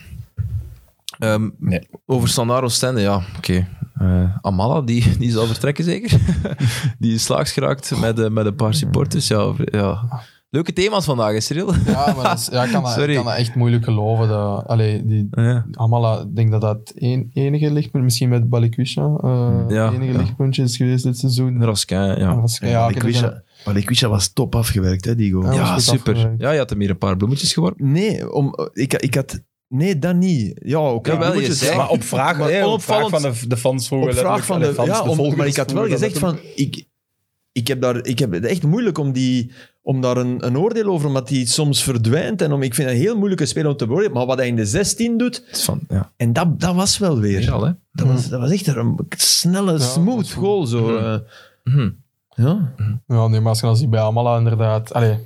Nee. Over Standaard Oostende, ja, oké. Amala, die zal vertrekken zeker. Die is slaags geraakt met een paar supporters. Ja. Leuke thema's vandaag, is Cyril? Ja, maar ik Sorry. kan dat echt moeilijk geloven. Ja. Amala, ik denk dat dat enige lichtpunt, misschien met Balikwisha, Ja, enige ja. lichtpuntje is geweest dit seizoen. Raskin, ja. Balikwisha was top afgewerkt, hè, die goal. Ja, Ja, goed super. afgewerkt. Ja, je had hem hier een paar bloemetjes geworpen. Nee, ik had... Nee, dat niet. Ja, oké. Jawel, je bloemetjes, zei- Maar op vraag, Maar op vraag onopvallend- van de fans vroegen. Op vraag van de... fans, Ja, volgers maar ik had wel vroegen gezegd dat van... Ik heb het echt moeilijk om daar een oordeel over, omdat hij soms verdwijnt. En ik vind het een heel moeilijke speler om te beoordelen. Maar wat hij in de 16 doet, Het is van, ja. en dat was wel weer. Weer al, hè. Dat was echt een snelle, smooth dat is goal. Zo. Mhm. Ja. Ja, nee, maar als je dan ziet bij Amala inderdaad... Allee,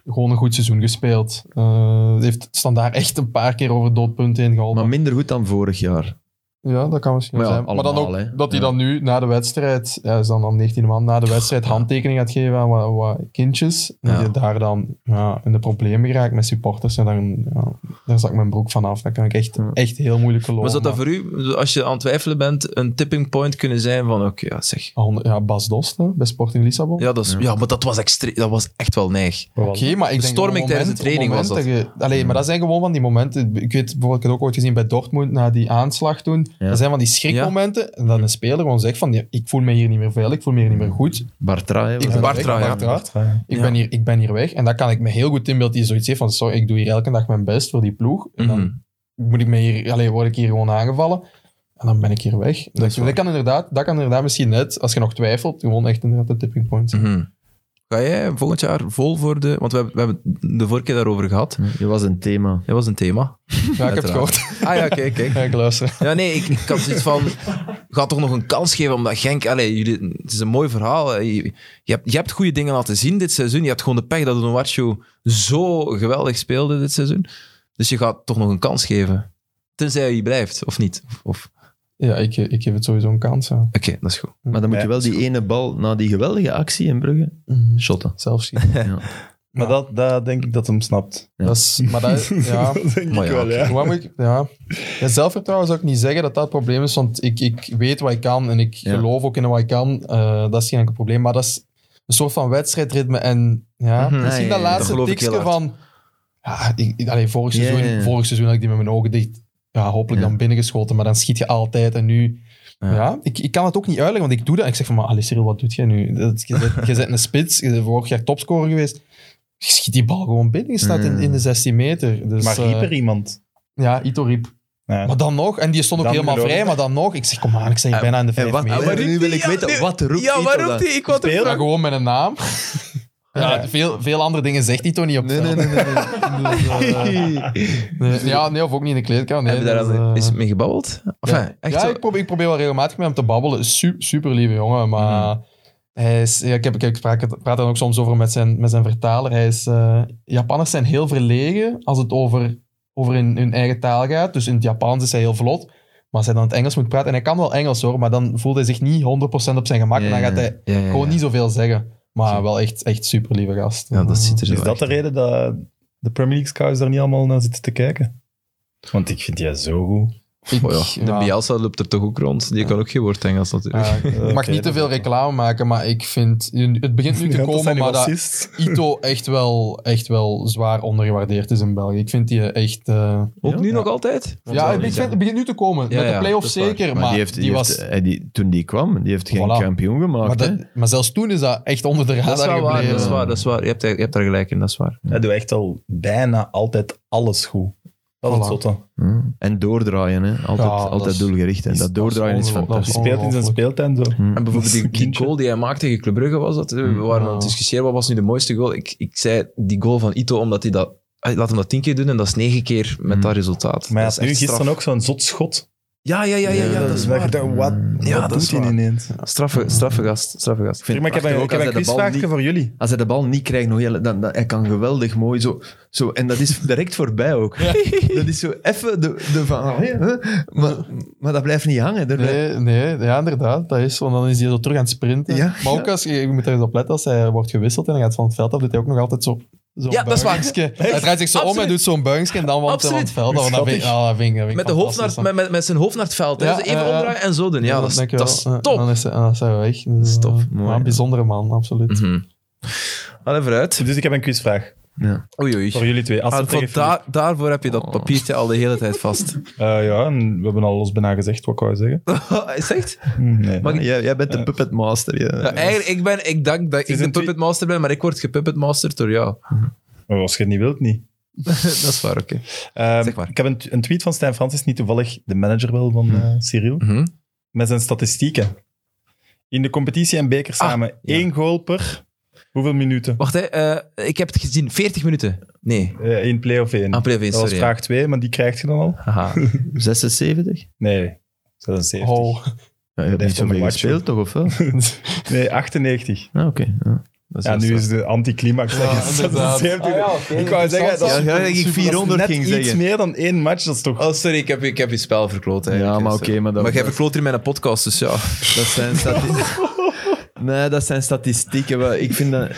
gewoon een goed seizoen gespeeld. Heeft Standaard echt een paar keer over doodpunten heen geholpen. Maar minder goed dan vorig jaar. Ja, dat kan misschien Maar ja, zijn. Maar dan allemaal, ook hè. dat hij dan nu na de wedstrijd, is dan al 19e man, na de wedstrijd handtekening gaat geven aan wat kindjes. En Ja. die daar dan in de problemen geraakt met supporters. En dan, daar zak ik mijn broek vanaf. Dat kan ik echt heel moeilijk geloven. Maar zou dat voor u, als je aan het twijfelen bent, een tipping point kunnen zijn van oké, ja zeg. Bas Dost, hè, bij Sporting Lissabon. Ja, maar dat was dat was echt wel neig. Oké, maar ik denk Bestorming op tijdens de training was dat. Maar dat zijn gewoon van die momenten. Ik weet bijvoorbeeld, ik heb het ook ooit gezien bij Dortmund na die aanslag toen. Ja. Dat zijn van die schrikmomenten. En dan een speler gewoon zegt van, ik voel me hier niet meer veilig, ik voel me hier niet meer goed. Bartra, hè, Ik was ben dat? Bartra, weg, ja. Bartra. Ik ben hier weg. En dat kan ik me heel goed inbeelden. Die zoiets heeft van, sorry, ik doe hier elke dag mijn best voor die ploeg. En dan moet ik word ik hier gewoon aangevallen. En dan ben ik hier weg. Dat kan inderdaad misschien net, als je nog twijfelt, gewoon echt inderdaad de tipping point zijn. Mhm. Ga jij volgend jaar vol voor de... Want we hebben de vorige keer daarover gehad. Je was een thema. Dat was een thema. Ja, ik heb het gehoord. Ah ja, kijk. Ja, ik luister. Ja, nee, ik had zoiets van... Ga toch nog een kans geven, omdat Genk... het is een mooi verhaal. Je hebt goede dingen laten zien dit seizoen. Je hebt gewoon de pech dat Onuachu zo geweldig speelde dit seizoen. Dus je gaat toch nog een kans geven. Tenzij hij blijft, of niet. Ja, ik geef het sowieso een kans. Ja. Oké, dat is goed. Maar dan moet je wel die ene bal na die geweldige actie in Brugge shotten. Zelfs zien. Ja. Maar dat denk ik dat hem snapt. Ja. Dat is, maar dat, ja. Dat denk Maar ik ja, wel, ja. Wat moet ik, ja. Zelfvertrouwen zou ik niet zeggen dat dat het probleem is, want ik weet wat ik kan en ik geloof ook in wat ik kan. Dat is geen enkel probleem, maar dat is een soort van wedstrijdritme en misschien dat dat laatste geloof ik heel tikje hard. van... vorig seizoen had ik die met mijn ogen dicht hopelijk dan binnengeschoten, maar dan schiet je altijd en nu... Ja, ik kan het ook niet uitleggen, want ik doe dat. Ik zeg van, maar Cyril, wat doet jij nu? Je zet een spits, je bent vorig jaar topscorer geweest. Je schiet die bal gewoon binnen, je staat in de 16 meter. Dus, Maar riep er iemand? Ja, Ito riep. Ja. Maar dan nog, en die stond ook Dan helemaal geloof ik. vrij, maar dan nog. Ik zeg, kom aan, ik sta hier bijna in de 5 meter. Maar nu wil ik weten, wat roept Ja, Ito waar dan? roept hij? Ik wou het Speel? Ja, gewoon met een naam. Ja, veel andere dingen zegt Ito niet op het veld. Nee, of ook niet in de kleedkamer. Nee, Hebben we daar eens mee gebabbeld? Enfin, echt zo. ik probeer wel regelmatig met hem te babbelen. Super lieve jongen, maar hij is, ik praat er ook soms over met zijn vertaler. Hij is, Japanners zijn heel verlegen als het over in hun eigen taal gaat. Dus in het Japans is hij heel vlot. Maar als hij dan het Engels moet praten, en hij kan wel Engels hoor, maar dan voelt hij zich niet 100% op zijn gemak. En dan gaat hij gewoon niet zoveel zeggen. Maar wel echt super lieve gast. Ja, dat ziet er zo Is dat echt de reden dat de Premier League scouts daar niet allemaal naar zitten te kijken? Want ik vind die zo goed. De Bielsa loopt er toch ook rond. Die kan ook geen woord Engels natuurlijk. Ik mag niet te veel reclame maken, maar ik vind... Het begint nu te komen, maar dat Ito echt wel zwaar ondergewaardeerd is in België. Ik vind die echt... Ook nu nog altijd? Ja, ik vind het begint nu te komen. Met de play-offs dat is waar. zeker, Maar maar toen die kwam, die heeft geen kampioen gemaakt. maar zelfs toen is dat echt onder de Dat is radar wel waar, gebleven. dat is waar. Je hebt daar gelijk in, dat is waar. Hij doet echt al bijna altijd alles goed. Dat is het zotte. En doordraaien, hè. Altijd dat is- doelgericht. En dat doordraaien is fantastisch. Hij speelt in zijn speeltuin zo. En bijvoorbeeld die goal die hij maakte tegen Club Brugge was dat. We waren aan het discussiëren, wat was nu de mooiste goal? Ik zei die goal van Ito, omdat hij dat... Laat hem dat 10 keer doen en dat is 9 keer met dat resultaat. Maar hij Dat had is nu echt gisteren straf. ook zo'n zot schot. Ja, dat is waar. Wat dat doet is hij waar. ineens? Straffe gast. Maar ik heb een quizvraagje voor jullie. Als hij de bal niet krijgt, dan hij kan geweldig mooi zo. En dat is direct voorbij ook. Dat is zo even de van... Maar dat blijft niet hangen. Nee, ja, inderdaad. Dat is, want dan is hij zo terug aan het sprinten. Ja, maar ook je moet er eens op letten, als hij wordt gewisseld en hij gaat van het veld af, doet hij ook nog altijd zo... Ja, dat is waar. Hij draait zich zo om, hij doet zo'n buigje en dan wandelt hij van het veld af. Want dat vind ik Met, de hoofd naar, met zijn hoofd naar het veld. Hè. Ja, Dus even omdraaien en zo doen. Ja, dat is top. Dan is hij weg. Dus, top. Een bijzondere man, absoluut. Allee, vooruit. Dus ik heb een quizvraag Ja. Oei. voor jullie twee. Als we tegen Daarvoor heb je dat papiertje al de hele tijd vast. ja, en we hebben alles bijna gezegd. Wat kan je zeggen? Is het echt? Nee. Maar Jij bent de puppet master. Ja, eigenlijk, ik denk dat ik de puppet master ben, maar ik word gepuppet master door jou. Maar als je het niet wilt, niet. Dat is waar, oké. Zeg maar. Ik heb een tweet van Stijn Francis, niet toevallig de manager wel van Cyril, met zijn statistieken. In de competitie en beker samen 1 goal per... Hoeveel minuten? Wacht, ik heb het gezien. 40 minuten. Nee. In play-off 1. Play-off 1, Dat was sorry, vraag 2, maar die krijg je dan al. Haha. 76? Nee, 76. Oh. Ja, je hebt niet zoveel Overwatch, gespeeld, toch? Of wel? Nee, 98. Ah, oké. Ja. Dat Ja, wel nu zo. is de anticlimax. Ja, inderdaad. Ik wou zeggen, dat Ja, is ja, ik 400 net ging iets zeggen. meer dan 1 match. Dat is toch... Oh, sorry, ik heb je spel verkloot eigenlijk. Ja, maar Dus, oké, maar dat- jij dat- verkloot hier mijn podcast, dus ja. Dat zijn statistieken. Nee, dat zijn statistieken. Maar ik vind dat...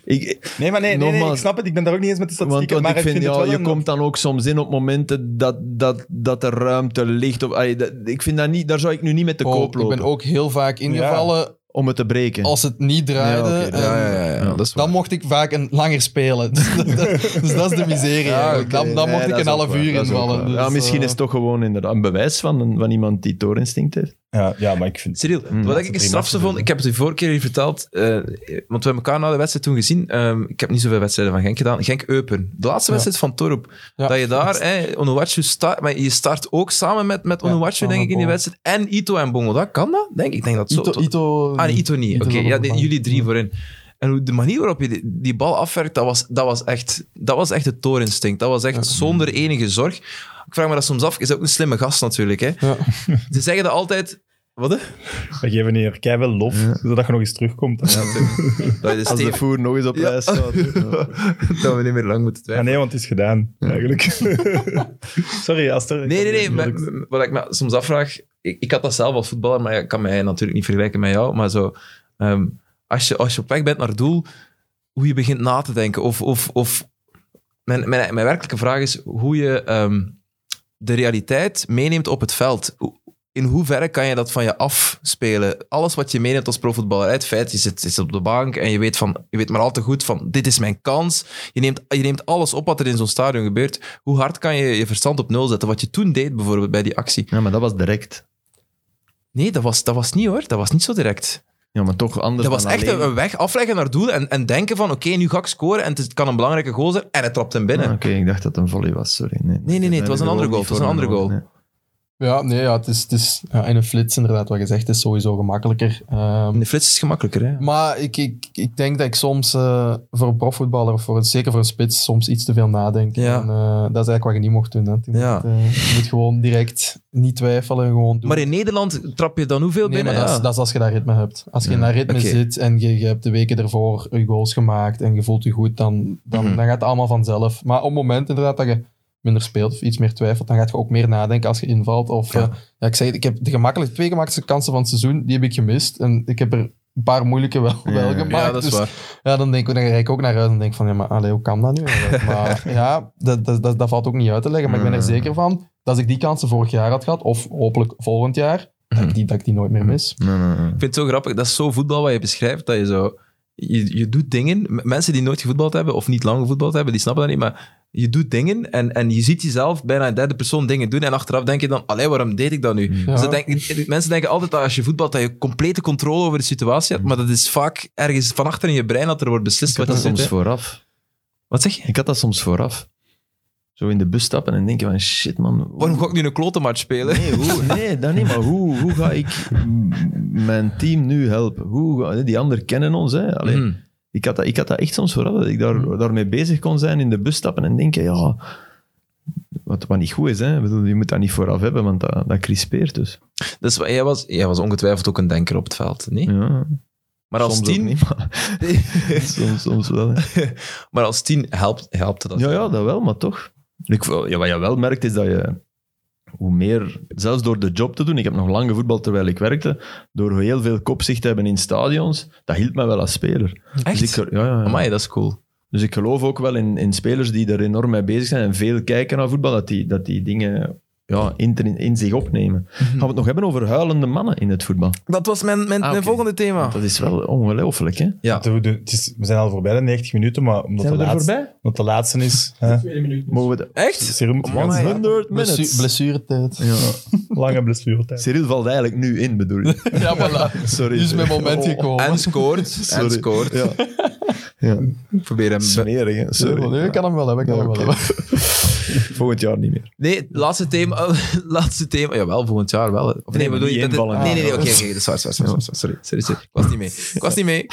Nee, Nogmaals. ik snap het. Ik ben daar ook niet eens met de Want statistieken. Maar ik vind, het ja, wel je een- komt dan ook soms in op momenten dat er ruimte ligt. Of, ik vind dat niet... Daar zou ik nu niet met de koop Ik lopen. ben ook heel vaak ingevallen Om het te breken. als het niet draaide. Ja, oké, en dat is waar. dan mocht ik vaak een langer spelen. Dus dat is de miserie. Ja, eigenlijk. oké. Dan mocht Nee, ik dat een is ook half waar, uur dat is ook invallen. waar. Dus, Ja, misschien is het toch gewoon inderdaad een bewijs van iemand die toorinstinct heeft. Ja, maar ik vind... Cyril, wat ik het strafste vond, ik heb het u vorige keer hier verteld, want we hebben elkaar na de wedstrijd toen gezien. Ik heb niet zoveel wedstrijden van Genk gedaan. Genk-Eupen, de laatste wedstrijd van Torp. Ja. Dat je daar, Onuachu start, maar je start ook samen met Onuachu, samen denk ik, in die Bongo. wedstrijd. En Ito en Bongo, dat kan dat? Denk ik. Ik denk dat zo. Ito Ah, nee, Ito niet. Ito Oké, zat op ja, de bank. jullie 3 voorin. En de manier waarop je die bal afwerkt, dat was echt het toorinstinct. Dat was echt zonder enige zorg. Ik vraag me dat soms af. Je bent ook een slimme gast natuurlijk. Hè. Ja. Ze zeggen dat altijd... Wat? Hè? We geven hier keiveel lof, zodat je nog eens terugkomt. Dat is Als de voer nog eens op reis gaat. dat we niet meer lang moeten Ja, twijfelen. nee, want het is gedaan, eigenlijk. Sorry, Aster. Nee. Wat ik me soms afvraag... Ik had dat zelf als voetballer, maar ik kan mij natuurlijk niet vergelijken met jou. Maar zo... Als je op weg bent naar doel, hoe je begint na te denken. Of mijn werkelijke vraag is hoe je de realiteit meeneemt op het veld. In hoeverre kan je dat van je afspelen? Alles wat je meeneemt als profvoetballer, het feit, je zit op de bank en je weet maar al te goed van, dit is mijn kans. Je neemt alles op wat er in zo'n stadion gebeurt. Hoe hard kan je je verstand op nul zetten? Wat je toen deed, bijvoorbeeld, bij die actie. Ja, maar dat was direct. Nee, dat was niet hoor. Dat was niet zo direct. Ja, maar toch anders Dat was dan echt alleen. een weg afleggen naar doel en denken van, oké, nu ga ik scoren en het kan een belangrijke goal zijn en hij trapt hem binnen. Ah, Oké, ik dacht dat het een volley was, sorry. Nee, het was een andere goal. Het was een andere goal. Het is in een flits inderdaad, wat je zegt, is sowieso gemakkelijker. In de flits is het gemakkelijker, hè? Maar ik denk dat ik soms voor een profvoetballer, of zeker voor een spits, soms iets te veel nadenk. Ja. En, dat is eigenlijk wat je niet mocht doen. Hè. Ja. Je moet gewoon direct niet twijfelen, gewoon doen. Maar in Nederland trap je dan hoeveel Nee, binnen? maar dat is als je dat ritme hebt. Als je in dat ritme oké. zit en je hebt de weken ervoor je goals gemaakt en je voelt je goed, dan gaat het allemaal vanzelf. Maar op het moment inderdaad dat je minder speelt of iets meer twijfelt, dan gaat je ook meer nadenken als je invalt. Of, ik zeg, ik heb de 2 gemakkelijkste kansen van het seizoen, die heb ik gemist. En ik heb er een paar moeilijke wel gemaakt. Ja, dat is Dus, waar. ja, dan rijd ik ook naar huis en denk van, ja, maar allee, hoe kan dat nu? Maar ja, dat valt ook niet uit te leggen. Maar ik ben er zeker van, dat als ik die kansen vorig jaar had gehad, of hopelijk volgend jaar, dat ik die nooit meer mis. Nee. Ik vind het zo grappig. Dat is zo voetbal wat je beschrijft, dat je zo... Je doet dingen... Mensen die nooit gevoetbald hebben, of niet lang gevoetbald hebben, die snappen dat niet, maar je doet dingen en je ziet jezelf bijna in derde persoon dingen doen en achteraf denk je dan, allee, waarom deed ik dat nu? Ja. Mensen denken altijd dat als je voetbalt, dat je complete controle over de situatie hebt, maar dat is vaak ergens van achter in je brein dat er wordt beslist Ik had wat je dat doet. soms Hè. vooraf. Wat zeg je? Ik had dat soms vooraf. Zo in de bus stappen en denken van, shit man. Waarom ga ik nu een klote match spelen? Nee, dat niet, maar hoe ga ik mijn team nu helpen? Die anderen kennen ons, hè. Allee, Mhm. ik had dat echt soms vooraf, dat ik daarmee bezig kon zijn, in de bus stappen en denken, ja, wat niet goed is, hè. Ik bedoel, je moet dat niet vooraf hebben, want dat crispeert dus. Dus jij was ongetwijfeld ook een denker op het veld, nee? Ja, Maar als soms ook 10... niet, maar soms wel. Hè. Maar als 10 helpt dat. Ja, dat wel, maar toch. Wat je wel merkt is dat je, hoe meer, zelfs door de job te doen, ik heb nog lang gevoetbald terwijl ik werkte, door heel veel kopzicht te hebben in stadions, dat hielp mij wel als speler. Echt? Dus ja. Amai, dat is cool. Dus ik geloof ook wel in spelers die er enorm mee bezig zijn en veel kijken naar voetbal, dat die dingen in zich opnemen. Gaan we het nog hebben over huilende mannen in het voetbal? Dat was mijn oké. volgende thema. Dat is wel ongelooflijk, hè? Ja. We zijn al voorbij de 90 minuten, maar omdat omdat de laatste is... Mogen we Echt? Cyril moet gaan. Amai. 100 minutes. Blessuretijd. Ja. Lange blessuretijd. Cyril valt eigenlijk nu in, bedoel je? Ja, voilà. Sorry. Nu is mijn moment Oh. gekomen. En scoort. Sorry. En scoort. Ja. Ja. Ik probeer hem... Smerig, hè? Sorry. Nee, ik kan hem wel hebben. Ik kan hem wel oké. hebben. Volgend jaar niet meer. Nee, laatste thema. Jawel, volgend jaar wel. Of nee, bedoel niet je... invallen. Nee, oké, dat is waar. Sorry. Ik was niet mee.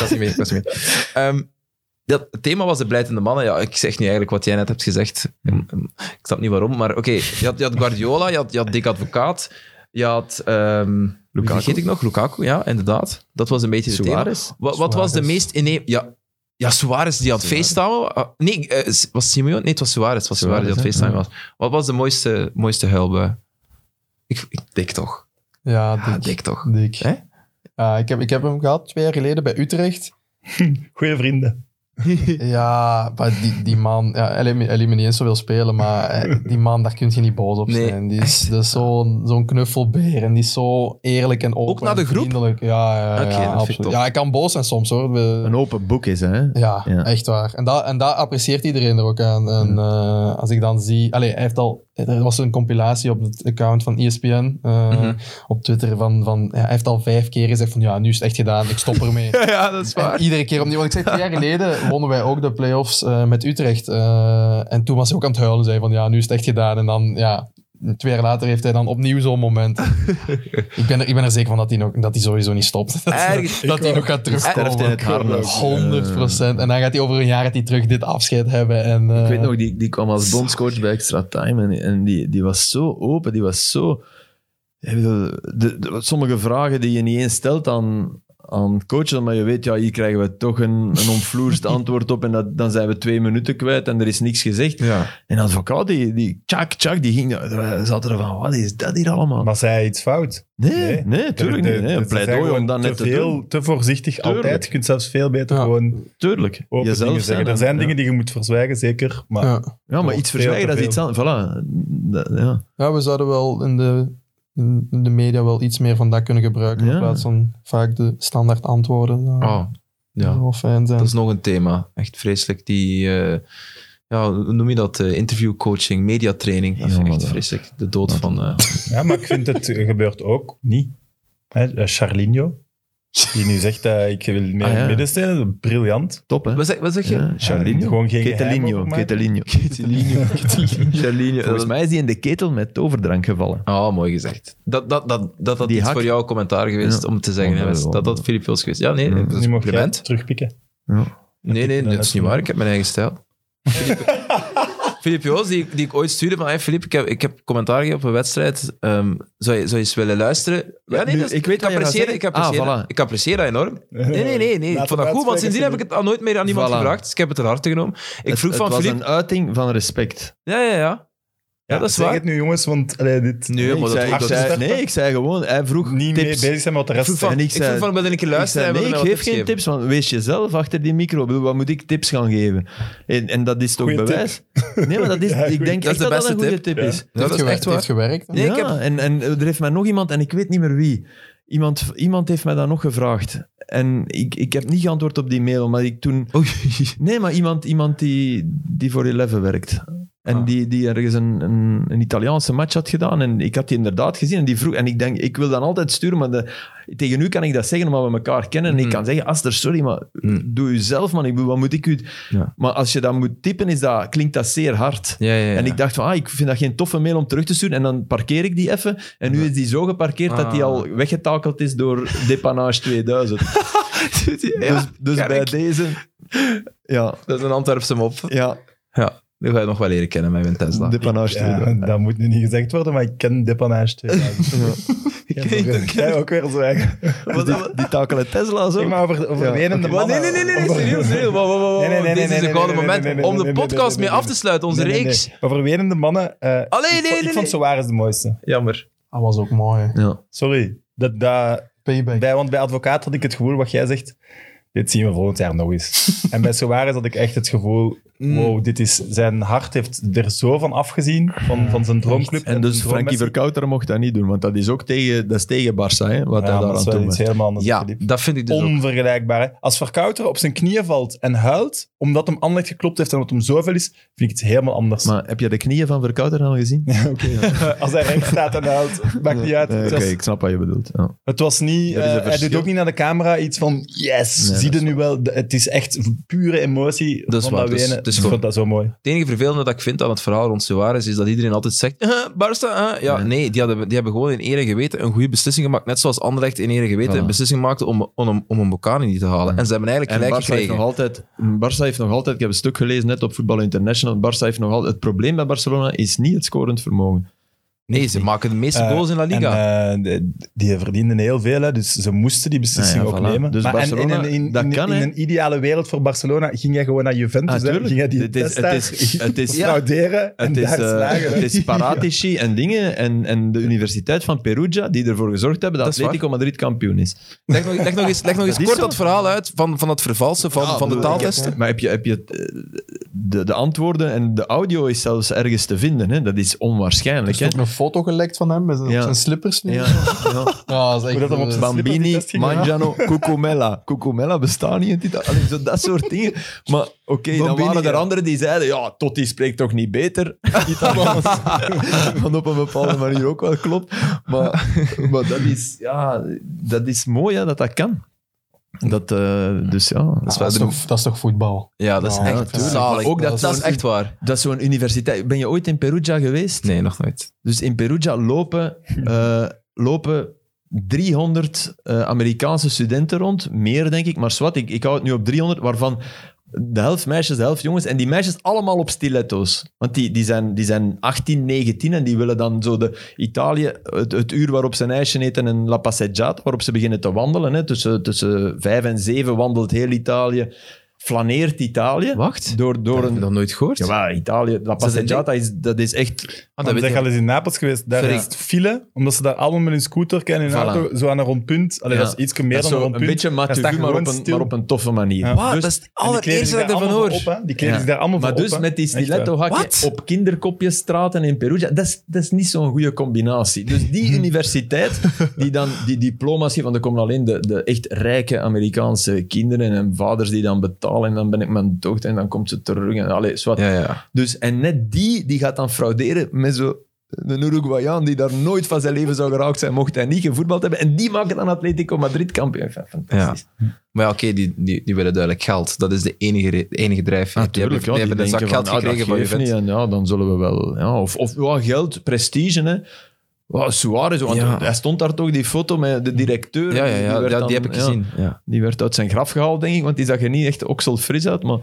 Dat het thema was de blijtende mannen. Ja, ik zeg nu eigenlijk wat jij net hebt gezegd. Ik snap niet waarom, maar oké. Je had Guardiola, je had Dick Advocaat, je had... Wie vergeet ik nog? Lukaku, ja, inderdaad. Dat was een beetje het thema. Suarez. Wat was de Suarez. meest... Ja, Ja, Suarez die aan het facetimen. Nee, was Simeone? Nee, het was Suarez. Het was Suarez die aan het facetimen was. Wat was de mooiste huilbui? Ik dik toch. Ja, Dik toch. Dik. Hè? Ja, ik heb hem gehad 2 jaar geleden bij Utrecht. Goeie vrienden. Ja, maar die man... Ja, hij liet me niet eens zoveel spelen, maar die man, daar kun je niet boos op zijn. Nee. Die is zo'n knuffelbeer en die is zo eerlijk en open. Ook naar de en groep? vriendelijk. Ja, Oké, dat vind ik absoluut. tof. Ja, ik kan boos zijn soms, hoor. Een open boek is, hè? Ja, Ja. echt waar. En dat apprecieert iedereen er ook aan. En als ik dan zie... Allee, hij heeft al... Er was een compilatie op het account van ESPN op Twitter van hij heeft al 5 keer gezegd van ja, nu is het echt gedaan, ik stop ermee. Ja, dat is En iedere keer opnieuw. Want ik zei 2 jaar geleden wonnen wij ook de play-offs met Utrecht. En toen was hij ook aan het huilen en zei van ja, nu is het echt gedaan. En dan, ja, 2 jaar later heeft hij dan opnieuw zo'n moment. ik ben er zeker van dat hij sowieso niet stopt. dat hij nog gaat Sterft in het terugkomen. harnas. 100%. En dan gaat hij over een jaar dat hij terug dit afscheid hebben. En, Ik weet nog, die kwam als bondscoach bij Extra Time en die was zo open, die was zo... Ik bedoel, sommige vragen die je niet eens stelt aan coaches, maar je weet, ja, hier krijgen we toch een omvloerst antwoord op en dan zijn we 2 minuten kwijt en er is niks gezegd. Ja. En de advocaat, die tjak, die ging... Zat er van, wat is dat hier allemaal? Maar zei hij iets fout? Nee, tuurlijk niet. Nee, een pleidooi om dat net te doen. Te voorzichtig, Tuurlijk. altijd. Je kunt zelfs veel beter gewoon Tuurlijk. open Jezelf dingen zeggen. zijn. Er zijn Ja. dingen die je moet verzwijgen, zeker. Maar Ja, maar iets verzwijgen, dat is iets anders. Voilà. Ja. Ja, we zouden wel in de media wel iets meer van dat kunnen gebruiken. Ja. In plaats van vaak de standaard antwoorden. Oh, Dat ja. zou wel fijn zijn. Dat is nog een thema. Echt vreselijk. Die, hoe noem je dat? Interviewcoaching, mediatraining. Dat Ja, vind ik maar echt dat- vreselijk. De dood van... ja, maar ik vind het gebeurt ook niet. Charlinho, die nu zegt dat ik wil meer Ah, ja. midden stellen, briljant. Top, hè? Wat zeg je? Ja, Charlinho. gewoon geen geheim Ketelinho. over maken. Ketelinho. Charlinho. Volgens mij is die in de ketel met toverdrank gevallen. Oh, mooi gezegd. Dat Die iets hak. voor jou commentaar geweest Ja. om te zeggen. Oh, hè, dat Filip Joos geweest. Ja, nee, Ja. dat is Nu een mag jij compliment. terugpikken. Ja. Nee, dat dat is niet waar. Ik heb mijn eigen stijl. Filip Joos, die ik ooit stuurde van hey, Filip, ik heb commentaar gegeven op een wedstrijd. Zou je eens willen luisteren? Ja, nee, Nu, dat is- ik weet wat je gaat zeggen. Ik apprecieer dat enorm. Nee. Ik vond dat goed, want sindsdien heb ik het al nooit meer aan iemand Voilà. gevraagd. Dus ik heb het ter harte genomen. Ik vroeg van het was Filip... een uiting van respect. Ja. Ja, dat is zeg waar. het nu, jongens, want dit... Nee, maar Ik zei gewoon, hij vroeg niet mee tips. bezig zijn met wat de Ik rest vroeg van, En ik vroeg van, ik wil een keer Ik luisteren. zei, en nee, wil ik mij geef wat geen tips tips, want wees jezelf achter die micro. Ik bedoel, wat moet ik tips gaan geven? En dat is toch Goeie bewijs? Nee, maar dat is, Ja, ik goeie denk tip. echt Dat is de dat dat een beste goede tip. tip is. Ja, dat is echt Het heeft waar. gewerkt. Nee, ik heb- En er heeft mij nog iemand, en ik weet niet meer wie, iemand heeft mij dat nog gevraagd. En ik heb niet geantwoord op die mail, maar ik toen... Oei. Nee, maar iemand die voor Eleven werkt. En die ergens een Italiaanse match had gedaan. En ik had die inderdaad gezien. En die vroeg... En ik denk, ik wil dan altijd sturen, maar tegen u kan ik dat zeggen, omdat we elkaar kennen. En ik kan zeggen, Aster, sorry, maar doe u zelf, man. Ik bedoel, wat moet ik u... Ja. Maar als je dat moet typen, klinkt dat zeer hard. Ja. En ik dacht van, ik vind dat geen toffe mail om terug te sturen. En dan parkeer ik die even. En nu is die zo geparkeerd dat die al weggetakeld is door Dépannage 2000. Dus bij kijk. deze... Ja, Dat is een Antwerpse mop. ja. Nu ga je nog wel leren kennen met mijn Tesla. Dépannage Ja, 2000. dat moet nu niet gezegd worden, maar ik ken Dépannage 2000. Jij ook weer zwijgen. Dus die takelen Tesla zo. Zeg maar over Ja, wenende oké. mannen. Nee, serieus. Wow. Nee. Dit is een gouden moment om de nee, podcast nee, mee af te sluiten, onze Nee. reeks. Over wenende mannen. Ik vond Suarez de mooiste. Jammer. Dat was ook mooi. Ja. Sorry. Payback. Want bij advocaat had ik het gevoel, wat jij zegt, dit zien we volgend jaar nog eens. En bij Suarez had ik echt het gevoel, wow, zijn hart heeft er zo van afgezien, van zijn droomclub. En dus zijn Frankie droommessie. Verkouter mocht dat niet doen, want dat is ook tegen Barça, hè, wat hij Ja, daar dat is aan wel toe iets was. helemaal anders. Ja, Philippe. dat vind ik dus ook. Onvergelijkbaar. Hè? Als Verkouter op zijn knieën valt en huilt, omdat hem Anderlecht geklopt heeft en omdat hem zoveel is, vind ik het helemaal anders. Maar heb je de knieën van Verkouter al gezien? Als hij recht staat en huilt, maakt niet uit. Nee, Het Oké, was- ik snap wat je bedoelt. Ja. Het was niet... Er is een hij verschil. doet ook niet naar de camera iets van yes, Nee, zie dat je is nu wel. Het is echt pure emotie Dat is van waar, dat dus- wenen. dus Ik vond dat zo mooi. Het enige vervelende dat ik vind aan het verhaal rond Suarez is dat iedereen altijd zegt Barça, Ja, nee, die hebben gewoon in eer en geweten een goede beslissing gemaakt. Net zoals Anderlecht in eer en geweten Voilà. een beslissing maakte om een Bocani niet te halen. En ze hebben eigenlijk En gelijk Barça heeft nog altijd, ik heb een stuk gelezen net op Voetbal International, Barça heeft nog altijd, het probleem bij Barcelona is niet het scorend vermogen. Nee, ze maken de meeste goals in La Liga. En, die verdienden heel veel, hè, dus ze moesten die beslissing ook nemen. Dus maar Barcelona, in dat kan, hè? een ideale wereld voor Barcelona ging jij gewoon naar Juventus. Hè? Ging jij die Het is frauderen en daar slagen. Het is Paratici en dingen en de Universiteit van Perugia die ervoor gezorgd hebben dat Dat is Atletico Madrid kampioen is. Leg nog eens Dat is kort zo. dat verhaal uit van het vervalsen van de taaltesten. Maar heb je de antwoorden en de audio is zelfs ergens te vinden. Hè? Dat is Er onwaarschijnlijk. is Hè? ook een foto gelekt van hem met zijn slippers. Nu. Ja, ja. Ja, dat is echt... Hoe dat hem op zijn Bambini, slippertest ging, Mangiano, Cucumella. Cucumella bestaat niet in het Italiaans. Allee, zo dat soort dingen. Maar oké, dan Bambini, waren er ja. anderen die zeiden ja, Totti spreekt toch niet beter Italiaans. Wat op een bepaalde manier ook wel klopt. Maar dat is mooi hè, dat kan. Dus ja... Dat is toch voetbal? Ja, dat is Ja, echt natuurlijk. zalig. Maar ook Dat is echt waar. Dat is zo'n universiteit. Ben je ooit in Perugia geweest? Nee, nog nooit. Dus in Perugia lopen 300 Amerikaanse studenten rond. Meer, denk ik. Maar zwart, ik hou het nu op 300, waarvan de helft meisjes, de helft jongens. En die meisjes allemaal op stiletto's. Want die zijn 18, 19 en die willen dan zo Italië, het uur waarop ze een ijsje eten en La Passeggiata, waarop ze beginnen te wandelen. Hè. Tussen 5 en 7 wandelt heel Italië. Flaneert Italië. Wacht, Door heb je een... dat nooit gehoord? Ja, Italië, La Passeggiata, dat is echt... Ah, Dat dat ben weet al ik. eens in Napels geweest. Daar Sorry. is het file, omdat ze daar allemaal met hun scooter en hun Voilà. auto zo aan een rondpunt. Allee, Ja. dat is iets meer Dat is dan een zo een rondpunt. beetje Daar Mathieu, staat maar, gewoon stil. maar op een toffe manier. Ja. Wauw, Dus- dat is het En die kleden allereerste zich dat ik daar ervan allemaal hoor. voor op, hè. Die kleden Ja. zich daar allemaal Maar voor dus op, hè. met die Echt waar. stiletto-hakken Wat? op kinderkopjesstraten in Perugia, dat is niet zo'n goede combinatie. Dus die universiteit die dan die diploma's geeft, want er komen alleen de echt rijke Amerikaanse kinderen en vaders die dan betalen en dan ben ik mijn dochter en dan komt ze terug. En, allee, zwart. Ja. Dus, en net die gaat dan frauderen met zo een Uruguayaan die daar nooit van zijn leven zou geraakt zijn, mocht hij niet gevoetbald hebben. En die maken dan Atletico Madrid kampioen. Fantastisch. Maar ja, oké, die willen duidelijk geld. Dat is de enige drijfveer. Die hebben een zak geld gekregen van Juventus. En ja, dan zullen we wel... Ja, of ja, geld, prestige, hè. Wow, Suarez, want Ja. hij stond daar toch, die foto met de directeur. Ja, werd die dan- heb ik gezien. Ja. Die werd uit zijn graf gehaald, denk ik, want die zag er niet echt okselfris uit. Maar...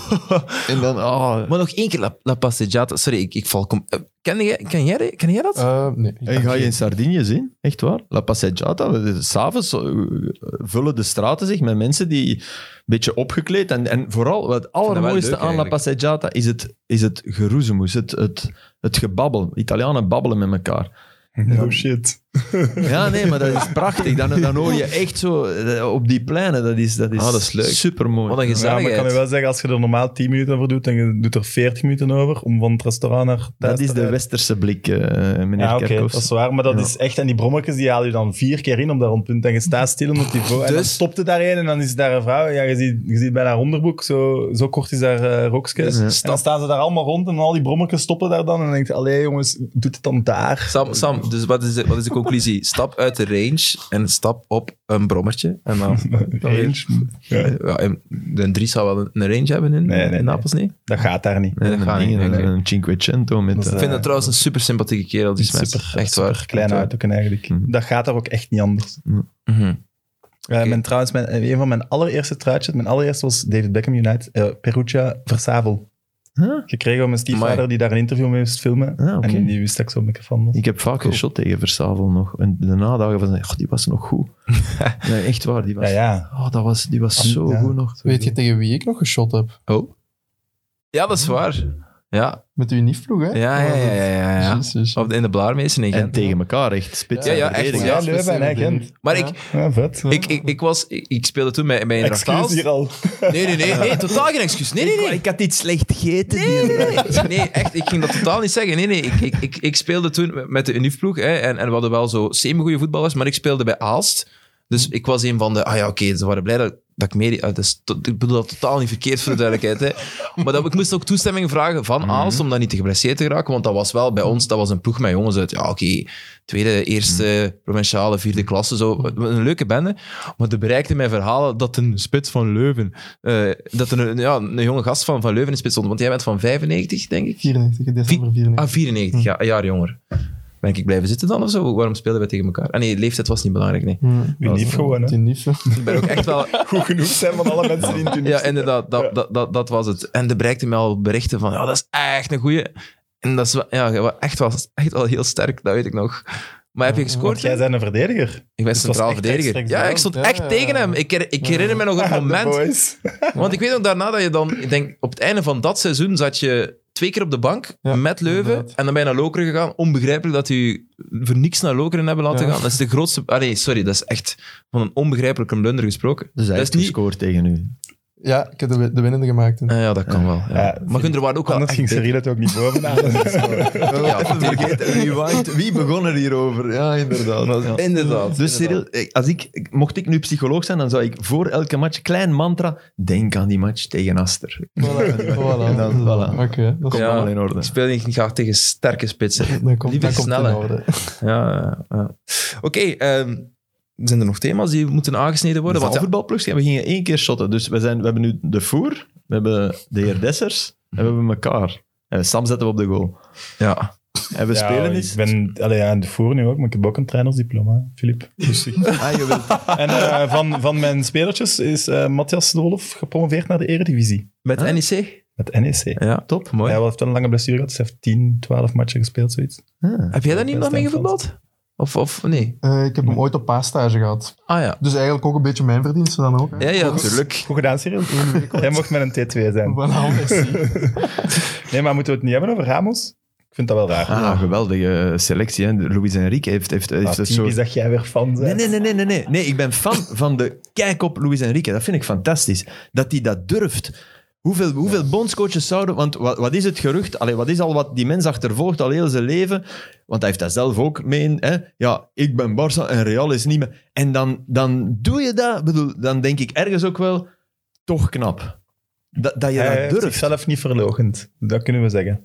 en dan... Maar nog één keer La Passeggiata. Sorry, ik val... Ken jij dat? Nee. En ga je in Sardinië zien? Echt waar? La Passeggiata. S'avonds vullen de straten zich met mensen die een beetje opgekleed. En vooral, wat allermooiste leuk aan La eigenlijk. Passeggiata is het geroezemoes, het gebabbel. Italianen babbelen met elkaar. No shit. Ja, nee, maar dat is prachtig. Dan hoor je echt zo op die pleinen. Dat is dat is leuk. supermooi. Wat een Ja, maar ik kan je gezelligheid. wel zeggen, als je er normaal 10 minuten over doet, en je doet er 40 minuten over om van het restaurant naar thuis Dat is te de rijden. westerse blik, meneer Ja, oké, Kerkhoffs. dat is waar, maar dat Ja. is echt... En die brommetjes, die halen je dan 4 keer in op dat rondpunt en je staat stil op die en dan Dus- stopt het daarheen en dan is daar een vrouw, ja, je ziet bij haar onderbroek, zo kort is haar rokjes. Ja. En dan staan ze daar allemaal rond en al die brommetjes stoppen daar dan en dan denk je, allee jongens, doet het dan daar? Sam, dus wat is de conclusie? Stap uit de range en stap op een brommertje. En dan, Range. Ja, ja, en de Dries zou wel een range hebben in Nee. Napels, nee? dat gaat daar niet. Nee, dat gaat niet. Oké. Een Cinquecento met... Dat is, Ik vind dat trouwens een super sympathieke kerel, die Smets. Echt waar. Super kleine auto eigenlijk. Mhm. Dat gaat daar ook echt niet anders. Mhm. Trouwens, een van mijn allereerste truitjes, mijn allereerste was David Beckham United, Perugia Versavel. Huh? Gekregen van mijn stiefvader Amai. die daar een interview mee moest filmen. Ah, oké. En die wist dat ik zo'n beetje van was. Ik heb vaak geschot tegen Versavel nog. En de nadagen van... die was nog goed. Nee, echt waar. Die was, Ja. die was zo Ja. goed nog. Weet je tegen wie ik nog geschot heb? Oh. Ja, dat is waar. Ja, Met uw niefploeg, hè? ja. Jezus. Of in de Blaarmeester in En Gent. tegen elkaar, echt. Spits Ja, en ja, echt. verdediger. Ja, Leuven en Gent. Maar Ja, vet. ik speelde toen bij Eendracht Excuus Aalst. hier al. Nee, totaal geen excuus. Nee. Ik had iets slecht gegeten. Nee, echt, ik ging dat totaal niet zeggen. Nee, ik speelde toen met de UNIF-ploeg hè, en we hadden wel zo semi-goeie voetballers, maar ik speelde bij Aalst. Dus ik was een van de... oké, ze waren blij dat ik mee... ik bedoel dat totaal niet verkeerd, voor de duidelijkheid. Hè. Maar ik moest ook toestemming vragen van Aalst om dat niet te geblesseerd te geraken, want dat was wel bij ons, dat was een ploeg met jongens uit, tweede, eerste, provinciale, vierde klasse, zo. Een leuke bende. Maar er bereikte mij verhalen dat een spits van Leuven, dat er een jonge gast van Leuven in de spits stond, want jij bent van 95, denk ik? 94, december 94. 94, ja, een jaar jonger. Ben ik blijven zitten dan of zo? Waarom speelden we tegen elkaar? Nee, leeftijd was niet belangrijk, nee. Unief gewoon, hè. Die nieven. Ik ben ook echt wel... Goed genoeg zijn van alle mensen die in het Unief Ja, inderdaad, dat was het. En er bereikte mij al berichten van, dat is echt een goeie. En dat is echt wel heel sterk, dat weet ik nog. Maar heb je gescoord? Want jij bent een verdediger. Ik ben Dus het was centraal echt verdediger. rechtstreeks Ja, ik stond echt tegen hem. Ik herinner me nog een moment. Boys. Want ik weet ook daarna dat je dan... Ik denk, op het einde van dat seizoen zat je 2 keer op de bank met Leuven. inderdaad. En dan ben je naar Lokeren gegaan. Onbegrijpelijk dat u voor niks naar Lokeren hebben laten gaan. Dat is de grootste... dat is echt van een onbegrijpelijke blunder gesproken. Dus hij dat heeft is niet... gescoord tegen u. Ja, ik heb de winnende gemaakt. Ja, dat kan wel. Ja. Maar Gunder waren ook wel Anders echt ging Cyril het ook niet bovenaan. Ja, Even vergeten, rewind. Wie begon er hierover? Ja, inderdaad. Ja. Inderdaad. Dus Cyril, mocht ik nu psycholoog zijn, dan zou ik voor elke match, klein mantra, denk aan die match tegen Aster. Voilà. En dan, voilà. Oké, dat is Ja. Allemaal in orde. Ik speel niet graag tegen sterke spitsen. dan komt Liever het in snelle. orde. Ja. Oké, zijn er nog thema's die moeten aangesneden worden? Want Voetbalplugs, we gingen 1 keer shotten. Dus we hebben nu de Voer, we hebben de heer Dessers en we hebben elkaar. En Sam zetten we op de goal. ja. En we spelen Ik eens... ben in de voer nu ook, maar ik heb ook een trainersdiploma, Filip. Rustig. je wilt... En van mijn spelertjes is Matthias de Wolf gepromoveerd naar de Eredivisie. Met NEC? Met NEC. Ja, top. Mooi. Hij heeft wel een lange blessure gehad, dus hij heeft 10, 12 matchen gespeeld, zoiets. Heb jij daar niet nog mee Best gevoetbald? Of nee? Ik heb hem ooit op paasstage gehad. Ah ja. Dus eigenlijk ook een beetje mijn verdienste dan ook. Hè. Ja, natuurlijk. Goed gedaan, Cyril. Hij mocht met een T2 zijn. Voilà, merci. Nee, maar moeten we het niet hebben over Ramos? Ik vind dat wel raar. Geweldige selectie. Hè. Luis Enrique heeft een Typisch soort... dat jij weer fan bent. Nee, ik ben fan van de kijk op Luis Enrique. Dat vind ik fantastisch. Dat hij dat durft. Hoeveel bondscoaches zouden... Want wat is het gerucht? Wat is al wat die mens achtervolgt al heel zijn leven? Want hij heeft dat zelf ook mee. Hè? Ja, ik ben Barça en Real is niet meer... En dan doe je dat. Dan denk ik ergens ook wel... Toch knap. Dat je Hij dat heeft durft. zichzelf niet verloochend. Dat kunnen we zeggen.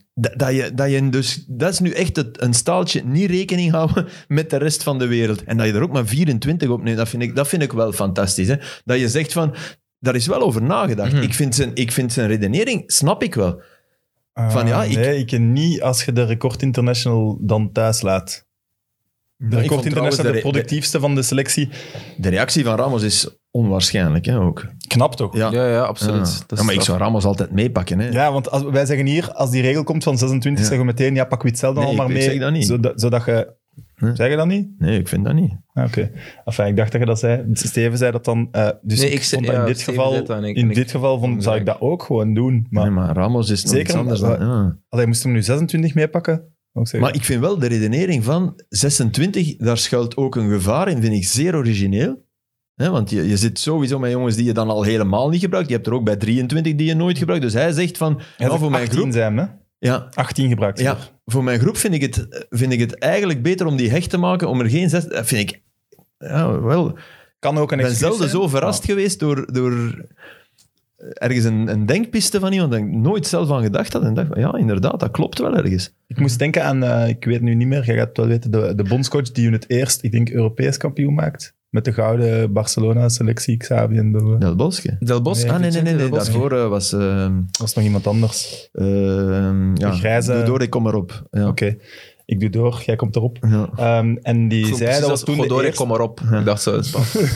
Dat is nu echt een staaltje, niet rekening houden met de rest van de wereld. En dat je er ook maar 24 op neemt, dat vind ik wel fantastisch. Hè? Dat je zegt van, daar is wel over nagedacht. Ik vind zijn redenering, snap ik wel. Nee, ik niet als je de Record International dan thuis laat. De Record vond trouwens International, de productiefste van de selectie. De reactie van Ramos is onwaarschijnlijk, hè, ook. Knap toch? Ja, absoluut. Ja. Dat is Maar ik zou Ramos altijd meepakken. Hè. Ja, want wij zeggen hier, als die regel komt van 26, zeggen we meteen, ja, pak we hetzelfde Nee, al maar ik mee. zeg dat niet. Zodat je... Nee. Zeg je dat niet? Nee, ik vind dat niet. Oké. Enfin, ik dacht dat je dat zei. Steven zei dat dan... dus Nee, ik vond dat in dit Steven geval... zei dat en ik- In ik- dit geval zou ik dat ook gewoon doen. Maar, Maar Ramos is nog Zeker iets anders omdat- dan... Ja. Allee, moest hem nu 26 meepakken? Ook zeggen. Maar ik vind wel de redenering van 26, daar schuilt ook een gevaar in, vind ik zeer origineel. Hè, want je zit sowieso met jongens die je dan al helemaal niet gebruikt. Je hebt er ook bij 23 die je nooit gebruikt. Dus hij zegt van, Hij zegt voor mijn 18 groep... zijn, hè? Ja, 18 gebruikt. ja, voor mijn groep vind ik het eigenlijk beter om die hecht te maken, om er geen 6... Dat vind ik... Ja, wel... Kan ook een Ik ben excuus zelden zijn. zo verrast geweest door ergens een denkpiste van iemand dat ik nooit zelf aan gedacht had. En dacht van, ja, inderdaad, dat klopt wel ergens. Ik moest denken aan, ik weet nu niet meer, jij gaat het wel weten, de bondscoach die hun het eerst, ik denk, Europees kampioen maakt. Met de gouden Barcelona-selectie, Xavi en Del... Del Bosque. Del Bosque. Ah, nee. Del Bosque. Daarvoor was... was nog iemand anders. ja, grijze- doe door, ik kom erop. Ja. Oké. Ik doe door, jij komt erop. Ja. En die zei, dat was toen de Godore, eerste... kom maar op. Ik dacht zo. Dat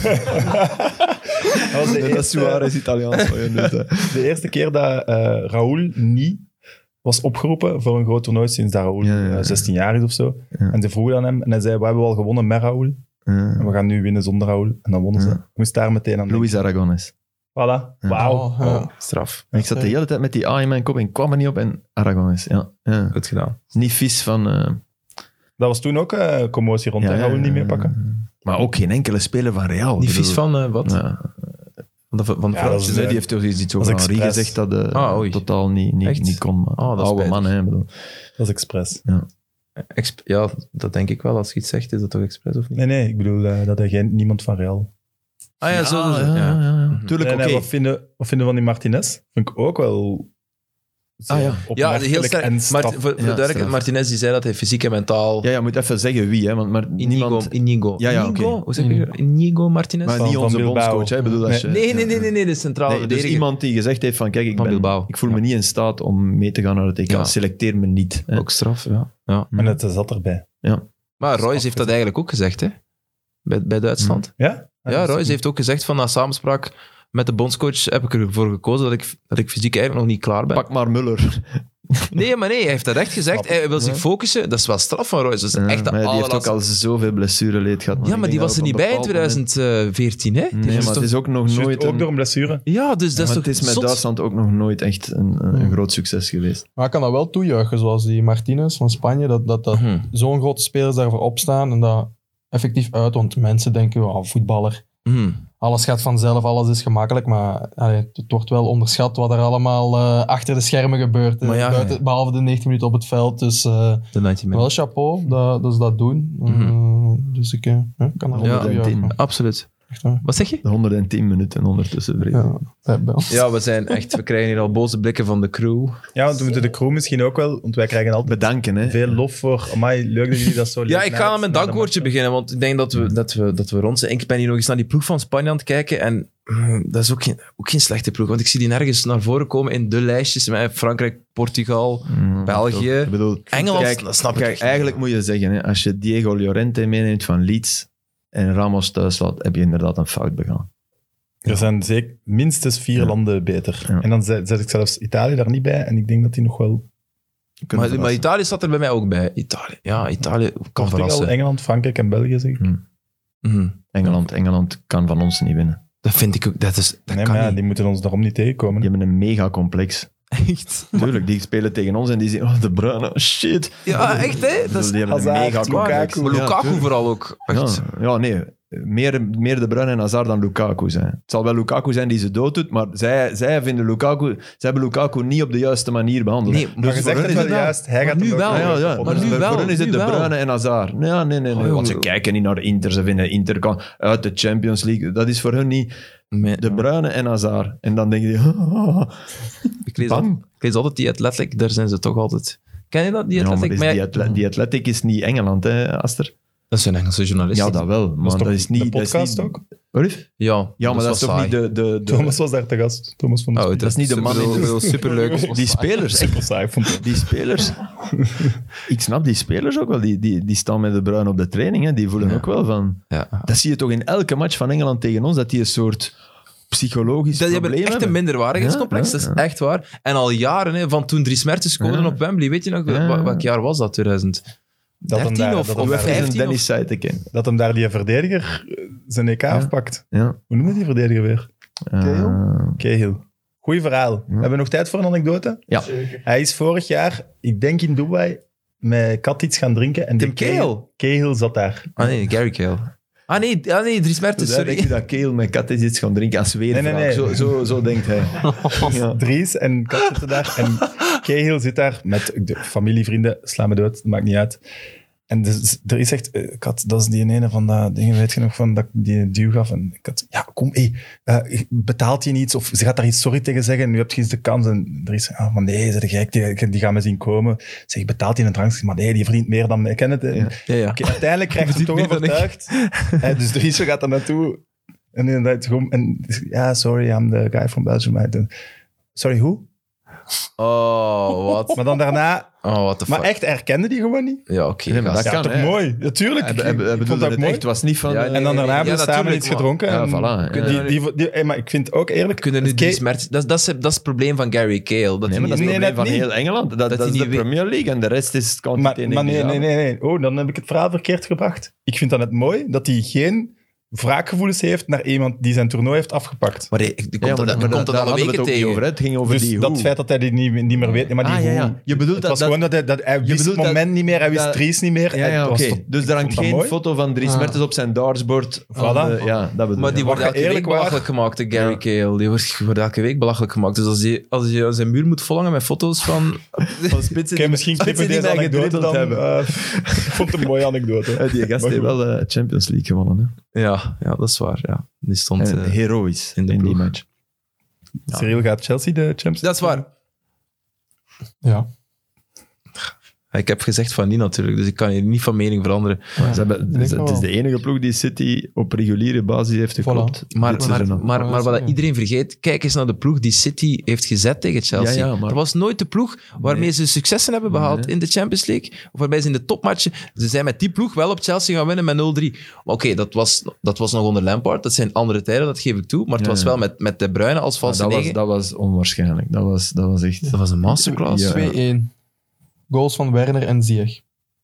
was de Dat is eerste- Suarez Italiaans. van je net, hè. de eerste keer dat Raúl niet was opgeroepen voor een groot toernooi, sinds dat Raúl Ja. 16 jaar is of zo. Ja. En ze vroegen aan hem, en hij zei, we hebben al gewonnen met Raúl, en we gaan nu winnen zonder Raúl. En dan wonnen ze. Ja. Ik moest daar meteen aan denken. Luis Aragonés. Voilà. Wauw. Oh, ja. Straf. En ik zat de hele tijd met die A in mijn kop en ik kwam er niet op. En Aragonés, ja. Goed gedaan. Niet vies van... Dat was toen ook commotie rond, Raúl niet meer pakken. Maar ook geen enkele speler van Real. Niet Ik vies bedoel, van wat? Ja. Van de Ja, dat is- Die heeft toch iets dat over is Henri expres. gezegd dat oei. totaal niet Echt? kon. Maar Oh, dat is oude spijtig. man, hè. Bedoel. Dat is expres. Ja, dat denk ik wel. Als je iets zegt, is dat toch expres of niet? Nee, ik bedoel dat er niemand van Real... Ah ja, zo. ja. Tuurlijk, Nee, oké. wat vinden we van die Martinez? Vind ik ook wel... Ah, ja. Ja, opmerkelijk heel sterk. en straf. Voor duidelijkheid, straf. Martinez die zei dat hij fysiek en mentaal... Ja, je moet even zeggen wie, hè. Maar niemand... Inigo. Ja, Inigo? oké. Hoe zeg je dat? Inigo Martinez? Maar Van- niet van onze Bilbao. bondscoach, hè. Ik bedoel, als je, Nee, de centrale Nee, dus verdediger. iemand die gezegd heeft van, kijk, Van Bilbao. ik voel me niet in staat om mee te gaan naar het EK. Ja. Selecteer me niet. Hè. Ook straf, ja. En het zat erbij. Maar Royce heeft dat eigenlijk ook gezegd, hè? Bij Duitsland. Ja? Ja, Royce heeft ook gezegd van na samenspraak met de bondscoach heb ik ervoor gekozen dat ik fysiek eigenlijk nog niet klaar ben. Pak maar Muller. Nee, hij heeft dat echt gezegd. Hij wil zich focussen. Dat is wel straf van Royce. Dat is echt de maar die heeft ook allerlaatste... al zoveel blessureleed gehad. Ja, maar die was er niet bij in 2014, hè? Nee, maar het is ook nog Juist nooit... ook door een blessure. Ja, dus dat is maar toch het is met zot? Duitsland ook nog nooit echt een groot succes geweest. Maar ik kan dat wel toejuichen, zoals die Martinez van Spanje, dat zo'n grote spelers daarvoor opstaan en dat effectief uit, want mensen denken, voetballer, alles gaat vanzelf, alles is gemakkelijk, maar het wordt wel onderschat wat er allemaal achter de schermen gebeurt, Maar ja, behalve de 90 minuten op het veld. Dus De 90 wel chapeau dat ze dat doen. Dus ik kan dat wel 110. toejuichen. Absoluut. Echt, hè. Wat zeg je? De 110 minuten ondertussen, vriend. Bij ons. Ja, we krijgen hier al boze blikken van de crew. Ja, want we moeten de crew misschien ook wel, want wij krijgen altijd Bedanken, hè. veel lof voor. Amai, leuk dat jullie dat zo leuk Ja, ik ga na- met een na de dankwoordje match. beginnen, want ik denk dat we rond zijn. Ik ben hier nog eens naar die ploeg van Spanje aan het kijken en dat is ook geen slechte ploeg, want ik zie die nergens naar voren komen in de lijstjes met Frankrijk, Portugal, België, Ik bedoel, Engeland. kijk, Dat snap ik kijk, echt eigenlijk moet je zeggen, hè, als je Diego Llorente meeneemt van Leeds en Ramos thuis laat, heb je inderdaad een fout begaan. Er zijn zeker minstens 4 landen beter. Ja. En dan zet ik zelfs Italië daar niet bij. En ik denk dat die nog wel... Maar Italië staat er bij mij ook bij. Italië kan Portugal, verrassen. Engeland, Frankrijk en België, zeg ik. Mhm. Engeland kan van ons niet winnen. Dat vind ik ook. Dat Nee, kan maar ja, niet. die moeten ons daarom niet tegenkomen. Die hebben een megacomplex. Echt? Tuurlijk, die spelen tegen ons en die zeggen, oh, De Bruyne, oh, shit. Ja, echt hè? Dat is Die hebben een Hazard, megacomplex. Lukaku. maar Ja, Lukaku tuurlijk. vooral ook. Echt. Ja, nee. Meer De Bruyne en Hazard dan Lukaku zijn. Het zal wel Lukaku zijn die ze dooddoet, maar zij hebben Lukaku niet op de juiste manier behandeld. Nee, Maar je voor zegt hun het is wel het- juist. Hij maar gaat nu hem ook wel. wel Ja, ja. Maar nu voor wel, hen is het nu De wel. Bruyne en Hazard. Ja, nee. Oh, want ze jongen. kijken niet naar de Inter. Ze vinden Inter kan uit de Champions League. Dat is voor hun niet De Bruyne en Hazard. En dan denk je, Ik lees, bam. ik lees altijd die Athletic, daar zijn ze toch altijd... Ken je dat, die Ja, maar Athletic? dus Maar ja, die Athletic is niet Engeland, hè, Aster? dat zijn Engelse journalisten. Ja, dat wel. Maar dat is niet... de dat is podcast niet- ook? Wat is? Ja, Ja, maar dat is wel toch niet saai. de Thomas was daar te gast. Thomas van de Oh, Spiegel. dat is niet de man in de- Superleuk. Die spelers, Super saai, vond ik. die spelers... Ik snap die spelers ook wel. Die staan met De Bruyne op de training. Hè. Die voelen ook wel van... Ja. Dat zie je toch in elke match van Engeland tegen ons, dat die een soort psychologisch Die hebben probleem echt een hebben. minderwaardigheidscomplex, Ja, dat is echt waar. En al jaren, hè, van toen Dries Mertens scoorde Ja. op Wembley, weet je nog, Ja. welk jaar was dat? 2013 Dat hem daar- of dat hem Of daar- even 15 een Dennis Seiteken. Dat hem daar die verdediger zijn EK afpakt. Ja. Hoe noemen die verdediger weer? Cahill. Goeie verhaal. Hebben we nog tijd voor een anekdote? Ja. Hij is vorig jaar, ik denk in Dubai, met Kat iets gaan drinken. En Tim die Cahill? Cahill zat daar. Ah nee, Gary Cahill. Ah nee, Dries Mertens, Dus hij denkt sorry. dat Keel met kat is iets gaan drinken als weer. Nee. Zo denkt hij. Ja. Dries en Kat zitten daar. En Cahill zit daar met de familievrienden. Sla me dood, dat maakt niet uit. En dus, Dries zegt, Kat, dat is die ene van dat ding, weet je nog, van dat ik die een duw gaf. En Kat, ja, kom, betaalt je niets? Of ze gaat daar iets sorry tegen zeggen en nu heb je eens de kans. En Dries zegt, maar nee, ze de gek, die gaan me zien komen. Zeg, betaalt hij een drankje? Maar nee, die verdient meer dan mij. Ik ken het. Hè. Ja. Oké, uiteindelijk krijgt hij hem toch meer dan ik. overtuigd. Dus Dries gaat daar naartoe. En inderdaad, gewoon, en ja, sorry, I'm the guy from Belgium. Sorry, hoe? Oh, wat? Maar dan daarna... Oh, what the Maar fuck. echt, herkende die gewoon niet? Ja, oké. Nee, maar gast. dat Ja, kan, toch hè. mooi? Natuurlijk. Hij Ik vond bedoelde dat ook het mooi. echt. Het was niet van... Ja, En dan daarna hebben we samen natuurlijk, iets maar- gedronken. Ja, en voilà. maar ik vind ook eerlijk... Kunnen nu het Dries Ke- Mertens... Dat is het probleem van Gary Cahill. Dat Nee, hij maar dat is niet- het Nee, probleem van net niet. heel Engeland. Dat hij is niet de weet. Premier League en de rest is het Maar nee. Oh, dan heb ik het verhaal verkeerd gebracht. Ik vind dat net mooi dat hij geen wraakgevoelens heeft naar iemand die zijn toernooi heeft afgepakt. Maar die komt er daar alle hadden we het weken ook niet tegen. over. Hè. Het ging over Dus die dat hoe. feit dat hij die niet meer weet. Nee, maar die Ah, ja, ja. hoe. Je bedoelt het dat- was dat- gewoon dat hij wist bedoelt het moment dat- niet meer, hij wist dat- Dries niet meer. Ja, Het was oké. toch- Dus er hangt vond dat geen mooi. foto van Dries Mertens op zijn dartsbord. Voilà. Ja, dat bedoel Maar ik. die wordt Mag je elke week eerlijk waar? belachelijk gemaakt, de Gary Ja. Cahill. Die wordt elke week belachelijk gemaakt. Dus als je aan zijn muur moet volgen met foto's van... Van spitsen Oké, misschien knippen we die deze mij anekdote gedribbeld dan. hebben. Ik vond het een mooie anekdote. Die gast Maar heeft goed. wel Champions League gewonnen. Hè. Ja, dat is waar. Ja. Die stond... En heroïs in de in die ploeg. match. Cyril, gaat Chelsea de Champions dat is waar. Ja. Ik heb gezegd van niet natuurlijk, dus ik kan hier niet van mening veranderen. Ze hebben, denk het wel. is de enige ploeg die City op reguliere basis heeft geklopt. Maar dit seizoen al. wat zeggen. iedereen vergeet, kijk eens naar de ploeg die City heeft gezet tegen Chelsea. Ja, maar- Dat was nooit de ploeg waarmee ze successen hebben behaald in de Champions League, of waarbij ze in de topmatchen... Ze zijn met die ploeg wel op Chelsea gaan winnen met 0-3. Maar oké, dat was nog onder Lampard, dat zijn andere tijden, dat geef ik toe, maar het was wel met De Bruyne als valse negen. Dat was onwaarschijnlijk. Dat was echt... Dat was een masterclass. Ja. 2-1. Goals van Werner en Ziyech.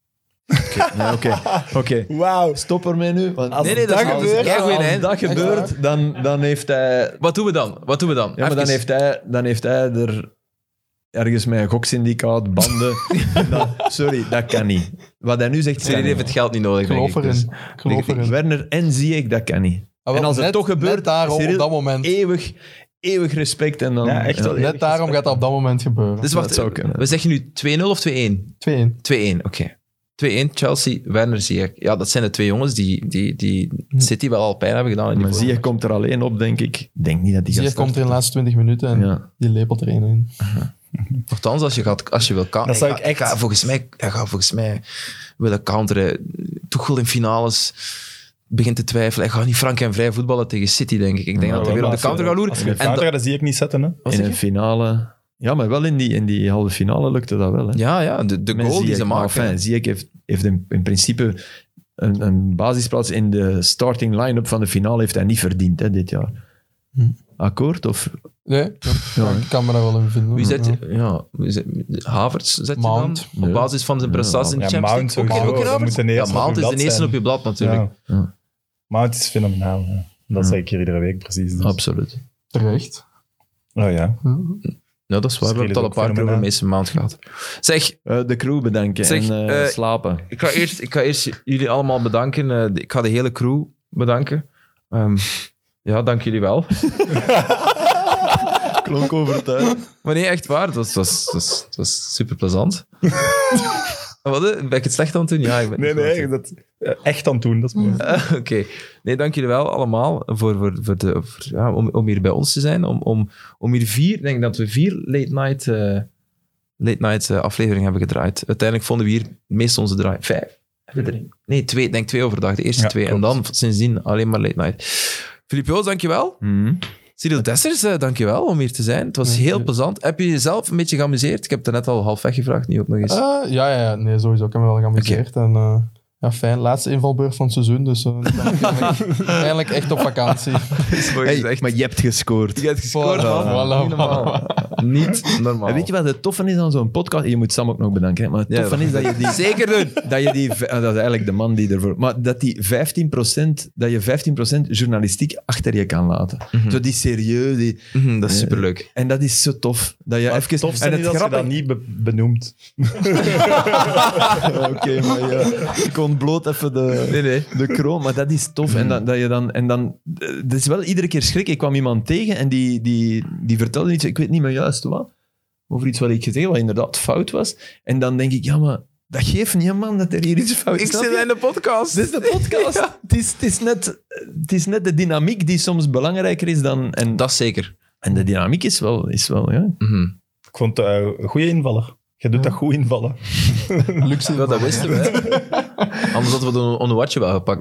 Nee, Oké. Wauw. Stop ermee nu. Want Nee, dat is een keigoeie als eind. dat gebeurt, dan heeft hij... Wat doen we dan? Ja, maar Even. dan heeft hij er ergens met een goksyndicaat, banden... sorry, dat kan niet. Wat hij nu zegt, Cyril heeft het geld niet nodig, denk Geloof ik. Dus. erin. Ik geloof erin. Werner en Ziyech, dat kan niet. Ah, wel, en als het net- toch gebeurt, net daarom, Cyril, op dat moment. eeuwig respect. En dan, Ja, echt wel. Net daarom gaat dat op dat moment gebeuren. Dus wacht, zou kunnen. we zeggen nu 2-0 of 2-1? 2-1. 2-1, oké. 2-1, Chelsea, Werner, Ziyech. Ja, dat zijn de twee jongens die City wel al pijn hebben gedaan. In die Maar Ziyech vorige komt er alleen op, denk ik. Ik denk niet dat die gaat Ziyech komt er in de starten. laatste 20 minuten en Ja. die lepelt er één in. Nochtans, als je wil counteren... Dat zou ik echt- Hij gaat volgens mij willen counteren. Tuchel in finales begint te twijfelen. Hij gaat niet frank en vrij voetballen tegen City, denk ik. Ik denk dat hij weer op de counter gaat loeren. Als je En counter gaat, dan zie ik niet zetten. Hè? Wat In zeg een je? finale... Ja, maar wel in die halve finale lukte dat wel. Hè. Ja, de Met goal die Ziyech. ze Maar maken. enfin, Ziyech heeft in principe een basisplaats in de starting line-up van de finale heeft hij niet verdiend hè, dit jaar. Akkoord? Of... Nee, Ja, ik kan me daar wel in vinden. Wie zet Ja. je? Ja, Havertz zet je Mount. dan? Op basis van zijn prestaties in de Ja, Champions Mount League. sowieso. Ook in Dat Havertz? moet de eerste Ja, op Mount je is de blad eerste zijn. op je blad natuurlijk. Ja. Ja. Mount is fenomenaal. Ja. Dat zeg ik hier iedere week precies. Dus. Absoluut. Terecht. Oh ja. Ja, dat is waar. We hebben het al een paar keer over Mason Mount gehad. Zeg, De crew bedanken Zeg, en slapen. ik ga eerst jullie allemaal bedanken. Ik ga de hele crew bedanken. Ja, dank jullie wel. Klonk overtuigd. Maar nee, echt waar. Dat was super plezant. Wat? Ben ik het slecht aan het doen? Ja, ik ben het Nee, dat echt aan het doen. Dat is mooi. Oké. Nee, dank jullie wel allemaal om hier bij ons te zijn. Om hier ik denk dat we 4 late night afleveringen hebben gedraaid. Uiteindelijk vonden we hier meestal onze draai. 5. Nee, 2. Ik denk 2 overdag. De eerste Ja, 2. En klopt. dan sindsdien alleen maar late night. Filip Joos, dankjewel. Cyril Dessers, dankjewel om hier te zijn. Het was heel plezant. Heb je jezelf een beetje geamuseerd? Ik heb het net al half weggevraagd, nu ook nog eens. Ja, nee, sowieso. Ik heb me wel geamuseerd. En, ja, fijn. Laatste invalbeurt van het seizoen, dus eigenlijk echt op vakantie. Hey, maar je hebt gescoord. Je hebt gescoord, man. Voilà, Niet normaal. Niet normaal. En weet je wat het toffe is aan zo'n podcast? Je moet Sam ook nog bedanken. Hè? Maar het toffe is dat je die... Zeker doen. Dat je die... Dat is eigenlijk de man die ervoor... Maar dat die 15%... Dat je 15% journalistiek achter je kan laten. Zo die serieus... Die, Dat is superleuk. en dat is zo tof. Dat je Maar even... het tofste en is als je dat niet benoemt. Oké, maar ja, ik ontbloot even Nee. de kroon, maar dat is tof. En dat je dan... En dan... Het is wel iedere keer schrik. Ik kwam iemand tegen en die vertelde iets, ik weet niet meer juist wat, over iets wat ik gezegd wat inderdaad fout was. En dan denk ik, ja, maar dat geeft niet, man, dat er hier iets fout is. Ik zit in de podcast. Dit is de podcast. Ja. Het is net de dynamiek die soms belangrijker is dan... En Dat is zeker. de dynamiek is wel ja. Ik vond het een goede invaller. Je doet dat goed invallen. Luxe. Ja, dat wisten we. Hè. Anders hadden we de Onuachu wel gepakt.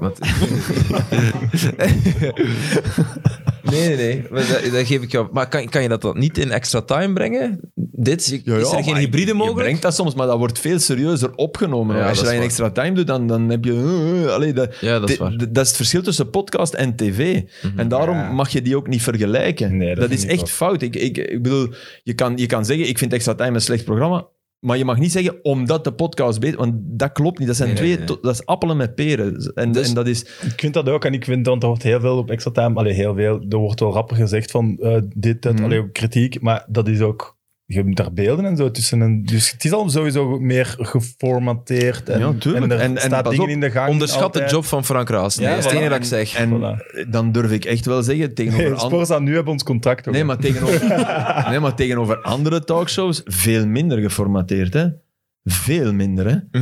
Nee. Dat geef ik jou. Maar kan je dat dan niet in extra time brengen? Is er geen hybride Je mogelijk? brengt dat soms, maar dat wordt veel serieuzer opgenomen. Ja, Als je dat dat is in waar. extra time doet, dan heb je... allee, Ja, dat is waar. dat is het verschil tussen podcast en tv. En daarom Ja. mag je die ook niet vergelijken. Nee, dat dat vind is ik echt ook. fout. Ik bedoel, je kan zeggen, ik vind extra time een slecht programma, maar je mag niet zeggen, omdat de podcast beter... Want dat klopt niet. Dat zijn Nee. dat is appelen met peren. En dat is... Ik vind dat ook. En ik vind dat er wordt heel veel op extra time... Allee, heel veel. Er wordt wel rapper gezegd van dit, dat, allee, ook kritiek. Maar dat is ook... Je hebt daar beelden en zo tussen. Dus het is al sowieso meer geformateerd. En, Ja, tuurlijk. en er En staat pas dingen op, in de gang. Onderschat de altijd. job van Frank Raas. Nee, Ja, dat is het voilà. enige dat ik zeg. En dan durf ik echt wel zeggen, tegenover Hey, anderen... Sporza, nu hebben we ons contract ook. Nee, maar tegenover andere talkshows veel minder geformateerd. Hè? Veel minder. Hè?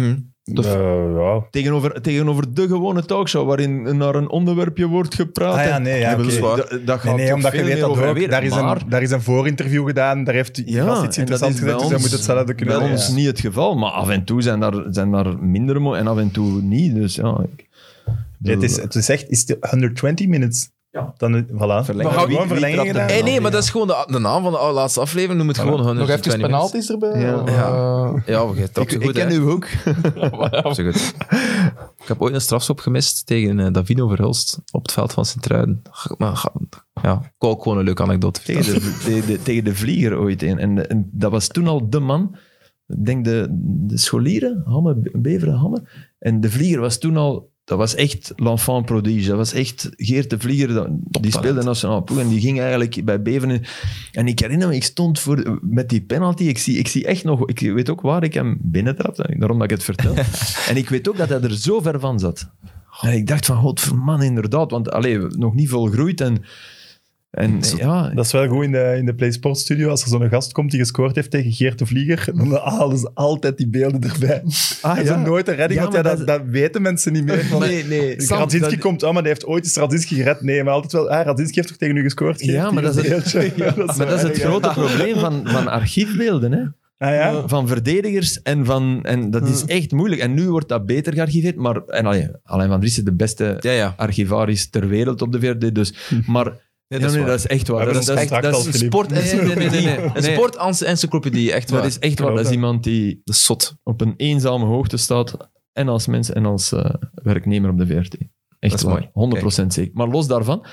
Ja. Tegenover de gewone talkshow, waarin naar een onderwerpje wordt gepraat. Ah ja, nee, ja, oké. Dat gaat Nee, toch omdat je veel weet meer dat over en ook. weer. Daar is een voorinterview gedaan, daar heeft vast iets en dat interessants is bij gezegd, dus hij moet hetzelfde kunnen bij doen. ons niet het geval, maar af en toe zijn daar minder mooi en af en toe niet. Dus ja, Het is echt, is het 120 minutes? Ja. Dan, voilà. Verlengen. We gaan Wie- gewoon wie verlengen trapt er gedaan. Nee, maar dat is gewoon de naam van de laatste aflevering. Noem het gewoon 120 Nog even minutes. penalties erbij? Ja. Of, Ja, je trapt ze ik goed, ken hè. u ook. Zo goed. Ik heb ooit een strafschop gemist tegen Davino Verhulst op het veld van Sint-Truiden. Ja, ik wou ook gewoon een leuke anekdote vertellen. Tegen de vlieger ooit. En dat was toen al de man. Ik denk de scholieren, Hamme, Beveren, Hamme. En de vlieger was toen al... Dat was echt l'enfant prodige. Dat was echt Geert de Vlieger. Die speelde nationaal ploeg en die ging eigenlijk bij Beveren. En ik herinner me, ik stond met die penalty. Ik zie echt nog... Ik weet ook waar ik hem binnentrapte. Daarom dat ik het vertel. En ik weet ook dat hij er zo ver van zat. En ik dacht van, godverman, inderdaad. Want nog niet volgroeid en ja... Dat is wel goed in de PlaySport studio. Als er zo'n gast komt die gescoord heeft tegen Geert de Vlieger, dan halen ze altijd die beelden erbij. Ah, en ze nooit een redding, Ja, want maar dat weten mensen niet meer. Van, Nee. Sam, Radzinski dat- komt, maar die heeft ooit eens Radzinski gered. Nee, maar altijd wel, Radzinski heeft toch tegen u gescoord? Geert? Ja, maar dat is Hier het, beeldje. maar dat is het grote probleem van archiefbeelden, hè. Ah ja? Van verdedigers en dat is echt moeilijk. En nu wordt dat beter gearchiveerd, maar Alain van Dries is de beste Ja. archivaris ter wereld op de VRT, dus... Maar... Ja, dat is waar. dat is echt waar. We hebben Dat is ons contract al, een Filip. sport... Een sportencyclopedie, echt waar. Dat is echt waar. Dat is iemand die Dat is zot. op een eenzame hoogte staat, en als mens en als werknemer op de VRT. Echt Dat is waar. mooi. 100% zeker. Maar los daarvan,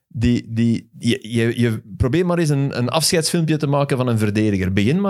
je probeer maar eens een afscheidsfilmpje te maken van een verdediger. Begin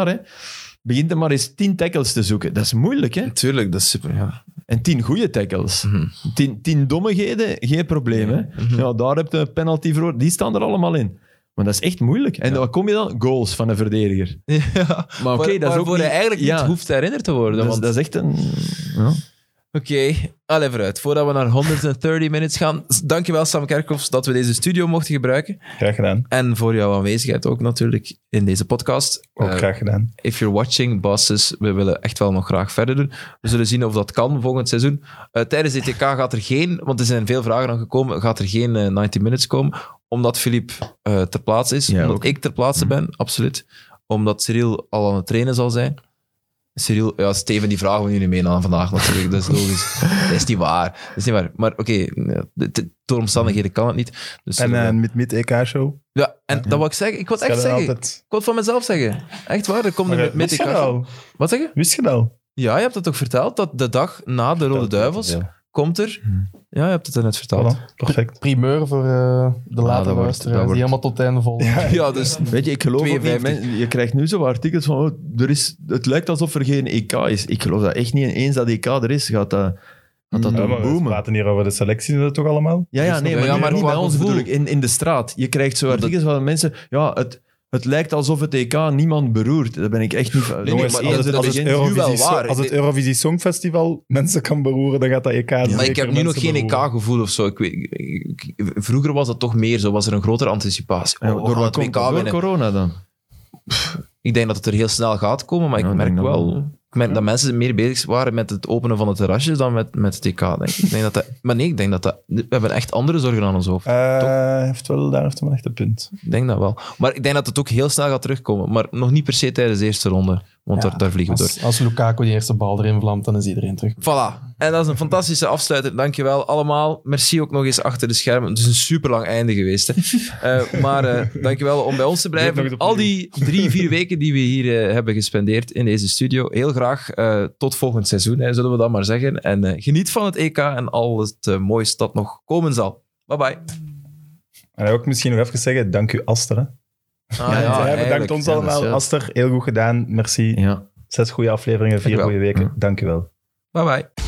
er maar eens 10 tackles te zoeken. Dat is moeilijk, hè? Tuurlijk, dat is super. Ja. En 10 goede tackles. 10 dommigheden, geen probleem, hè? Ja, daar heb je een penalty voor. Die staan er allemaal in. Maar dat is echt moeilijk. En wat kom je dan? Goals van een verdediger. Ja. Maar oké, dat is ook waarvoor niet... hij eigenlijk niet hoeft herinnerd te worden. Dat is echt een... Ja. Oké, allee vooruit. Voordat we naar 130 minutes gaan. Dankjewel Sam Kerkhoffs dat we deze studio mochten gebruiken. Graag gedaan. En voor jouw aanwezigheid ook natuurlijk in deze podcast. Ook graag gedaan. If you're watching, bosses, we willen echt wel nog graag verder doen. We zullen zien of dat kan volgend seizoen. Tijdens ETK gaat er geen, want er zijn veel vragen aan gekomen, gaat er geen 90 minutes komen. Omdat Filip ter plaatse is. Ja, omdat ook. ik ter plaatse ben, absoluut. Omdat Cyril al aan het trainen zal zijn. Cyril, ja, Steven, die vragen we nu niet mee aan vandaag natuurlijk. Dat is logisch. Dat is niet waar. Dat is niet waar. Maar oké, door omstandigheden kan het niet. Dus En met EK-show. ja, en dat wou ik zeggen. Ik wou het echt zeggen. Ik wou het van mezelf zeggen. Echt waar, er komt een Wist je dat EK. al? Wat zeg je? Wist je dat al? Ja, je hebt het ook verteld, dat de dag na de Rode Duivels komt er... Ja, je hebt het er net verteld. Voilà, perfect. primeur voor de late dat wordt- luisteraars dat die helemaal tot het einde volgen. Ja, dus... Weet je, ik geloof ook niet. 52. Je krijgt nu zo artikels van het lijkt alsof er geen EK is. Ik geloof dat echt niet. Eens dat EK er is, gaat dat Ja, toch maar we boomen. praten hier over de selectie toch allemaal? Ja, nee, Ja, maar, ja, nu- maar niet qua bij ons gevoel. bedoel ik. In de straat. Je krijgt zo dat- artikels van mensen... Ja, het lijkt alsof het EK niemand beroert. Daar ben ik echt niet van. Jongens, maar als dat het, is nu wel waar. Als het Eurovisie Songfestival mensen kan beroeren, dan gaat dat EK zeker Maar ik heb nu nog mensen geen beroeren. EK-gevoel of zo. Vroeger was dat toch meer zo, was er een grotere anticipatie. Ja, Oh, we door gaan wat het komt WK dat? Door winnen. corona dan? Ik denk dat het er heel snel gaat komen, maar Ja, ik ik merk denk dat wel... wel. Ik merk dat mensen meer bezig waren met het openen van de terrasjes dan met het EK, denk ik. Ik denk dat we hebben echt andere zorgen aan ons hoofd. Daar heeft wel een echt een punt. Ik denk dat wel. Maar ik denk dat het ook heel snel gaat terugkomen. Maar nog niet per se tijdens de eerste ronde, want Ja, daar vliegen we door. Als Lukaku die eerste bal erin vlamt, dan is iedereen terug. Voilà. En dat is een fantastische afsluiter. Dankjewel allemaal. Merci ook nog eens achter de schermen. Het is een super lang einde geweest. Hè. Maar dankjewel om bij ons te Je hebt blijven. nog de Al die 3-4 weken die we hier hebben gespendeerd in deze studio. Heel graag tot volgend seizoen, hè, zullen we dat maar zeggen. En geniet van het EK en al het moois dat nog komen zal. Bye bye. En ook misschien nog even zeggen, dank u Aster. Hè. Bedankt eigenlijk. ons Ja, allemaal. dat is, ja. Aster, heel goed gedaan. Merci. Ja. 6 goede afleveringen, 4 Dankjewel. goede weken. Ja. Dank u wel. Bye bye.